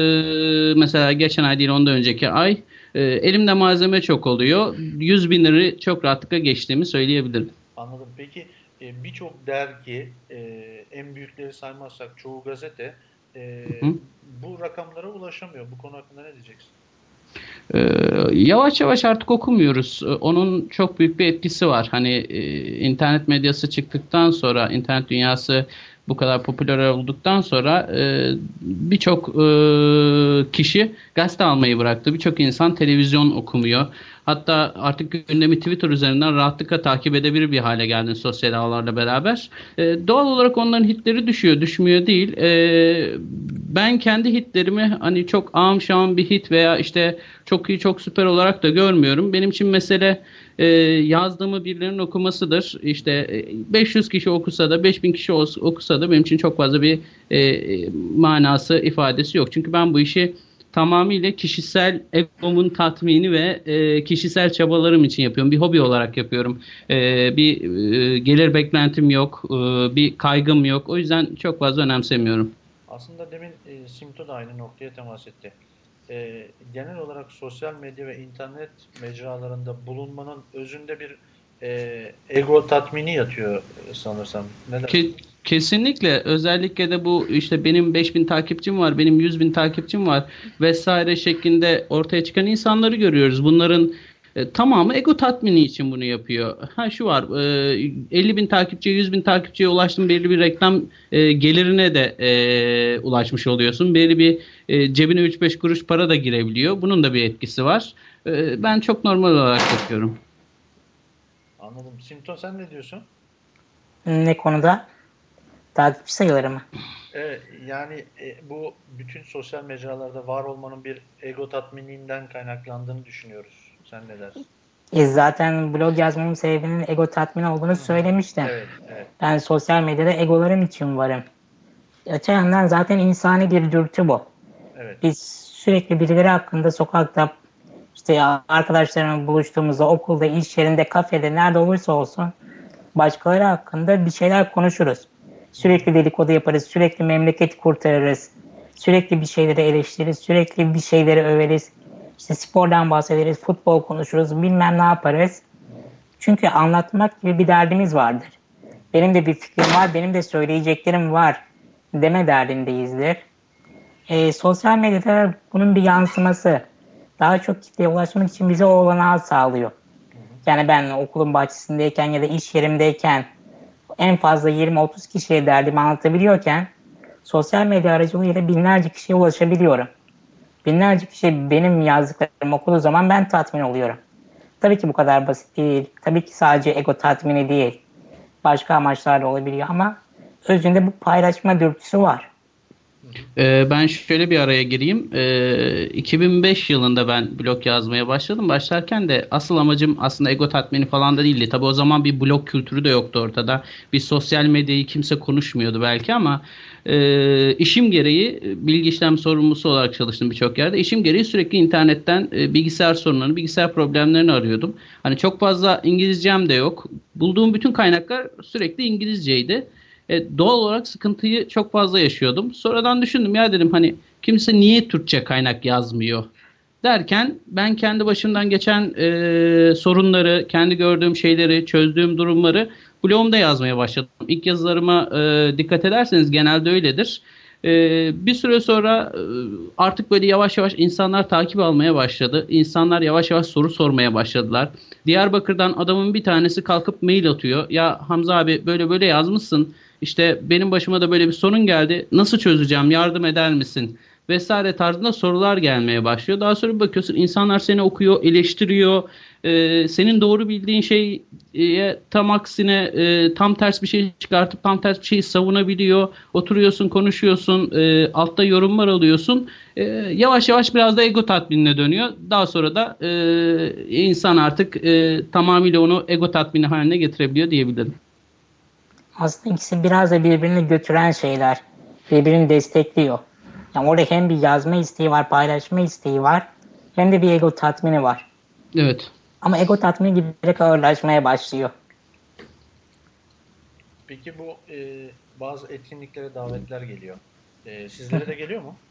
E, mesela geçen ay değil, ondan önceki ay e, elimde malzeme çok oluyor. yüz bin lirayı çok rahatlıkla geçtiğimi söyleyebilirim. Anladım. Peki e, birçok dergi, e, en büyükleri saymazsak çoğu gazete e, bu rakamlara ulaşamıyor. Bu konu hakkında ne diyeceksin? Ee, yavaş yavaş artık okumuyoruz. Onun çok büyük bir etkisi var. Hani e, internet medyası çıktıktan sonra, internet dünyası bu kadar popüler olduktan sonra e, birçok e, kişi gazete almayı bıraktı. Birçok insan televizyon okumuyor. Hatta artık gündemi Twitter üzerinden rahatlıkla takip edebilir bir hale geldin sosyal ağlarla beraber. E, doğal olarak onların hitleri düşüyor, düşmüyor değil. E, ben kendi hitlerimi hani çok ağam şağım bir hit veya işte çok iyi, çok süper olarak da görmüyorum. Benim için mesele e, yazdığımı birilerinin okumasıdır. İşte beş yüz kişi okusa da, beş bin kişi okusa da benim için çok fazla bir e, manası, ifadesi yok. Çünkü ben bu işi tamamıyla kişisel egomun tatmini ve e, kişisel çabalarım için yapıyorum. Bir hobi olarak yapıyorum. E, bir e, gelir beklentim yok. E, bir kaygım yok. O yüzden çok fazla önemsemiyorum. Aslında demin e, Simto da aynı noktaya temas etti. E, genel olarak sosyal medya ve internet mecralarında bulunmanın özünde bir e, ego tatmini yatıyor sanırsam. Neden? Ke- kesinlikle. Özellikle de bu işte benim beş bin takipçim var, benim yüz bin takipçim var vesaire şeklinde ortaya çıkan insanları görüyoruz. Bunların e, tamamı ego tatmini için bunu yapıyor. Ha şu var, e, elli bin takipçiye, yüz bin takipçiye ulaştın, belli bir reklam e, gelirine de e, ulaşmış oluyorsun. Belli bir e, cebine üç beş kuruş para da girebiliyor. Bunun da bir etkisi var. E, ben çok normal olarak bakıyorum. Anladım. Simto sen ne diyorsun? Ne konuda? Takipçi sayıları mı? Evet, yani e, bu bütün sosyal mecralarda var olmanın bir ego tatmininden kaynaklandığını düşünüyoruz. Sen ne dersin? E zaten blog yazmamın sebebinin ego tatmini olduğunu söylemiştim. Evet, evet. Ben sosyal medyada egolarım için varım. Öte yandan zaten insani bir dürtü bu. Evet. Biz sürekli birileri hakkında sokakta, işte arkadaşlarımla buluştuğumuzda, okulda, iş yerinde, kafede, nerede olursa olsun başkaları hakkında bir şeyler konuşuruz. Sürekli dedikodu yaparız, sürekli memleketi kurtarırız, sürekli bir şeyleri eleştiririz, sürekli bir şeyleri överiz. İşte spordan bahsederiz, futbol konuşuruz, bilmem ne yaparız. Çünkü anlatmak gibi bir derdimiz vardır. Benim de bir fikrim var, benim de söyleyeceklerim var deme derdindeyizdir. E, sosyal medyada bunun bir yansıması. Daha çok kitleye ulaşmak için bize o olanağı sağlıyor. Yani ben okulun bahçesindeyken ya da iş yerimdeyken en fazla yirmi otuz kişiye derdimi anlatabiliyorken sosyal medya aracılığıyla binlerce kişiye ulaşabiliyorum. Binlerce kişi benim yazdıklarımı okuduğu zaman ben tatmin oluyorum. Tabii ki bu kadar basit değil. Tabii ki sadece ego tatmini değil. Başka amaçlar da olabiliyor ama özünde bu paylaşma dürtüsü var. Hı Ee, ben şöyle bir araya gireyim. Ee, iki bin beş yılında ben blog yazmaya başladım. Başlarken de asıl amacım aslında ego tatmini falan da değildi. Tabii o zaman bir blog kültürü de yoktu ortada. Bir sosyal medyayı kimse konuşmuyordu belki ama e, işim gereği bilgi işlem sorumlusu olarak çalıştım birçok yerde. İşim gereği sürekli internetten e, bilgisayar sorunlarını, bilgisayar problemlerini arıyordum. Hani çok fazla İngilizcem de yok. Bulduğum bütün kaynaklar sürekli İngilizceydi. E, doğal olarak sıkıntıyı çok fazla yaşıyordum. Sonradan düşündüm ya dedim hani kimse niye Türkçe kaynak yazmıyor derken ben kendi başımdan geçen e, sorunları, kendi gördüğüm şeyleri, çözdüğüm durumları blogumda yazmaya başladım. İlk yazılarıma e, dikkat ederseniz genelde öyledir. E, bir süre sonra e, artık böyle yavaş yavaş insanlar takip almaya başladı. İnsanlar yavaş yavaş soru sormaya başladılar. Diyarbakır'dan adamın bir tanesi kalkıp mail atıyor. Ya Hamza abi böyle böyle yazmışsın. İşte benim başıma da böyle bir sorun geldi. Nasıl çözeceğim? Yardım eder misin? Vesaire tarzında sorular gelmeye başlıyor. Daha sonra bir bakıyorsun insanlar seni okuyor, eleştiriyor. Ee, senin doğru bildiğin şeye tam aksine e, tam ters bir şey çıkartıp tam ters bir şeyi savunabiliyor. Oturuyorsun, konuşuyorsun, e, altta yorumlar alıyorsun. E, yavaş yavaş biraz da ego tatminine dönüyor. Daha sonra da e, insan artık e, tamamıyla onu ego tatmini haline getirebiliyor diyebilirim. Aslında ikisi biraz da birbirini götüren şeyler. Birbirini destekliyor. Yani orada hem bir yazma isteği var, paylaşma isteği var. Hem de bir ego tatmini var. Evet. Ama ego tatmini giderek ağırlaşmaya başlıyor. Peki bu e, bazı etkinliklere davetler geliyor. E, sizlere de geliyor mu?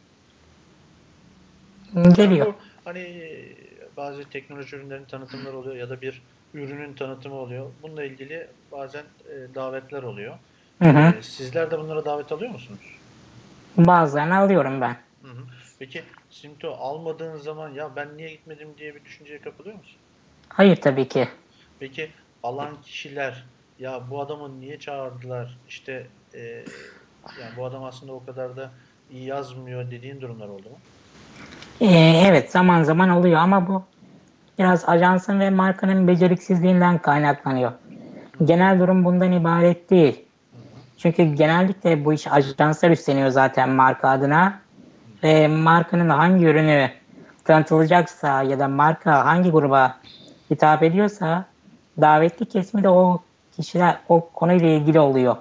Geliyor. Bu, hani bazı teknoloji ürünlerinin tanıtımları oluyor ya da bir ürünün tanıtımı oluyor. Bununla ilgili bazen e, davetler oluyor. Hı hı. E, sizler de bunlara davet alıyor musunuz? Bazılarını alıyorum ben. Hı hı. Peki Simto almadığın zaman ya ben niye gitmedim diye bir düşünceye kapılıyor musun? Hayır tabii ki. Peki alan kişiler ya bu adamı niye çağırdılar? İşte e, yani bu adam aslında o kadar da iyi yazmıyor dediğin durumlar oldu mu? Ee, evet zaman zaman oluyor ama bu biraz ajansın ve markanın beceriksizliğinden kaynaklanıyor. Genel durum bundan ibaret değil. Çünkü genellikle bu iş ajanslar üstleniyor zaten marka adına. Ve markanın hangi ürünü tanıtılacaksa ya da marka hangi gruba hitap ediyorsa davetli kesimi de o kişiler o konuyla ilgili oluyor.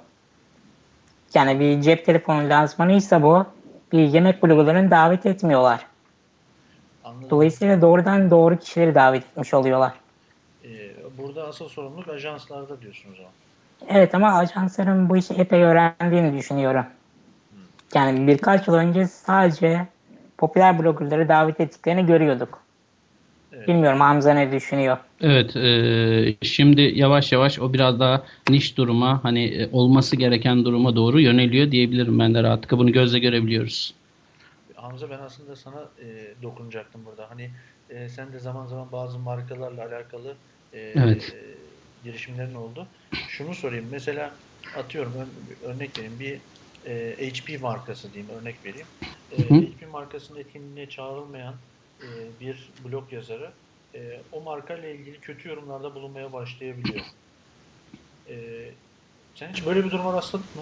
Yani bir cep telefonu lansmanıysa bu bir yemek bloggerlarını davet etmiyorlar. Anladım. Dolayısıyla doğrudan doğru kişileri davet etmiş oluyorlar. Ee, burada asıl sorumluluk ajanslarda diyorsunuz o zaman. Evet ama ajansların bu işi epey öğrendiğini düşünüyorum. Yani birkaç yıl önce sadece popüler bloggerları davet ettiklerini görüyorduk. Evet. Bilmiyorum Hamza ne düşünüyor? Evet, e, şimdi yavaş yavaş o biraz daha niş duruma, hani e, olması gereken duruma doğru yöneliyor diyebilirim ben de rahatlıkla. Bunu gözle görebiliyoruz. Hamza ben aslında sana e, dokunacaktım burada. Hani e, sen de zaman zaman bazı markalarla alakalı e, evet. e, girişimlerin oldu. Şunu sorayım. Mesela atıyorum ör, örnek vereyim. Bir e, H P markası diyeyim. Örnek vereyim. E, H P markasının etkinliğine çağrılmayan e, bir blog yazarı e, o markayla ilgili kötü yorumlarda bulunmaya başlayabiliyor. E, sen hiç böyle bir duruma rastladın mı?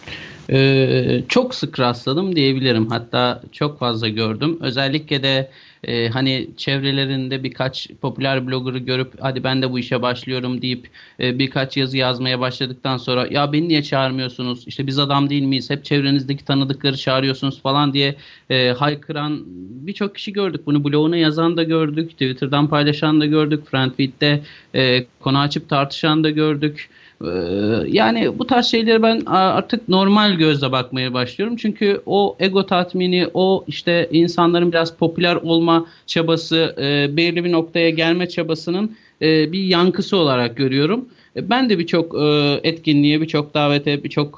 Ee, çok sık rastladım diyebilirim. Hatta çok fazla gördüm. Özellikle de e, hani çevrelerinde birkaç popüler blogger'ı görüp hadi ben de bu işe başlıyorum deyip e, birkaç yazı yazmaya başladıktan sonra ya beni niye çağırmıyorsunuz? İşte biz adam değil miyiz? Hep çevrenizdeki tanıdıkları çağırıyorsunuz falan diye e, haykıran birçok kişi gördük. Bunu bloguna yazan da gördük. Twitter'dan paylaşan da gördük. Friendfeed'de e, konu açıp tartışan da gördük. Yani bu tarz şeyleri ben artık normal gözle bakmaya başlıyorum. Çünkü o ego tatmini, o işte insanların biraz popüler olma çabası, belirli bir noktaya gelme çabasının bir yankısı olarak görüyorum. Ben de birçok etkinliğe, birçok davete, birçok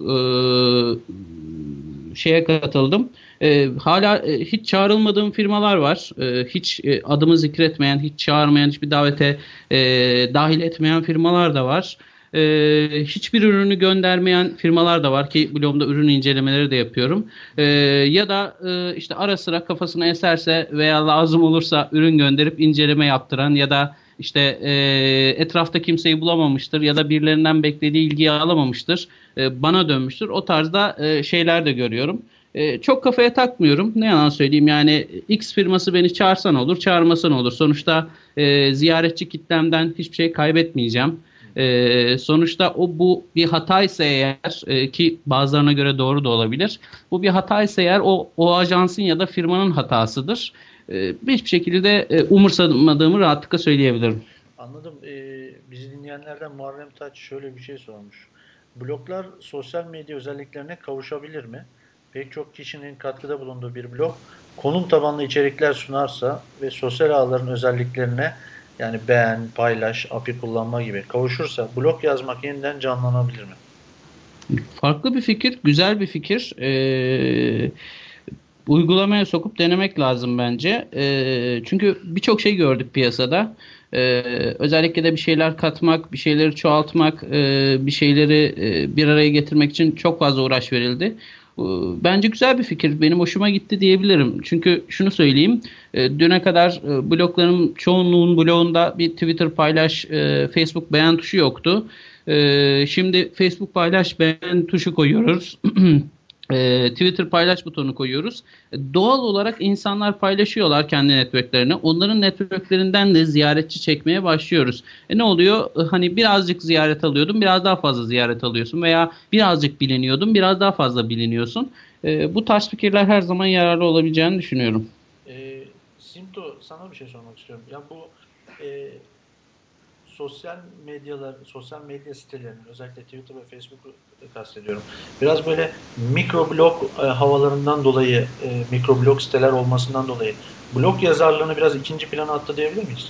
şeye katıldım. Hala hiç çağrılmadığım firmalar var. Hiç adımı zikretmeyen, hiç çağırmayan, hiçbir davete dahil etmeyen firmalar da var. Ee, hiçbir ürünü göndermeyen firmalar da var ki blogumda ürün incelemeleri de yapıyorum. Ee, ya da e, işte ara sıra kafasına eserse veya lazım olursa ürün gönderip inceleme yaptıran ya da işte e, etrafta kimseyi bulamamıştır ya da birilerinden beklediği ilgiyi alamamıştır. E, bana dönmüştür. O tarzda e, şeyler de görüyorum. e, çok kafaya takmıyorum. Ne yalan söyleyeyim, yani X firması beni çağırsan olur, çağırmasan olur. Sonuçta e, ziyaretçi kitlemden hiçbir şey kaybetmeyeceğim. E, sonuçta o bu bir hataysa eğer, e, ki bazılarına göre doğru da olabilir. Bu bir hataysa eğer o, o ajansın ya da firmanın hatasıdır. E, hiçbir şekilde e, umursamadığımı rahatlıkla söyleyebilirim. Anladım. Ee, bizi dinleyenlerden Muharrem Taç şöyle bir şey sormuş. Bloglar sosyal medya özelliklerine kavuşabilir mi? Pek çok kişinin katkıda bulunduğu bir blog konum tabanlı içerikler sunarsa ve sosyal ağların özelliklerine, yani beğen, paylaş, A P I kullanma gibi kavuşursa blog yazmak yeniden canlanabilir mi? Farklı bir fikir, güzel bir fikir. Ee, uygulamaya sokup denemek lazım bence. Ee, çünkü birçok şey gördük piyasada. Ee, özellikle de bir şeyler katmak, bir şeyleri çoğaltmak, e, bir şeyleri e, bir araya getirmek için çok fazla uğraş verildi. Bence güzel bir fikir. Benim hoşuma gitti diyebilirim. Çünkü şunu söyleyeyim. E, düne kadar e, blogların çoğunluğun blogunda bir Twitter paylaş, e, Facebook beğen tuşu yoktu. E, şimdi Facebook paylaş beğen tuşu koyuyoruz. e, Twitter paylaş butonu koyuyoruz. E, doğal olarak insanlar paylaşıyorlar kendi networklerini. Onların networklerinden de ziyaretçi çekmeye başlıyoruz. E, ne oluyor? E, hani birazcık ziyaret alıyordum, biraz daha fazla ziyaret alıyorsun veya birazcık biliniyordum, biraz daha fazla biliniyorsun. E, bu tarz fikirler her zaman yararlı olabileceğini düşünüyorum. E, Simto, sana bir şey sormak istiyorum. Ya bu e, sosyal medyalar, sosyal medya sitelerinin, özellikle Twitter ve Facebook'u kastediyorum. Biraz böyle mikroblog e, havalarından dolayı, e, mikroblog siteler olmasından dolayı blog yazarlığını biraz ikinci plana attı diyebilir miyiz?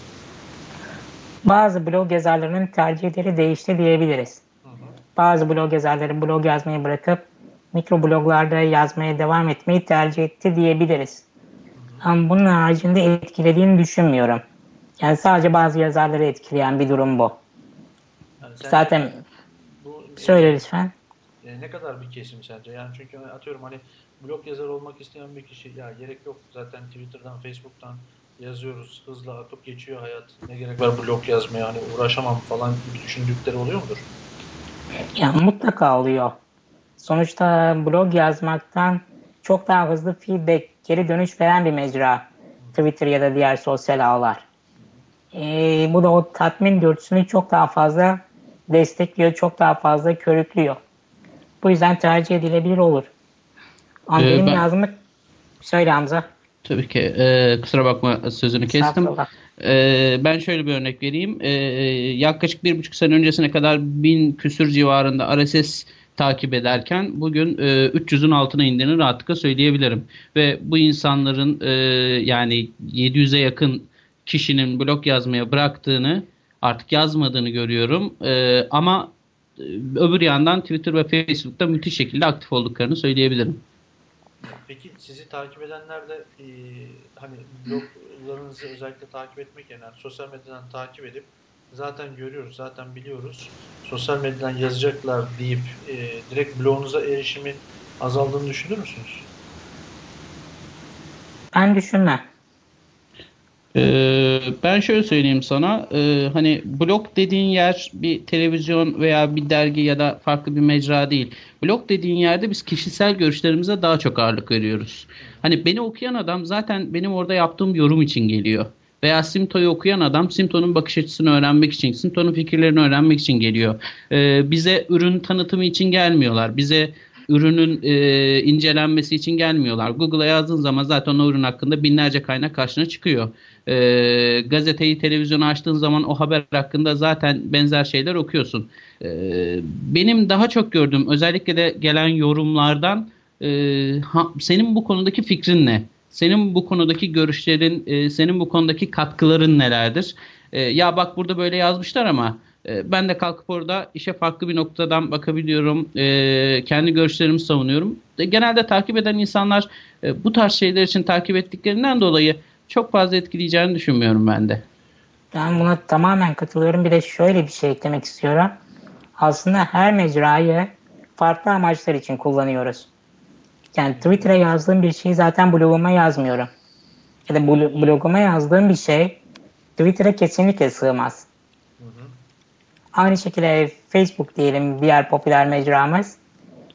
Bazı blog yazarlarının tercihleri değişti diyebiliriz. Hı hı. Bazı blog yazarları blog yazmayı bırakıp mikrobloglarda yazmaya devam etmeyi tercih etti diyebiliriz. Hı hı. Ama bunun haricinde etkilediğini düşünmüyorum. Yani sadece bazı yazarları etkileyen bir durum bu. Yani zaten bu, söyle e, lütfen. E, ne kadar bir kesim sence? Yani çünkü atıyorum hani blog yazarı olmak isteyen bir kişi, ya gerek yok zaten Twitter'dan, Facebook'tan yazıyoruz, hızla akıp geçiyor hayat, ne gerek var blog yazmaya, hani uğraşamam falan gibi düşündükleri oluyor mudur? Ya mutlaka oluyor. Sonuçta blog yazmaktan çok daha hızlı feedback, geri dönüş veren bir mecra Twitter ya da diğer sosyal ağlar. Ee, bu da o tatmin dürtüsünü çok daha fazla destekliyor, çok daha fazla körüklüyor. Bu yüzden tercih edilebilir olur. Ama ee, benim ben... yazmak... Söyle Hamza. Tabii ki. Ee, kusura bakma, sözünü kestim. Ee, ben şöyle bir örnek vereyim. Ee, yaklaşık bir buçuk sene öncesine kadar bin küsür civarında R S S takip ederken bugün e, üç yüzün altına indiğini rahatlıkla söyleyebilirim. Ve bu insanların e, yani yedi yüze yakın kişinin blog yazmaya bıraktığını, artık yazmadığını görüyorum. Ee, ama öbür yandan Twitter ve Facebook'ta müthiş şekilde aktif olduklarını söyleyebilirim. Peki sizi takip edenler de e, hani bloglarınızı özellikle takip etmek yerine yani sosyal medyadan takip edip zaten görüyoruz, zaten biliyoruz, sosyal medyadan yazacaklar deyip e, direkt blogunuza erişimi azaldığını düşünür müsünüz? Ben düşünmem. Ee, ben şöyle söyleyeyim sana, e, hani blog dediğin yer bir televizyon veya bir dergi ya da farklı bir mecra değil. Blog dediğin yerde biz kişisel görüşlerimize daha çok ağırlık veriyoruz. Hani beni okuyan adam zaten benim orada yaptığım yorum için geliyor. Veya Simto'yu okuyan adam Simto'nun bakış açısını öğrenmek için, Simto'nun fikirlerini öğrenmek için geliyor. Ee, bize ürün tanıtımı için gelmiyorlar. Bize ürünün e, incelenmesi için gelmiyorlar. Google'a yazdığın zaman zaten o ürün hakkında binlerce kaynak karşına çıkıyor. E, gazeteyi, televizyonu açtığın zaman o haber hakkında zaten benzer şeyler okuyorsun. E, benim daha çok gördüğüm, özellikle de gelen yorumlardan e, ha, senin bu konudaki fikrin ne? Senin bu konudaki görüşlerin, e, senin bu konudaki katkıların nelerdir? E, ya bak burada böyle yazmışlar ama e, ben de kalkıp orada işe farklı bir noktadan bakabiliyorum. E, kendi görüşlerimi savunuyorum. E, genelde takip eden insanlar e, bu tarz şeyler için takip ettiklerinden dolayı çok fazla etkileyeceğini düşünmüyorum ben de. Ben buna tamamen katılıyorum. Bir de şöyle bir şey eklemek istiyorum. Aslında her mecrayı farklı amaçlar için kullanıyoruz. Yani Twitter'a yazdığım bir şeyi zaten bloguma yazmıyorum. Ya da bloguma yazdığım bir şey Twitter'a kesinlikle sığmaz. Hı hı. Aynı şekilde Facebook diyelim, diğer popüler mecramız.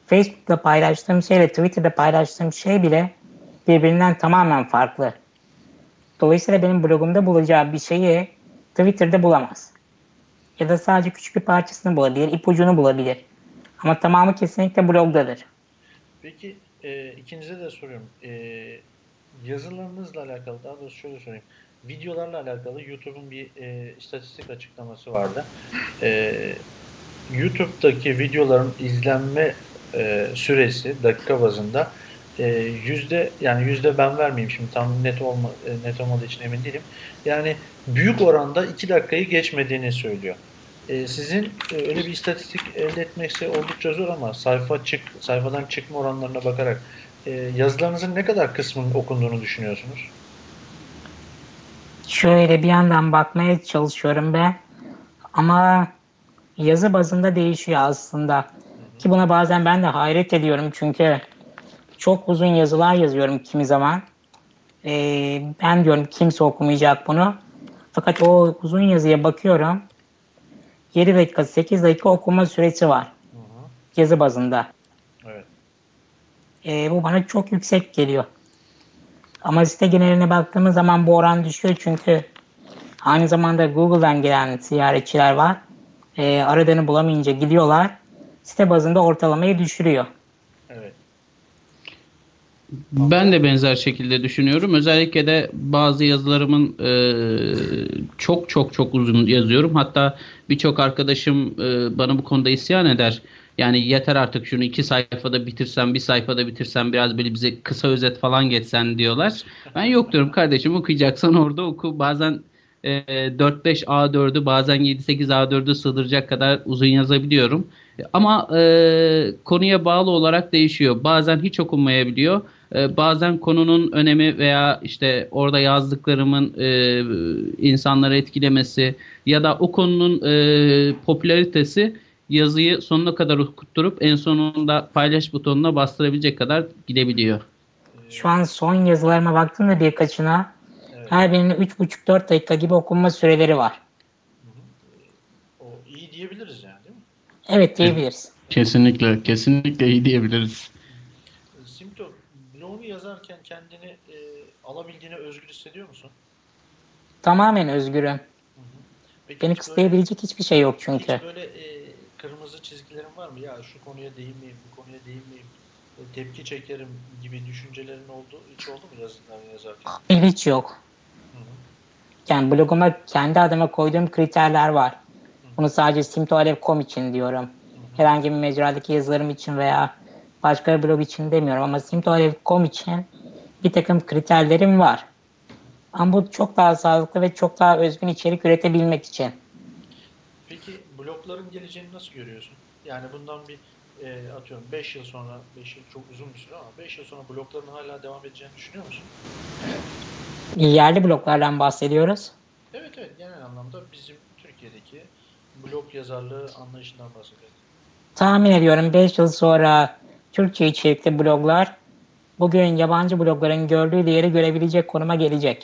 Facebook'ta paylaştığım şeyle Twitter'da paylaştığım şey bile birbirinden tamamen farklı. Dolayısıyla benim blogumda bulacağı bir şeyi Twitter'da bulamaz. Ya da sadece küçük bir parçasını bulabilir, ipucunu bulabilir. Ama tamamı kesinlikle blogdadır. Peki e, ikinize de soruyorum. E, yazılarınızla alakalı, daha doğrusu şöyle sorayım. Videolarla alakalı YouTube'un bir e, istatistik açıklaması vardı. E, YouTube'daki videoların izlenme e, süresi dakika bazında e, yüzde yani yüzde ben vermeyeyim şimdi tam net olma e, net olmadığı için emin değilim. Yani büyük oranda iki dakikayı geçmediğini söylüyor. E, sizin e, öyle bir istatistik elde etmesi oldukça zor ama sayfa çık sayfadan çıkma oranlarına bakarak e, yazılarınızın ne kadar kısmının okunduğunu düşünüyorsunuz? Şöyle bir yandan bakmaya çalışıyorum ben. Ama yazı bazında değişiyor aslında. Ki buna bazen ben de hayret ediyorum çünkü çok uzun yazılar yazıyorum kimi zaman. Ee, ben diyorum kimse okumayacak bunu. Fakat o uzun yazıya bakıyorum. yedi dakika sekiz dakika okuma süresi var. Hı hı. Yazı bazında. Evet. Ee, bu bana çok yüksek geliyor. Ama site geneline baktığımız zaman bu oran düşüyor çünkü aynı zamanda Google'dan gelen ziyaretçiler var. Ee, aradığını bulamayınca gidiyorlar. Site bazında ortalamayı düşürüyor. Evet. Ben de benzer şekilde düşünüyorum. Özellikle de bazı yazılarımın e, çok çok çok uzun yazıyorum. Hatta birçok arkadaşım e, bana bu konuda isyan eder. Yani yeter artık şunu iki sayfada bitirsen, bir sayfada bitirsen, biraz böyle bize kısa özet falan geçsen diyorlar. Ben yok diyorum kardeşim, okuyacaksan orada oku. Bazen e, dört beş A dördü bazen yedi sekiz A dördü sığdıracak kadar uzun yazabiliyorum. Ama e, konuya bağlı olarak değişiyor. Bazen hiç okunmayabiliyor. E, bazen konunun önemi veya işte orada yazdıklarımın e, insanları etkilemesi ya da o konunun e, popülaritesi yazıyı sonuna kadar okutturup en sonunda paylaş butonuna bastırabilecek kadar gidebiliyor. Şu an son yazılarıma baktığımda birkaçına evet. Her birinin üç buçuk dört dakika gibi okunma süreleri var. O iyi diyebiliriz yani değil mi? Evet diyebiliriz. Kesinlikle, kesinlikle iyi diyebiliriz. Simto, blogunu yazarken kendini e, alabildiğine özgür hissediyor musun? Tamamen özgürüm. Hı hı. Peki beni kısıtlayabilecek böyle, hiçbir şey yok çünkü. Hiç böyle e, kırmızı çizgilerin var mı? Ya şu konuya değinmeyeyim, bu konuya değinmeyeyim, e, tepki çekerim gibi düşüncelerin oldu, hiç oldu mu yazılarını yazarken? Benim hiç yok. Hı hı. Yani bloguma kendi adıma koyduğum kriterler var. Hı hı. Bunu sadece simto alev nokta com için diyorum. Hı hı. Herhangi bir mecradaki yazılarım için veya başka bir blog için demiyorum ama simto alev nokta com için bir takım kriterlerim var. Ama bu çok daha sağlıklı ve çok daha özgün içerik üretebilmek için. Peki blogların geleceğini nasıl görüyorsun? Yani bundan bir e, atıyorum beş yıl sonra, beş yıl çok uzun bir süre ama beş yıl sonra blogların hala devam edeceğini düşünüyor musun? Yerli bloglardan bahsediyoruz. Evet evet, genel anlamda bizim Türkiye'deki blog yazarlığı anlayışından bahsediyoruz. Tahmin ediyorum beş yıl sonra Türkçe içerikli bloglar bugün yabancı blogların gördüğü değeri görebilecek konuma gelecek.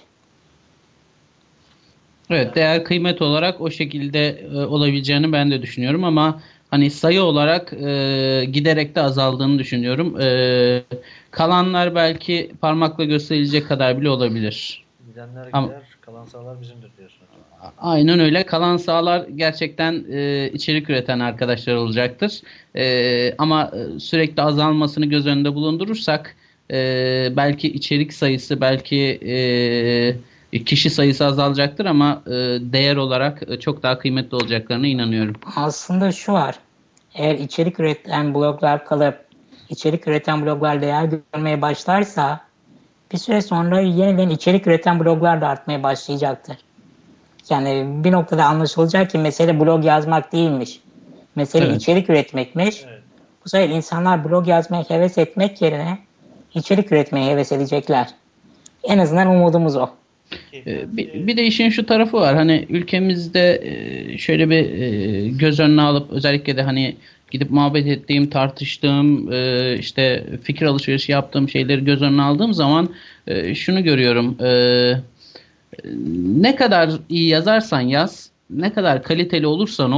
Evet, değer kıymet olarak o şekilde e, olabileceğini ben de düşünüyorum ama hani sayı olarak e, giderek de azaldığını düşünüyorum. E, kalanlar belki parmakla gösterilecek kadar bile olabilir. Gidenler gider, ama, kalan sahalar bizimdir diyorsun. Aynen öyle. Kalan sahalar gerçekten e, içerik üreten arkadaşlar olacaktır. E, ama sürekli azalmasını göz önünde bulundurursak e, belki içerik sayısı, belki e, kişi sayısı azalacaktır ama e, değer olarak çok daha kıymetli olacaklarına inanıyorum. Aslında şu var. Eğer içerik üreten bloglar kalıp içerik üreten bloglar değer görmeye başlarsa bir süre sonra yeniden içerik üreten bloglar da artmaya başlayacaktır. Yani bir noktada anlaşılacak ki mesele blog yazmak değilmiş. Mesele evet. içerik üretmekmiş. Evet. Bu sefer insanlar blog yazmaya heves etmek yerine içerik üretmeye heves edecekler. En azından umudumuz o. Bir, bir de işin şu tarafı var. Hani ülkemizde şöyle bir göz önüne alıp özellikle de hani gidip muhabbet ettiğim, tartıştığım, işte fikir alışverişi yaptığım şeyleri göz önüne aldığım zaman şunu görüyorum. Ne kadar iyi yazarsan yaz, ne kadar kaliteli olursan ol,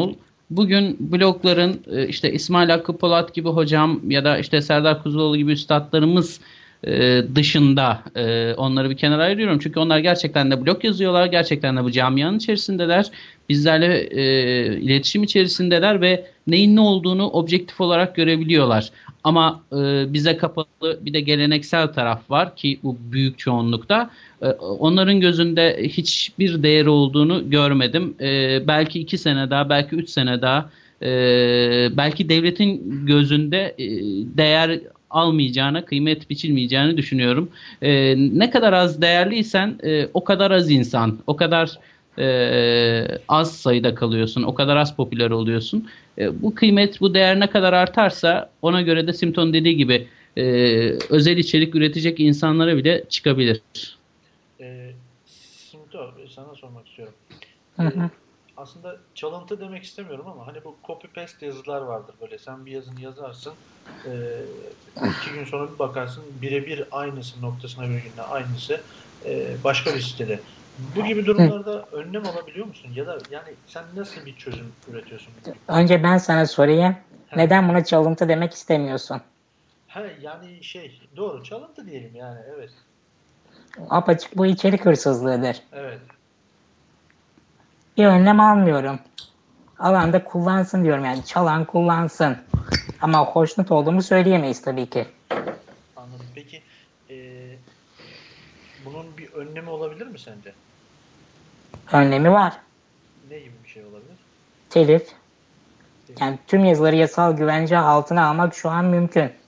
bugün blogların e, işte İsmail Hakkı Polat gibi hocam ya da işte Serdar Kuzuloğlu gibi üstadlarımız e, dışında e, onları bir kenara ayırıyorum. Çünkü onlar gerçekten de blog yazıyorlar. Gerçekten de bu camianın içerisindeler. Bizlerle e, iletişim içerisindeler ve neyin ne olduğunu objektif olarak görebiliyorlar. Ama e, bize kapalı bir de geleneksel taraf var ki bu büyük çoğunlukta. E, onların gözünde hiçbir değeri olduğunu görmedim. E, belki iki sene daha, belki üç sene daha, e, belki devletin gözünde e, değer almayacağına, kıymet biçilmeyeceğini düşünüyorum. E, ne kadar az değerliysen e, o kadar az insan, o kadar e, az sayıda kalıyorsun, o kadar az popüler oluyorsun. E, bu kıymet, bu değer ne kadar artarsa ona göre de Simton dediği gibi e, özel içerik üretecek insanlara bile çıkabilir. E, Simto, sana sormak istiyorum. Hı hı. Aslında çalıntı demek istemiyorum ama hani bu copy paste yazılar vardır böyle. Sen bir yazını yazarsın, e, iki gün sonra bir bakarsın birebir aynısı noktasına virgülüne aynısı e, başka bir sitede. Bu gibi durumlarda önlem alabiliyor musun? Ya da yani sen nasıl bir çözüm üretiyorsun? Önce ben sana sorayım. Neden buna çalıntı demek istemiyorsun? He, yani şey doğru çalıntı diyelim yani evet. Apaçık bu içerik hırsızlığıdır. Evet. Bir önlem almıyorum. Alanda kullansın diyorum yani çalan kullansın. Ama hoşnut olduğumu söyleyemeyiz tabii ki. Anladım. Peki e, bunun bir önlemi olabilir mi sence? Önlemi var. Ne gibi bir şey olabilir? Telif. Yani tüm yazıları yasal güvence altına almak şu an mümkün. Hı hı.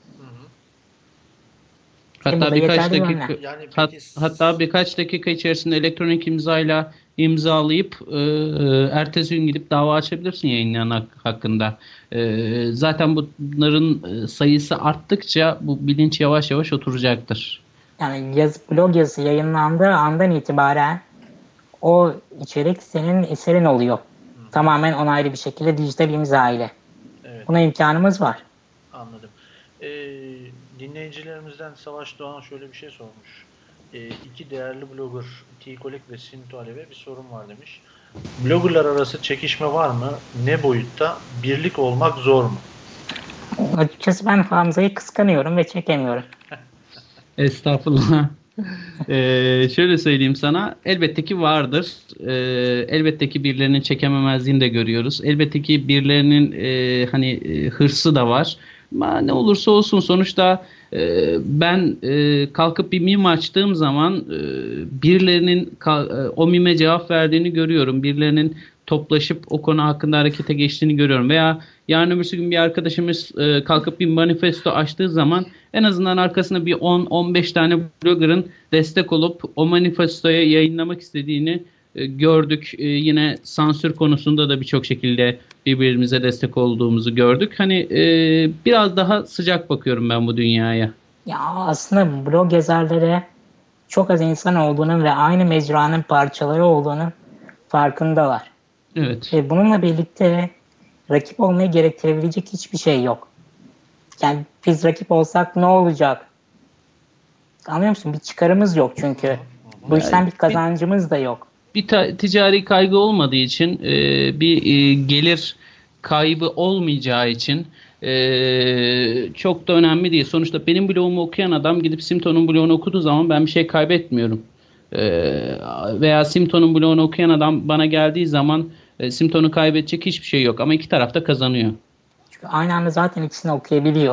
Hatta birkaç dakika Yani hat, peki, hatta birkaç dakika içerisinde elektronik imzayla imzalayıp e, ertesi gün gidip dava açabilirsin yayınlayan hak, hakkında. E, zaten bunların sayısı arttıkça bu bilinç yavaş yavaş oturacaktır. Yani yaz, blog yazısı yayınlandığı andan itibaren o içerik senin eserin oluyor. Hı. Tamamen onaylı bir şekilde dijital imza ile. Evet. Buna imkanımız var. Anladım. Ee, dinleyicilerimizden Savaş Doğan şöyle bir şey sormuş. Ee, iki değerli blogger T-Kolek ve Sinto Alev'e bir sorun var demiş. Bloggerlar arası çekişme var mı? Ne boyutta? Birlik olmak zor mu? Açıkçası ben Hamza'yı kıskanıyorum ve çekemiyorum. Estağfurullah. Ee, şöyle söyleyeyim sana, elbette ki vardır. Ee, elbette ki birilerinin çekememezliğini de görüyoruz. Elbette ki birilerinin e, hani e, hırsı da var. Ama ne olursa olsun sonuçta e, ben e, kalkıp bir meme açtığım zaman e, birilerinin kal- e, o meme cevap verdiğini görüyorum. Birilerinin toplaşıp o konu hakkında harekete geçtiğini görüyorum. Veya yarın öbürsü gün bir arkadaşımız e, kalkıp bir manifesto açtığı zaman en azından arkasına bir on on beş tane blogger'ın destek olup o manifestoya yayınlamak istediğini e, gördük. E, yine sansür konusunda da birçok şekilde birbirimize destek olduğumuzu gördük. Hani e, biraz daha sıcak bakıyorum ben bu dünyaya. Ya aslında blog yazarları çok az insan olduğunun ve aynı mecranın parçaları olduğunun farkındalar. Evet. Ve bununla birlikte rakip olmayı gerektirebilecek hiçbir şey yok. Yani biz rakip olsak ne olacak? Anlıyor musun? Bir çıkarımız yok çünkü. Bu Yani işten bir kazancımız da yok. Bir ta- ticari kaygı olmadığı için e, bir e, gelir kaybı olmayacağı için e, çok da önemli değil. Sonuçta benim blogumu okuyan adam gidip Simton'un blogunu okuduğu zaman ben bir şey kaybetmiyorum. E, veya Simton'un blogunu okuyan adam bana geldiği zaman e, Simton'u kaybedecek hiçbir şey yok. Ama iki taraf da kazanıyor. Çünkü aynı anda zaten ikisini okuyabiliyor.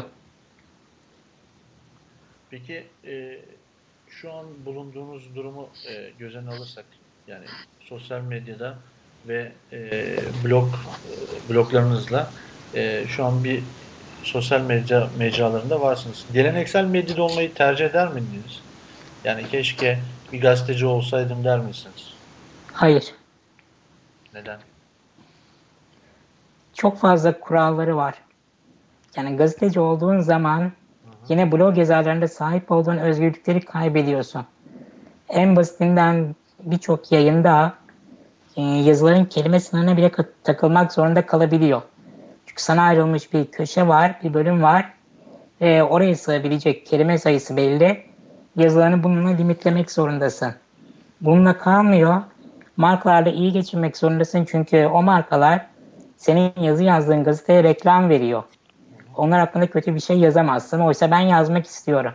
Peki e, şu an bulunduğunuz durumu e, göz önüne alırsak yani sosyal medyada ve e, blog e, bloglarınızla e, şu an bir sosyal medya mecralarında varsınız. Geleneksel medyada olmayı tercih eder miydiniz? Yani keşke bir gazeteci olsaydım der misiniz? Hayır. Neden? Çok fazla kuralları var. Yani gazeteci olduğun zaman hı hı. yine blog yazarlarında sahip olduğun özgürlükleri kaybediyorsun. En basitinden birçok yayında e, yazıların kelime sınırına bile kat- takılmak zorunda kalabiliyor. Çünkü sana ayrılmış bir köşe var, bir bölüm var. E, oraya sığabilecek kelime sayısı belli. Yazılarını bununla limitlemek zorundasın. Bununla kalmıyor. Markalarla iyi geçinmek zorundasın çünkü o markalar senin yazı yazdığın gazeteye reklam veriyor. Onlar hakkında kötü bir şey yazamazsın. Oysa ben yazmak istiyorum.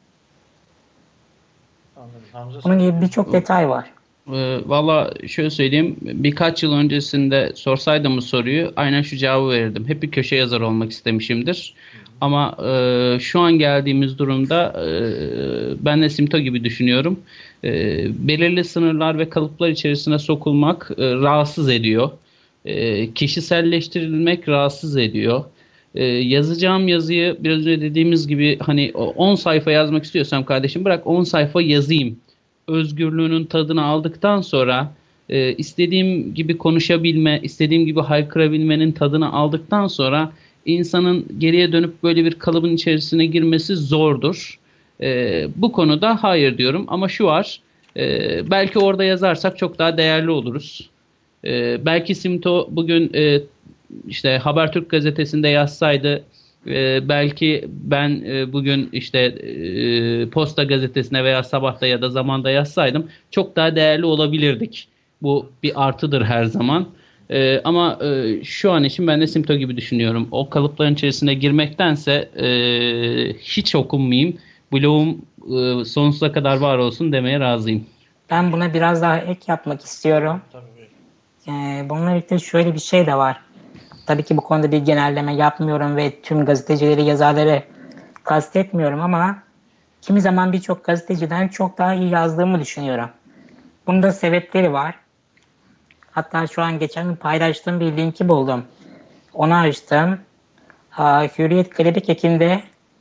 Anladım. Hamza, Bunun gibi birçok detay var. E, Valla şöyle söyleyeyim. Birkaç yıl öncesinde sorsaydım bu soruyu aynen şu cevabı verirdim. Hep bir köşe yazarı olmak istemişimdir. Ama e, şu an geldiğimiz durumda e, ben de Simto gibi düşünüyorum. E, belirli sınırlar ve kalıplar içerisine sokulmak e, rahatsız ediyor. E, kişiselleştirilmek rahatsız ediyor. E, yazacağım yazıyı biraz önce dediğimiz gibi hani on sayfa yazmak istiyorsam kardeşim bırak on sayfa yazayım. Özgürlüğünün tadını aldıktan sonra e, istediğim gibi konuşabilme, istediğim gibi haykırabilmenin tadını aldıktan sonra insanın geriye dönüp böyle bir kalıbın içerisine girmesi zordur. E, bu konuda hayır diyorum ama şu var, e, belki orada yazarsak çok daha değerli oluruz. E, belki Simto bugün e, işte Habertürk gazetesinde yazsaydı, e, belki ben e, bugün işte e, Posta gazetesine veya Sabah'ta ya da Zaman'da yazsaydım çok daha değerli olabilirdik. Bu bir artıdır her zaman. Ee, ama e, şu an için ben de Simto gibi düşünüyorum. O kalıpların içerisine girmektense e, hiç okunmayayım. Blogum e, sonsuza kadar var olsun demeye razıyım. Ben buna biraz daha ek yapmak istiyorum. Ee, bununla birlikte şöyle bir şey de var. Tabii ki bu konuda bir genelleme yapmıyorum ve tüm gazetecileri, yazarları kastetmiyorum ama kimi zaman birçok gazeteciden çok daha iyi yazdığımı düşünüyorum. Bunun da sebepleri var. Hatta şu an geçen gün paylaştığım bir linki buldum. Onu açtım. Hürriyet Kelebek Eki'nde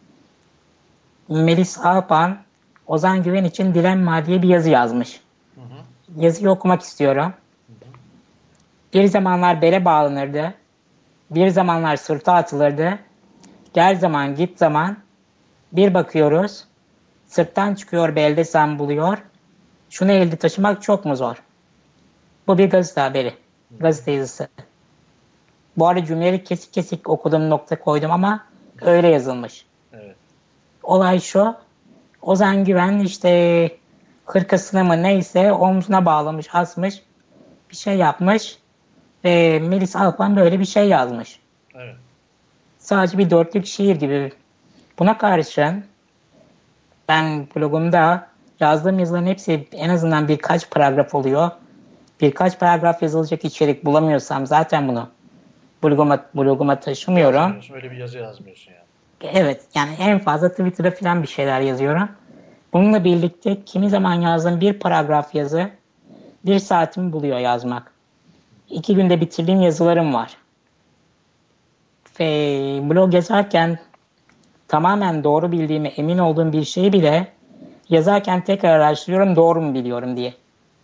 Melis Alpan, Ozan Güven için Dilenma diye bir yazı yazmış. Hı hı. Yazıyı okumak istiyorum. Hı hı. Bir zamanlar bele bağlanırdı. Bir zamanlar sırta atılırdı. Gel zaman git zaman. Bir bakıyoruz. Sırttan çıkıyor belde sen buluyor. Şunu elde taşımak çok mu zor? Bu bir gazete haberi. Gazete yazısı. Bu arada cümleleri kesik kesik okudum, nokta koydum ama öyle yazılmış. Evet. Olay şu. Ozan Güven işte hırkasını mı neyse omzuna bağlamış, asmış. Bir şey yapmış. Ve Melis Alpan böyle bir şey yazmış. Evet. Sadece bir dörtlük şiir gibi. Buna karşın ben blogumda yazdığım yazıların hepsi en azından birkaç paragraf oluyor. Birkaç paragraf yazılacak içerik bulamıyorsam zaten bunu bloguma, bloguma taşımıyorum. Öyle bir yazı yazmıyorsun yani. Evet, yani en fazla Twitter'da falan bir şeyler yazıyorum. Bununla birlikte kimi zaman yazdığım bir paragraf yazı bir saatimi buluyor yazmak. İki günde bitirdiğim yazılarım var. Ve blog yazarken tamamen doğru bildiğime emin olduğum bir şeyi bile yazarken tekrar araştırıyorum doğru mu biliyorum diye.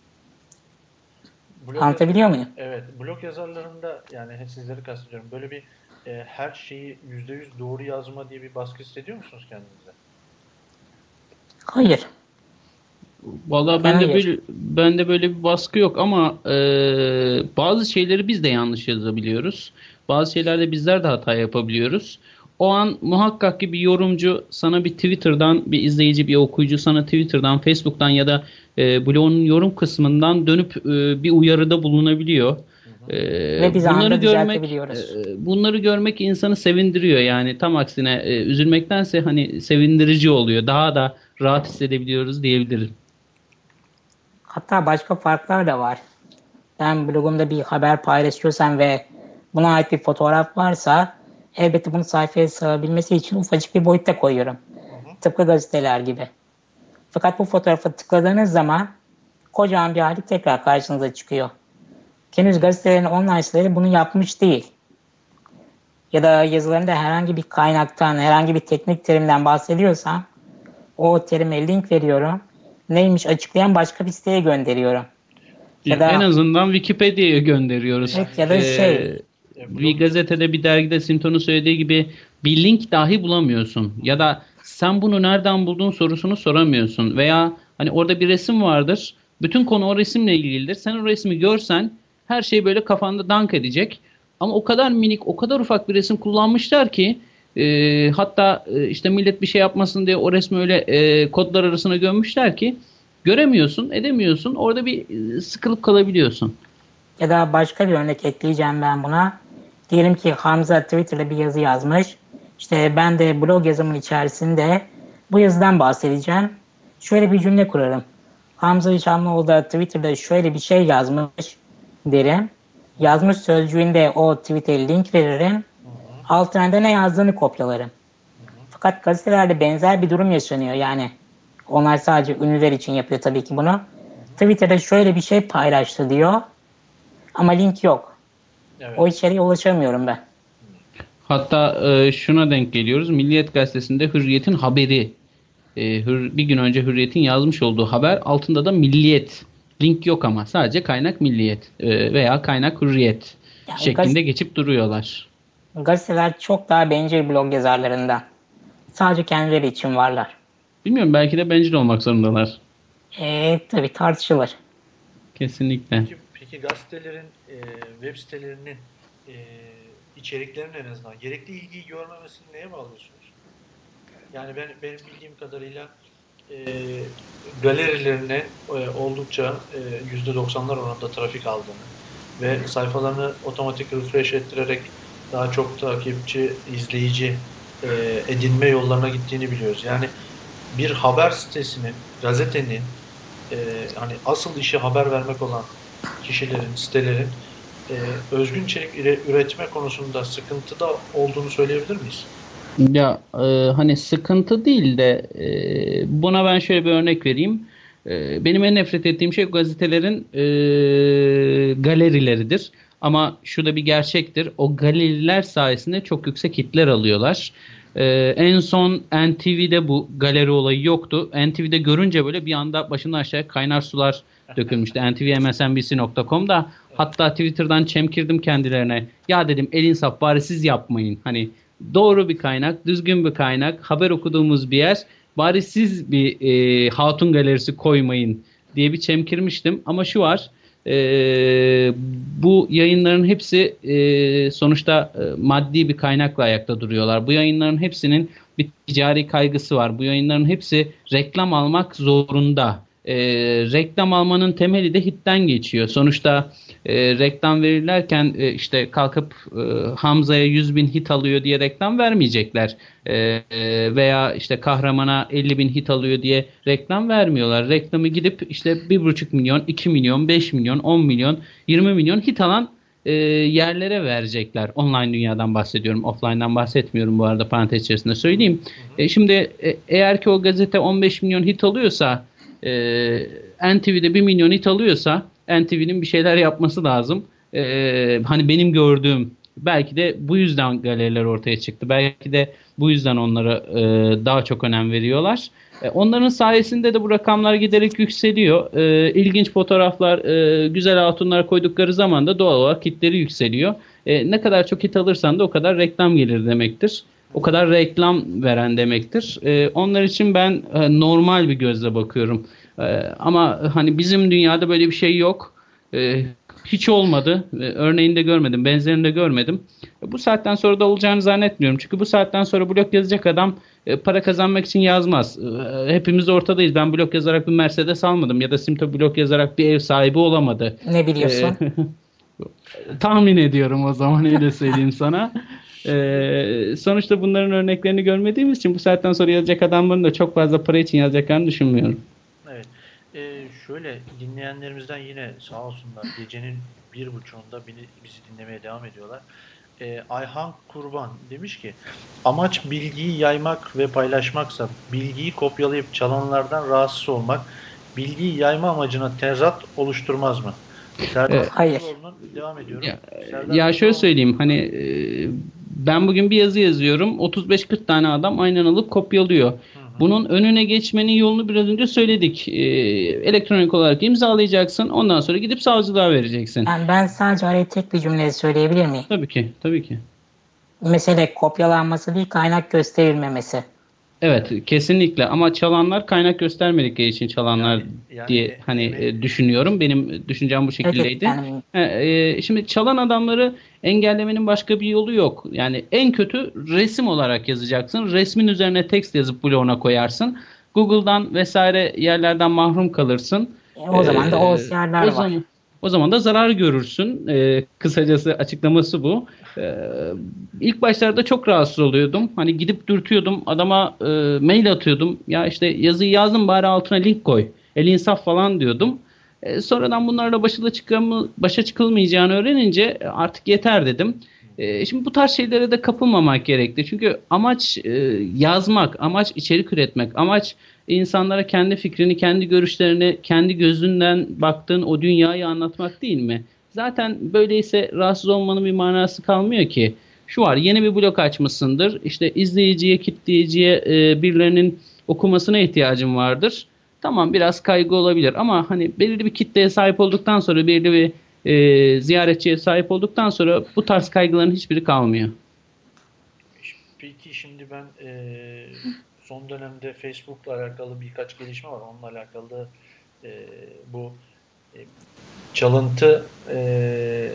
Blog Anlatabiliyor muyum? Evet. Blog yazarlarında yani sizleri kastediyorum. Böyle bir e, her şeyi yüzde yüz doğru yazma diye bir baskı hissediyor musunuz kendinize? Hayır. Vallahi ben de böyle ben de böyle bir baskı yok ama e, bazı şeyleri biz de yanlış yazabiliyoruz. Bazı şeylerde bizler de hata yapabiliyoruz. O an muhakkak ki bir yorumcu sana bir Twitter'dan, bir izleyici, bir okuyucu sana Twitter'dan, Facebook'tan ya da e, blogun yorum kısmından dönüp e, bir uyarıda bulunabiliyor. E, Ve biz bunları görmek, e, bunları görmek insanı sevindiriyor. Yani tam aksine e, üzülmektense hani sevindirici oluyor. Daha da rahat hissedebiliyoruz diyebilirim. Hatta başka farklar da var. Ben blogumda bir haber paylaşıyorsam ve buna ait bir fotoğraf varsa elbette bunu sayfaya sığabilmesi için ufacık bir boyutta koyuyorum. Hı hı. Tıpkı gazeteler gibi. Fakat bu fotoğrafa tıkladığınız zaman kocaman bir hali tekrar karşınıza çıkıyor. Henüz gazetelerin online siteleri bunu yapmış değil. Ya da yazılarında herhangi bir kaynaktan, herhangi bir teknik terimden bahsediyorsam o terime link veriyorum. Neymiş açıklayan başka bir siteye gönderiyorum. Ya da, en azından Wikipedia'ya gönderiyoruz. Evet, ya da ee, şey... Bir gazetede, bir dergide Simto'nun söylediği gibi bir link dahi bulamıyorsun. Ya da sen bunu nereden buldun sorusunu soramıyorsun. Veya hani orada bir resim vardır. Bütün konu o resimle ilgilidir. Sen o resmi görsen her şey böyle kafanda dank edecek. Ama o kadar minik, o kadar ufak bir resim kullanmışlar ki e, hatta e, işte millet bir şey yapmasın diye o resmi öyle e, kodlar arasına gömmüşler ki göremiyorsun, edemiyorsun. Orada bir e, sıkılıp kalabiliyorsun. Ya da başka bir örnek ekleyeceğim ben buna. Diyelim ki Hamza Twitter'da bir yazı yazmış. İşte ben de blog yazımın içerisinde bu yazıdan bahsedeceğim. Şöyle bir cümle kurarım. Hamza Şamlıoğlu da Twitter'da şöyle bir şey yazmış derim. Yazmış sözcüğünde o tweet'e link veririm. Altına da ne yazdığını kopyalarım. Fakat gazetelerde benzer bir durum yaşanıyor. Yani onlar sadece ünlüler için yapıyor tabii ki bunu. Twitter'da şöyle bir şey paylaştı diyor. Ama link yok. Evet. O içeriğe ulaşamıyorum ben. Hatta e, şuna denk geliyoruz. Milliyet Gazetesi'nde Hürriyet'in haberi. E, hür, bir gün önce Hürriyet'in yazmış olduğu haber. Altında da Milliyet. Link yok ama. Sadece kaynak Milliyet e, veya kaynak Hürriyet yani şeklinde gaz- geçip duruyorlar. Gazeteler çok daha bencil blog yazarlarından. Sadece kendileri için varlar. Bilmiyorum, belki de bencil olmak zorundalar. Eee tabii tartışılır. Kesinlikle. Peki, peki gazetelerin e, web sitelerinin e, içeriklerinin en azından gerekli ilgiyi görmemesini neye bağlıyorsunuz? Yani ben benim bildiğim kadarıyla e, galerilerine e, oldukça e, yüzde doksanlar oranında trafik aldığını ve sayfalarını otomatik refresh ettirerek daha çok takipçi, izleyici e, edinme yollarına gittiğini biliyoruz. Yani bir haber sitesinin, gazetenin e, hani asıl işi haber vermek olan kişilerin, sitelerin e, özgün içerik üretme konusunda sıkıntıda olduğunu söyleyebilir miyiz? Ya e, hani sıkıntı değil de e, buna ben şöyle bir örnek vereyim. E, benim en nefret ettiğim şey gazetelerin e, galerileridir. Ama şu da bir gerçektir. O galeriler sayesinde çok yüksek hitler alıyorlar. Ee, en son N T V'de bu galeri olayı yoktu. N T V'de görünce böyle bir anda başından aşağıya kaynar sular dökülmüştü. N T V M S N B C nokta com'da hatta Twitter'dan çemkirdim kendilerine. Ya dedim, el insaf bari siz yapmayın. Hani doğru bir kaynak, düzgün bir kaynak, haber okuduğumuz bir yer. Bari siz bir e, hatun galerisi koymayın diye bir çemkirmiştim. Ama şu var. Ee, bu yayınların hepsi e, sonuçta e, maddi bir kaynakla ayakta duruyorlar. Bu yayınların hepsinin bir ticari kaygısı var. Bu yayınların hepsi reklam almak zorunda. E, reklam almanın temeli de hitten geçiyor. Sonuçta e, reklam verirlerken e, işte kalkıp e, Hamza'ya yüz bin hit alıyor diye reklam vermeyecekler. E, e, veya işte Kahraman'a elli bin hit alıyor diye reklam vermiyorlar. Reklamı gidip işte bir buçuk milyon, iki milyon, beş milyon, on milyon, yirmi milyon hit alan e, yerlere verecekler. Online dünyadan bahsediyorum. Offline'dan bahsetmiyorum bu arada, parantez içerisinde söyleyeyim. E, şimdi e, eğer ki o gazete on beş milyon hit alıyorsa, e, N T V'de bir milyon hit alıyorsa N T V'nin bir şeyler yapması lazım. E, hani benim gördüğüm, belki de bu yüzden galeriler ortaya çıktı. Belki de bu yüzden onlara e, daha çok önem veriyorlar. E, onların sayesinde de bu rakamlar giderek yükseliyor. E, ilginç fotoğraflar, e, güzel hatunlar koydukları zaman da doğal olarak hitleri yükseliyor. E, ne kadar çok hit alırsan da o kadar reklam gelir demektir. O kadar reklam veren demektir. E, onlar için ben e, normal bir gözle bakıyorum. E, ama hani bizim dünyada böyle bir şey yok. E, hiç olmadı. E, örneğini de görmedim. Benzerini de görmedim. E, bu saatten sonra da olacağını zannetmiyorum. Çünkü bu saatten sonra blog yazacak adam e, para kazanmak için yazmaz. E, hepimiz ortadayız. Ben blog yazarak bir Mercedes almadım. Ya da Simto blog yazarak bir ev sahibi olamadı. Ne biliyorsun? E, tahmin ediyorum o zaman, öyle söyleyeyim sana. Ee, sonuçta bunların örneklerini görmediğimiz için bu saatten sonra yazacak adamların da çok fazla para için yazacaklarını düşünmüyorum. Evet. Ee, şöyle dinleyenlerimizden yine sağ olsunlar gecenin bir buçuğunda beni, bizi dinlemeye devam ediyorlar. Ee, Ayhan Kurban demiş ki amaç bilgiyi yaymak ve paylaşmaksa bilgiyi kopyalayıp çalanlardan rahatsız olmak bilgiyi yayma amacına tezat oluşturmaz mı? Serdar evet, hayır. Devam ediyorum. Ya, ya şöyle söyleyeyim, hani e, ben bugün bir yazı yazıyorum, otuz beş kırk tane adam aynen alıp kopyalıyor. Hı hı. Bunun önüne geçmenin yolunu biraz önce söyledik. E, elektronik olarak imzalayacaksın, ondan sonra gidip savcılığa vereceksin. Yani ben sadece araya tek bir cümle söyleyebilir miyim? Tabii ki, tabii ki. Mesele kopyalanması değil, kaynak gösterilmemesi. Evet, kesinlikle, ama çalanlar kaynak göstermedikleri için çalanlar yani, yani, diye hani e, düşünüyorum. Benim düşüncem bu şekildeydi. Evet, yani. e, şimdi çalan adamları engellemenin başka bir yolu yok. Yani en kötü resim olarak yazacaksın. Resmin üzerine tekst yazıp bloğuna koyarsın. Google'dan vesaire yerlerden mahrum kalırsın. E, o zaman da o yerler o var. Zaman, O zaman da zarar görürsün. E, kısacası açıklaması bu. E, ilk başlarda çok rahatsız oluyordum. Hani gidip dürtüyordum. Adama e, mail atıyordum. Ya işte yazıyı yazdım bari altına link koy. El insaf falan diyordum. E, sonradan bunlarla başa, çıkılma, başa çıkılmayacağını öğrenince artık yeter dedim. E, şimdi bu tarz şeylere de kapılmamak gerekti. Çünkü amaç e, yazmak, amaç içerik üretmek, amaç insanlara kendi fikrini, kendi görüşlerini, kendi gözünden baktığın o dünyayı anlatmak değil mi? Zaten böyleyse rahatsız olmanın bir manası kalmıyor ki. Şu var, yeni bir blog açmışsındır. İşte izleyiciye, kitleyiciye e, birilerinin okumasına ihtiyacın vardır. Tamam biraz kaygı olabilir ama hani belirli bir kitleye sahip olduktan sonra, belirli bir e, ziyaretçiye sahip olduktan sonra bu tarz kaygıların hiçbiri kalmıyor. Peki şimdi ben e, son dönemde Facebook'la alakalı birkaç gelişme var. Onunla alakalı e, bu e, çalıntı e,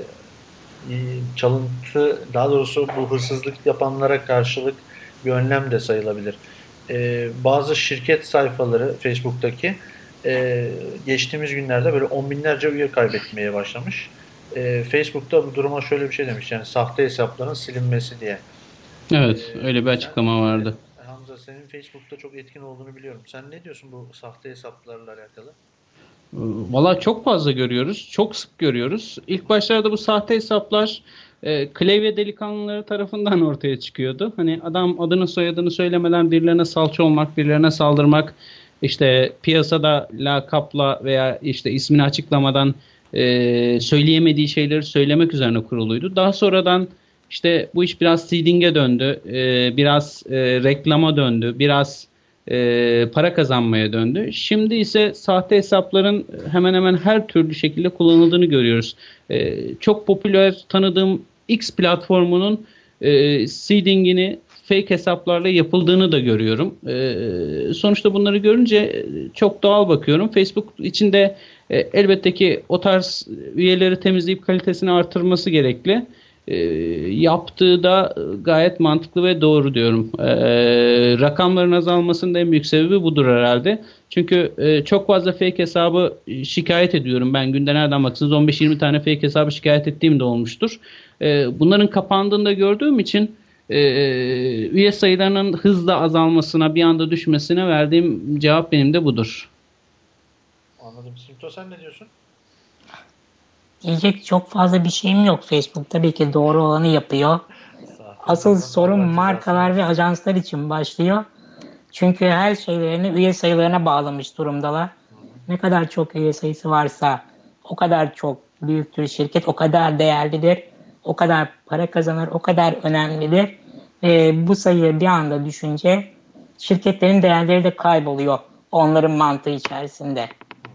çalıntı daha doğrusu bu hırsızlık yapanlara karşılık bir önlem de sayılabilir. E, bazı şirket sayfaları Facebook'taki e, geçtiğimiz günlerde böyle on binlerce üye kaybetmeye başlamış. E, Facebook'ta bu duruma şöyle bir şey demiş, yani sahte hesapların silinmesi diye. Evet, E, öyle bir açıklama sen, vardı. Hamza, senin Facebook'ta çok etkin olduğunu biliyorum. Sen ne diyorsun bu sahte hesaplarla alakalı? Valla çok fazla görüyoruz. Çok sık görüyoruz. İlk başlarda bu sahte hesaplar e, klavye delikanlıları tarafından ortaya çıkıyordu. Hani adam adını soyadını söylemeden birilerine salça olmak, birilerine saldırmak, işte piyasada lakapla veya işte ismini açıklamadan e, söyleyemediği şeyleri söylemek üzerine kuruluydu. Daha sonradan işte bu iş biraz seeding'e döndü, e, biraz e, reklama döndü, biraz e, para kazanmaya döndü. Şimdi ise sahte hesapların hemen hemen her türlü şekilde kullanıldığını görüyoruz. E, çok popüler tanıdığım X platformunun e, seeding'ini fake hesaplarla yapıldığını da görüyorum. E, sonuçta bunları görünce çok doğal bakıyorum. Facebook içinde e, elbette ki o tarz üyeleri temizleyip kalitesini artırması gerekli. E, yaptığı da gayet mantıklı ve doğru diyorum. E, rakamların azalmasının en büyük sebebi budur herhalde. Çünkü e, çok fazla fake hesabı şikayet ediyorum. Ben günde nereden baksanız on beş yirmi tane fake hesabı şikayet ettiğim de olmuştur. E, bunların kapandığını da gördüğüm için e, üye sayılarının hızla azalmasına, bir anda düşmesine verdiğim cevap benim de budur. Anladım. Simto, sen ne diyorsun? Diyecek çok fazla bir şeyim yok. Facebook tabii ki doğru olanı yapıyor. Asıl sorun markalar ve ajanslar için başlıyor. Çünkü her şeylerini üye sayılarına bağlamış durumdalar. Ne kadar çok üye sayısı varsa o kadar çok büyüktür şirket, o kadar değerlidir, o kadar para kazanır, o kadar önemlidir. Ve bu sayı bir anda düşünce şirketlerin değerleri de kayboluyor onların mantığı içerisinde.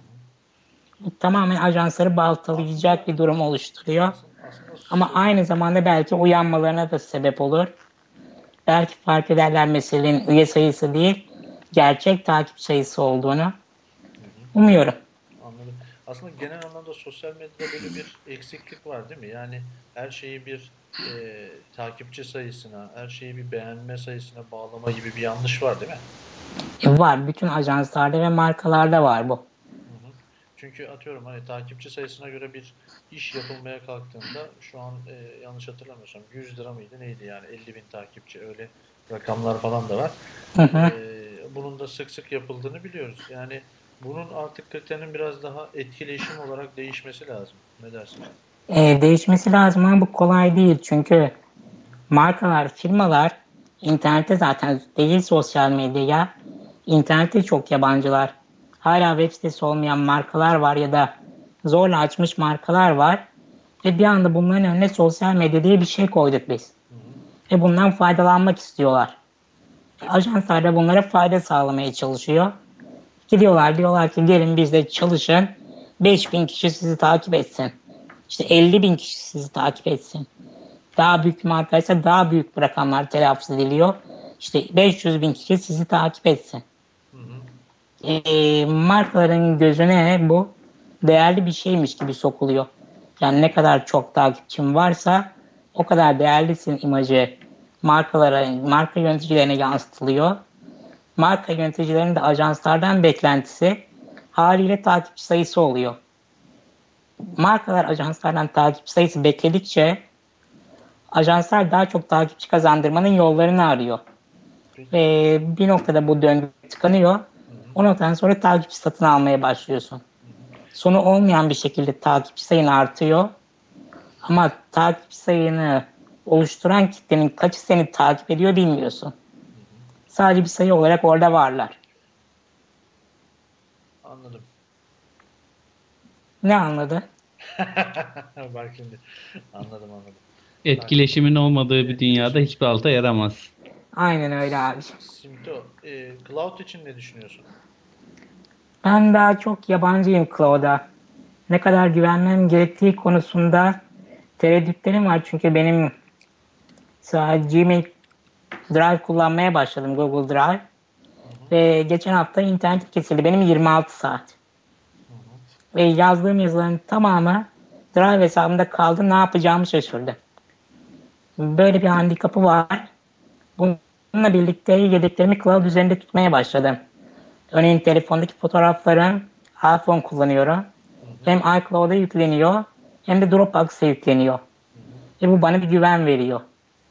Bu tamamen ajansları baltalayacak bir durum oluşturuyor. Ama aynı zamanda belki uyanmalarına da sebep olur. Belki fark ederler meselenin üye sayısı değil, gerçek takip sayısı olduğunu. Umuyorum. Anladım. Aslında genel anlamda sosyal medyada böyle bir eksiklik var değil mi? Yani her şeyi bir e, takipçi sayısına, her şeyi bir beğenme sayısına bağlama gibi bir yanlış var değil mi? E var. Bütün ajanslarda ve markalarda var bu. Çünkü atıyorum hani takipçi sayısına göre bir iş yapılmaya kalktığında şu an e, yanlış hatırlamıyorsam yüz lira mıydı neydi yani elli bin takipçi, öyle rakamlar falan da var. Hı hı. E, bunun da sık sık yapıldığını biliyoruz. Yani bunun artık kriterinin biraz daha etkileşim olarak değişmesi lazım. Ne dersin? E, değişmesi lazım ama bu kolay değil. Çünkü markalar, firmalar internette zaten değil, sosyal medyaya, internette çok yabancılar. Hala web sitesi olmayan markalar var ya da zorla açmış markalar var. Ve bir anda bunların önüne sosyal medya diye bir şey koyduk biz. Ve bundan faydalanmak istiyorlar. Ajanslar da bunlara fayda sağlamaya çalışıyor. Gidiyorlar diyorlar ki gelin bizde çalışın. beş bin kişi sizi takip etsin. İşte elli bin kişi sizi takip etsin. Daha büyük markaysa daha büyük rakamlar telaffuz ediliyor. İşte beş yüz bin kişi sizi takip etsin. E, markaların gözüne bu değerli bir şeymiş gibi sokuluyor. Yani ne kadar çok takipçin varsa o kadar değerlisin imajı markalara, marka yöneticilerine yansıtılıyor. Marka yöneticilerinin de ajanslardan beklentisi haliyle takipçi sayısı oluyor. markalar ajanslardan takipçi sayısı bekledikçe ajanslar daha çok takipçi kazandırmanın yollarını arıyor. Ve bir noktada bu döngü tıkanıyor. O noktadan sonra takipçi satın almaya başlıyorsun. Sonu olmayan bir şekilde takipçi sayın artıyor. Ama takipçi sayını oluşturan kitlenin kaçı seni takip ediyor bilmiyorsun. Sadece bir sayı olarak orada varlar. Anladım. Ne anladı? Bak şimdi. Anladım anladım. Etkileşimin olmadığı bir dünyada hiçbir alta yaramaz. Aynen öyle abi. Simto, e, Cloud için ne düşünüyorsun? Ben daha çok yabancıyım Cloud'a. Ne kadar güvenmem gerektiği konusunda tereddütlerim var. Çünkü benim sadece Gmail Drive kullanmaya başladım, Google Drive. Hı hı. Ve geçen hafta internet kesildi. Benim yirmi altı saat. Hı hı. Ve yazdığım yazıların tamamı Drive hesabımda kaldı. Ne yapacağımı şaşırdım. Böyle bir handikapı var. Bununla birlikte yedeklerimi Cloud üzerinde tutmaya başladım. Örneğin telefondaki fotoğraflarım iPhone kullanıyorum. Hı hı. Hem iCloud'a yükleniyor hem de Dropbox'a yükleniyor. Hı hı. Ve bu bana bir güven veriyor.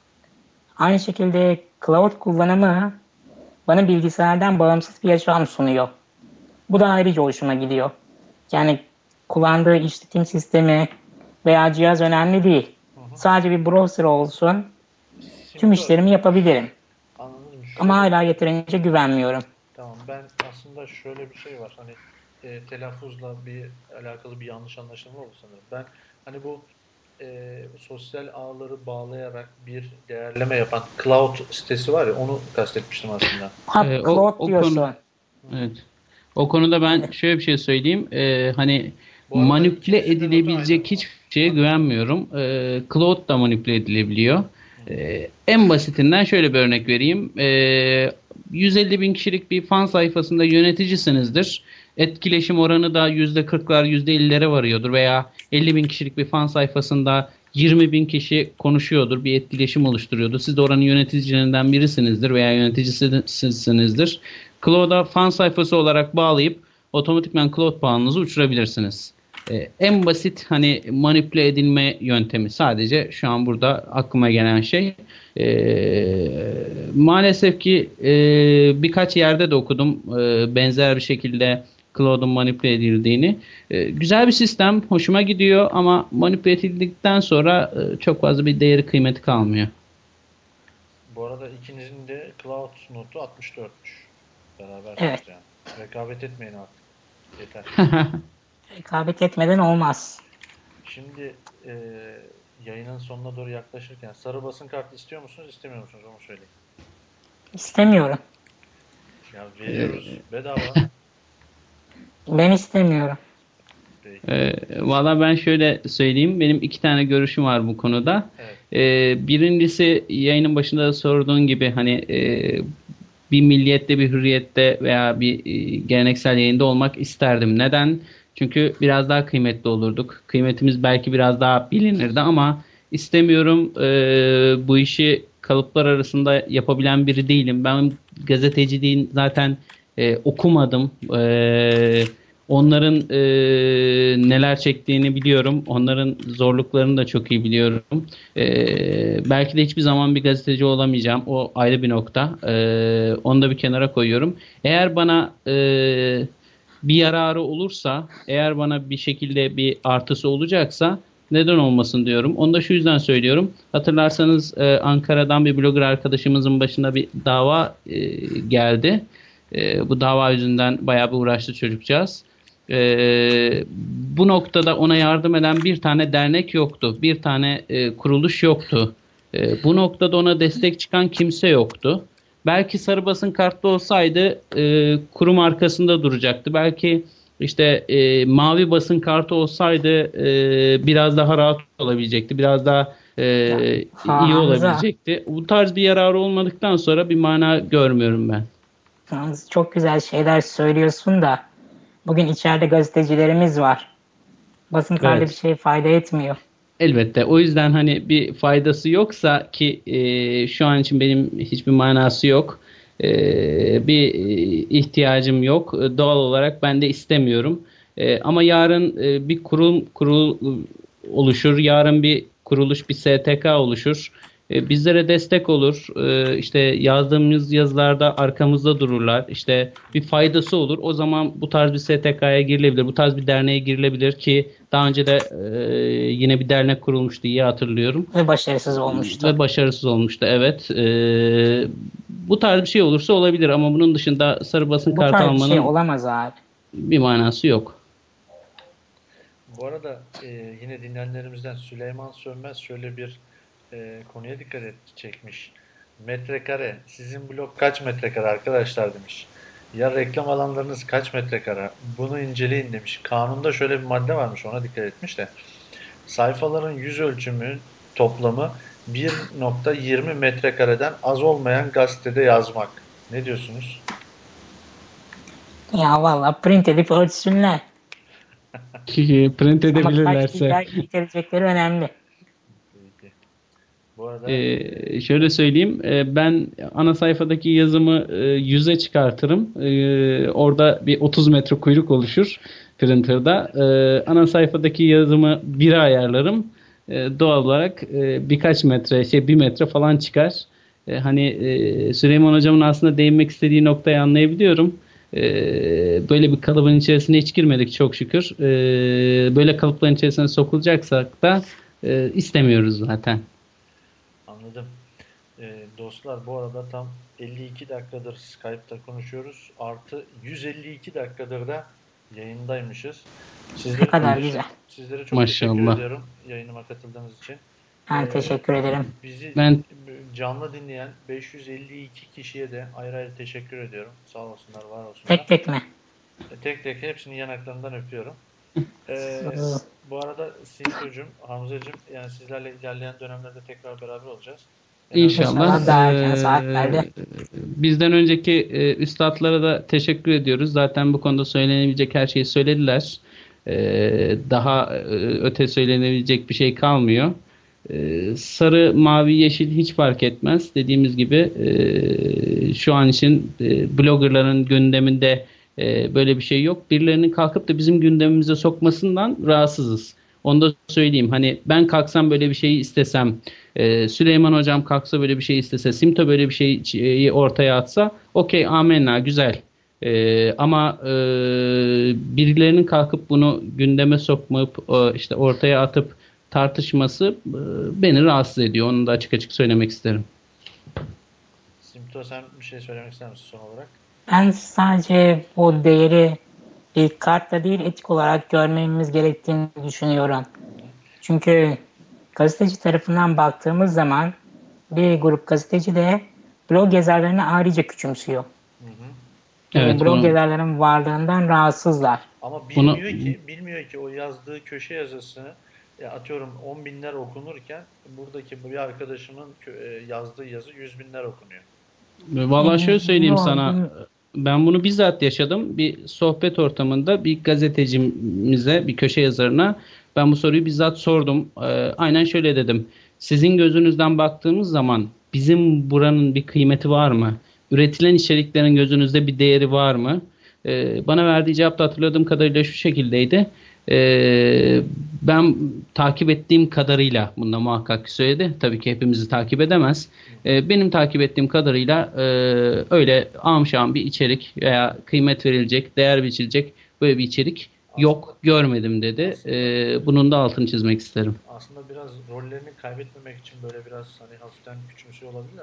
Aynı şekilde Cloud kullanımı bana bilgisayardan bağımsız bir yaşam sunuyor. Bu da ayrıca hoşuma gidiyor. Yani kullandığı işletim sistemi veya cihaz önemli değil. Hı hı. Sadece bir browser olsun. Şimdi tüm işlerimi yapabilirim. Anladım. Şöyle... Ama hala yeterince güvenmiyorum. Tamam, ben aslında şöyle bir şey var. Hani e, telaffuzla bir alakalı bir yanlış anlaşılma oldu sanırım. Ben hani bu e, sosyal ağları bağlayarak bir değerleme yapan Cloud sitesi var ya, onu kastetmiştim aslında. Ha, ee, Cloud o, o diyorsun. konu, evet. O konuda ben şöyle bir şey söyleyeyim. Ee, hani manipüle edilebilecek hiçbir şeye güvenmiyorum. Ee, Cloud da manipüle edilebiliyor. Ee, en basitinden şöyle bir örnek vereyim. Ee, yüz elli bin kişilik bir fan sayfasında yöneticisinizdir. Etkileşim oranı da yüzde kırklar, yüzde ellilere varıyordur. Veya elli bin kişilik bir fan sayfasında yirmi bin kişi konuşuyordur. Bir etkileşim oluşturuyordur. Siz de oranın yöneticilerinden birisinizdir veya yöneticisinizdir. Cloud'a fan sayfası olarak bağlayıp otomatikman Cloud puanınızı uçurabilirsiniz. Ee, en basit hani manipüle edilme yöntemi, sadece şu an burada aklıma gelen şey. Ee, maalesef ki e, birkaç yerde de okudum e, benzer bir şekilde Cloud'un manipüle edildiğini. E, güzel bir sistem, hoşuma gidiyor ama manipüle edildikten sonra e, çok fazla bir değeri kıymeti kalmıyor. Bu arada ikinizin de Cloud notu altmış dörtmüş. Beraber evet. Yani. Rekabet etmeyin artık. Yeter. Rekabet etmeden olmaz. Şimdi e, yayının sonuna doğru yaklaşırken sarı basın kartı istiyor musunuz, istemiyor musunuz, onu söyleyin. İstemiyorum. Ya veriyoruz bedava. Ben istemiyorum. E, Valla ben şöyle söyleyeyim. Benim iki tane görüşüm var bu konuda. Evet. E, birincisi, yayının başında da sorduğun gibi hani e, bir milliyette, bir hürriyette veya bir e, geleneksel yayında olmak isterdim. Neden? Çünkü biraz daha kıymetli olurduk. Kıymetimiz belki biraz daha bilinirdi ama istemiyorum. E, bu işi kalıplar arasında yapabilen biri değilim. Ben gazeteciliğin zaten e, okumadım. E, onların e, neler çektiğini biliyorum. Onların zorluklarını da çok iyi biliyorum. E, belki de hiçbir zaman bir gazeteci olamayacağım. O ayrı bir nokta. E, onu da bir kenara koyuyorum. Eğer bana e, bir yararı olursa, eğer bana bir şekilde bir artısı olacaksa neden olmasın diyorum. Onu da şu yüzden söylüyorum. Hatırlarsanız e, Ankara'dan bir blogger arkadaşımızın başına bir dava e, geldi. E, bu dava yüzünden bayağı bir uğraştı çocukcağız. E, bu noktada ona yardım eden bir tane dernek yoktu. Bir tane e, kuruluş yoktu. E, bu noktada ona destek çıkan kimse yoktu. Belki sarı basın kartlı olsaydı e, kurum arkasında duracaktı. Belki işte e, mavi basın kartı olsaydı e, biraz daha rahat olabilecekti. Biraz daha e, iyi olabilecekti. Bu tarz bir yararı olmadıktan sonra bir mana görmüyorum ben. Çok güzel şeyler söylüyorsun da bugün içeride gazetecilerimiz var. Basın kartı evet. Bir şey fayda etmiyor. Elbette. O yüzden hani bir faydası yoksa ki e, şu an için benim hiçbir manası yok. E, bir ihtiyacım yok. Doğal olarak ben de istemiyorum. E, ama yarın e, bir kurul kurul oluşur. Yarın bir kuruluş, bir S T K oluşur. E, bizlere destek olur. E, işte yazdığımız yazılarda arkamızda dururlar. İşte bir faydası olur. O zaman bu tarz bir S T K'ya girilebilir. Bu tarz bir derneğe girilebilir ki daha önce de e, yine bir dernek kurulmuştu. İyi hatırlıyorum. Ve başarısız olmuştu. Ve başarısız olmuştu. Evet. E, bu tarz bir şey olursa olabilir ama bunun dışında sarı basın kartı almanın... Bu tarz bir şey olamaz abi. Bir manası yok. Bu arada e, yine dinleyenlerimizden Süleyman Sönmez şöyle bir e, konuya dikkat et, çekmiş. Metrekare, sizin blog kaç metrekare arkadaşlar demiş. Ya reklam alanlarınız kaç metrekare? Bunu inceleyin demiş. Kanunda şöyle bir madde varmış, ona dikkat etmiş de. Sayfaların yüz ölçümü toplamı bir nokta yirmi metrekareden az olmayan gazetede yazmak. Ne diyorsunuz? Ya valla print edip ölçsünler. Print edebilirlerse. Ama kaç getirecekleri önemli. Bu arada... Ee, şöyle söyleyeyim. Ee, ben ana sayfadaki yazımı e, yüze çıkartırım. Ee, orada bir otuz metre kuyruk oluşur printer'da. Ee, ana sayfadaki yazımı bire ayarlarım. Ee, doğal olarak e, birkaç metre, şey bir metre falan çıkar. Ee, hani e, Süleyman Hocam'ın aslında değinmek istediği noktayı anlayabiliyorum. Ee, böyle bir kalıbın içerisine hiç girmedik çok şükür. Ee, böyle kalıpların içerisine sokulacaksak da e, istemiyoruz zaten. Anladım. Ee, dostlar bu arada tam elli iki dakikadır Skype'ta konuşuyoruz. Artı yüz elli iki dakikadır da yayındaymışız. Sizlere, ne kadar güzel. Sizlere çok Maşallah. teşekkür ediyorum yayınıma katıldığınız için. Ben ee, teşekkür ederim. Bizi ben... canlı dinleyen beş yüz elli iki kişiye de ayrı ayrı teşekkür ediyorum. Sağ olsunlar, var olsunlar. Tek tek mi? Tek tek hepsinin yanaklarından öpüyorum. Ee, bu arada Sinto'cum, Hamzacım, yani sizlerle ilerleyen dönemlerde tekrar beraber olacağız. Yani İnşallah. Ee, bizden önceki e, üstadlara da teşekkür ediyoruz. Zaten bu konuda söylenebilecek her şeyi söylediler. Ee, daha e, öte söylenebilecek bir şey kalmıyor. Ee, sarı, mavi, yeşil hiç fark etmez. Dediğimiz gibi e, şu an için e, bloggerların gündeminde e, böyle bir şey yok. Birilerinin kalkıp da bizim gündemimize sokmasından rahatsızız. Onu da söyleyeyim. Hani ben kalksam böyle bir şeyi istesem, e, Süleyman Hocam kalksa böyle bir şey istese, Simto böyle bir şeyi ortaya atsa, okey, amenna, güzel. E, ama e, birilerinin kalkıp bunu gündeme sokmayıp e, işte ortaya atıp tartışması e, beni rahatsız ediyor. Onu da açık açık söylemek isterim. Simto, sen bir şey söylemek ister misin son olarak? Ben sadece bu değeri bir kartla değil, etik olarak görmemiz gerektiğini düşünüyorum. Çünkü gazeteci tarafından baktığımız zaman bir grup gazeteci de blog yazarlarını ayrıca küçümsüyor. Hı hı. Yani evet, blog bunu... yazarların varlığından rahatsızlar. Ama bilmiyor bunu... ki bilmiyor ki o yazdığı köşe yazısını, ya atıyorum on binler okunurken buradaki bir arkadaşımın yazdığı yazı yüz binler okunuyor. Vallahi şöyle söyleyeyim sana. Ben bunu bizzat yaşadım. Bir sohbet ortamında bir gazetecimize, bir köşe yazarına ben bu soruyu bizzat sordum. Ee, aynen şöyle dedim. Sizin gözünüzden baktığımız zaman bizim buranın bir kıymeti var mı? Üretilen içeriklerin gözünüzde bir değeri var mı? Ee, bana verdiği cevap da hatırladığım kadarıyla şu şekildeydi. Ee, ben takip ettiğim kadarıyla, bunda muhakkak söyledi. Tabii ki hepimizi takip edemez. Ee, benim takip ettiğim kadarıyla e, öyle amşam bir içerik veya kıymet verilecek, değer biçilecek böyle bir içerik yok, görmedim dedi. Ee, bunun da altını çizmek isterim. Aslında biraz rollerini kaybetmemek için böyle biraz hani hafiften küçümsüyor olabilirler.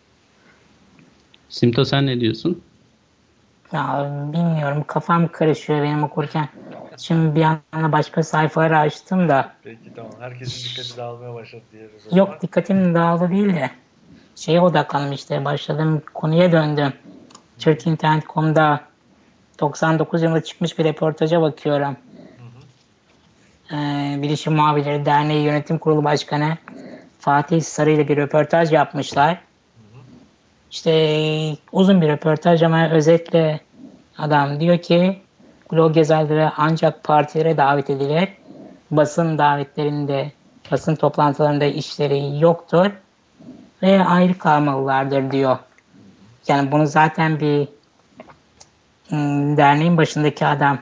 Simto, sen ne diyorsun? Ya bilmiyorum, kafam karışıyor benim okurken. Şimdi bir anda başka sayfaları açtım da. Peki tamam, herkesin dikkati dağılmaya başladı diyoruz. Yok, dikkatim dağıldı değil de şeye odaklandım, işte başladığım konuya döndüm. Türk internet nokta com'da doksan dokuz yılında çıkmış bir röportaja bakıyorum. Hı hı. Ee, Bilişim Muhabirleri Derneği Yönetim Kurulu Başkanı Fatih Sarı ile bir röportaj yapmışlar. Hı hı. İşte uzun bir röportaj ama özetle adam diyor ki blog yazarları ancak partilere davet edilir. Basın davetlerinde, basın toplantılarında işleri yoktur ve ayrı kalmalılardır diyor. Yani bunu zaten bir derneğin başındaki adam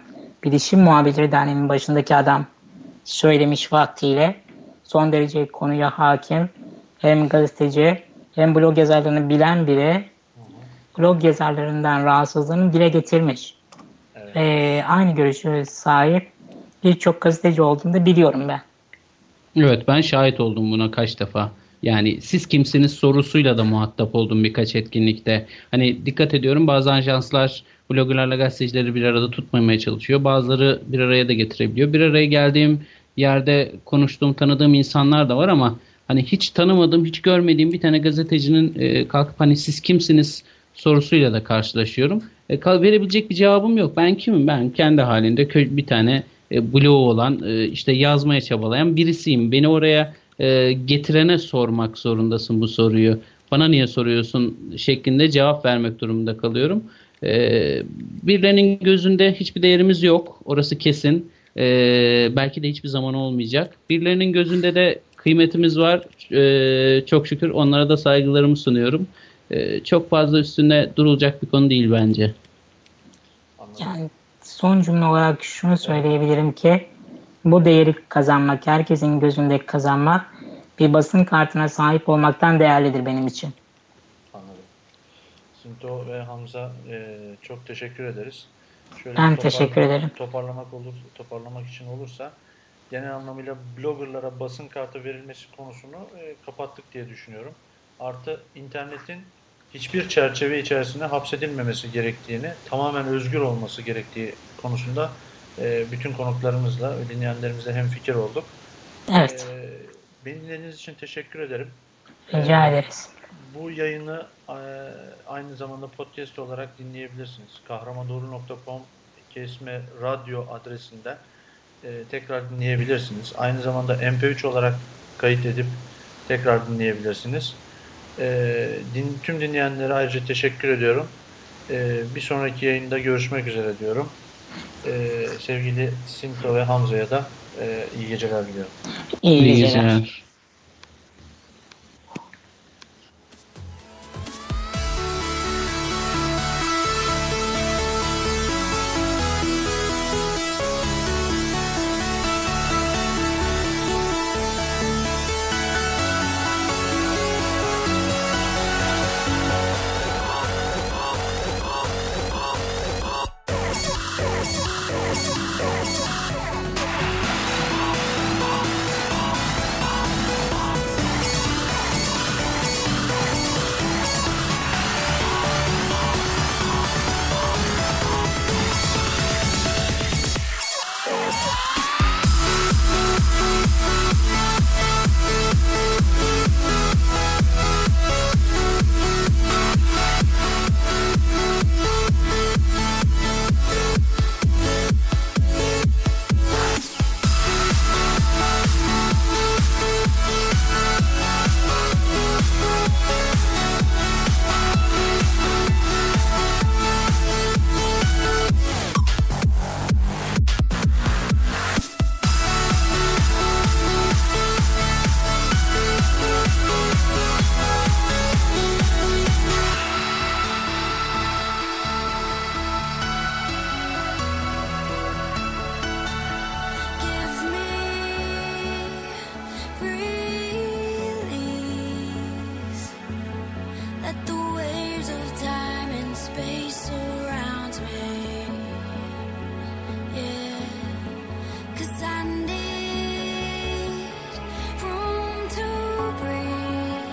Bilişim Muhabirleri Derneği'nin başındaki adam söylemiş vaktiyle. Son derece konuya hakim, hem gazeteci hem blog yazarlarını bilen biri blog yazarlarından rahatsızlığını dile getirmiş. Evet. Ve aynı görüşe sahip birçok gazeteci olduğunu da biliyorum ben. Evet, ben şahit oldum buna kaç defa. Yani siz kimsiniz sorusuyla da muhatap oldum birkaç etkinlikte. Hani dikkat ediyorum, bazı ajanslar bloggerlarla gazetecileri bir arada tutmamaya çalışıyor. Bazıları bir araya da getirebiliyor. Bir araya geldiğim yerde konuştuğum, tanıdığım insanlar da var ama hani hiç tanımadığım, hiç görmediğim bir tane gazetecinin e, kalkıp hani siz kimsiniz sorusuyla da karşılaşıyorum. E, verebilecek bir cevabım yok. Ben kimim? Ben kendi halinde kö- bir tane e, bloğu olan, e, işte yazmaya çabalayan birisiyim. Beni oraya e, getirene sormak zorundasın bu soruyu. Bana niye soruyorsun şeklinde cevap vermek durumunda kalıyorum. E, birilerinin gözünde hiçbir değerimiz yok. Orası kesin. E, belki de hiçbir zaman olmayacak. Birilerinin gözünde de kıymetimiz var. E, çok şükür onlara da saygılarımı sunuyorum. E, çok fazla üstünde durulacak bir konu değil bence. Yani son cümle olarak şunu söyleyebilirim ki bu değeri kazanmak, herkesin gözünde kazanmak bir basın kartına sahip olmaktan değerlidir benim için. Anladım. Sinto ve Hamza e, çok teşekkür ederiz. Şöyle Ben teşekkür ederim. Toparlamak olur, toparlamak için olursa genel anlamıyla bloggerlara basın kartı verilmesi konusunu e, kapattık diye düşünüyorum. Artı internetin hiçbir çerçeve içerisinde hapsedilmemesi gerektiğini, tamamen özgür olması gerektiği konusunda e, bütün konuklarımızla ve dinleyenlerimizle hemfikir olduk. Evet. E, beni dinlediğiniz için teşekkür ederim. Rica e, ederiz. Bu yayını e, aynı zamanda podcast olarak dinleyebilirsiniz. kahramandoğru nokta com kesme radyo adresinden e, tekrar dinleyebilirsiniz. Aynı zamanda M P üç olarak kayıt edip tekrar dinleyebilirsiniz. E, din, tüm dinleyenlere ayrıca teşekkür ediyorum. E, bir sonraki yayında görüşmek üzere diyorum. E, sevgili Sinto ve Hamza'ya da e, iyi geceler diliyorum. İyi geceler.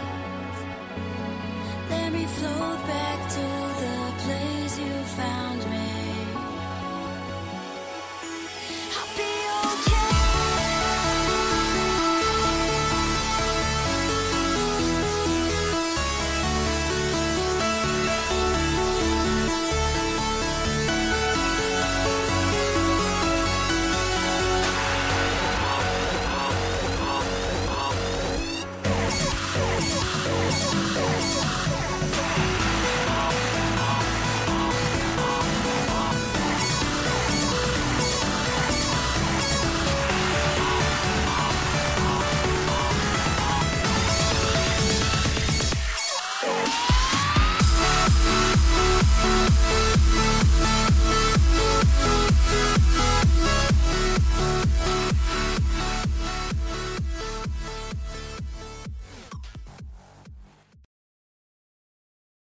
Float back to the place you found me.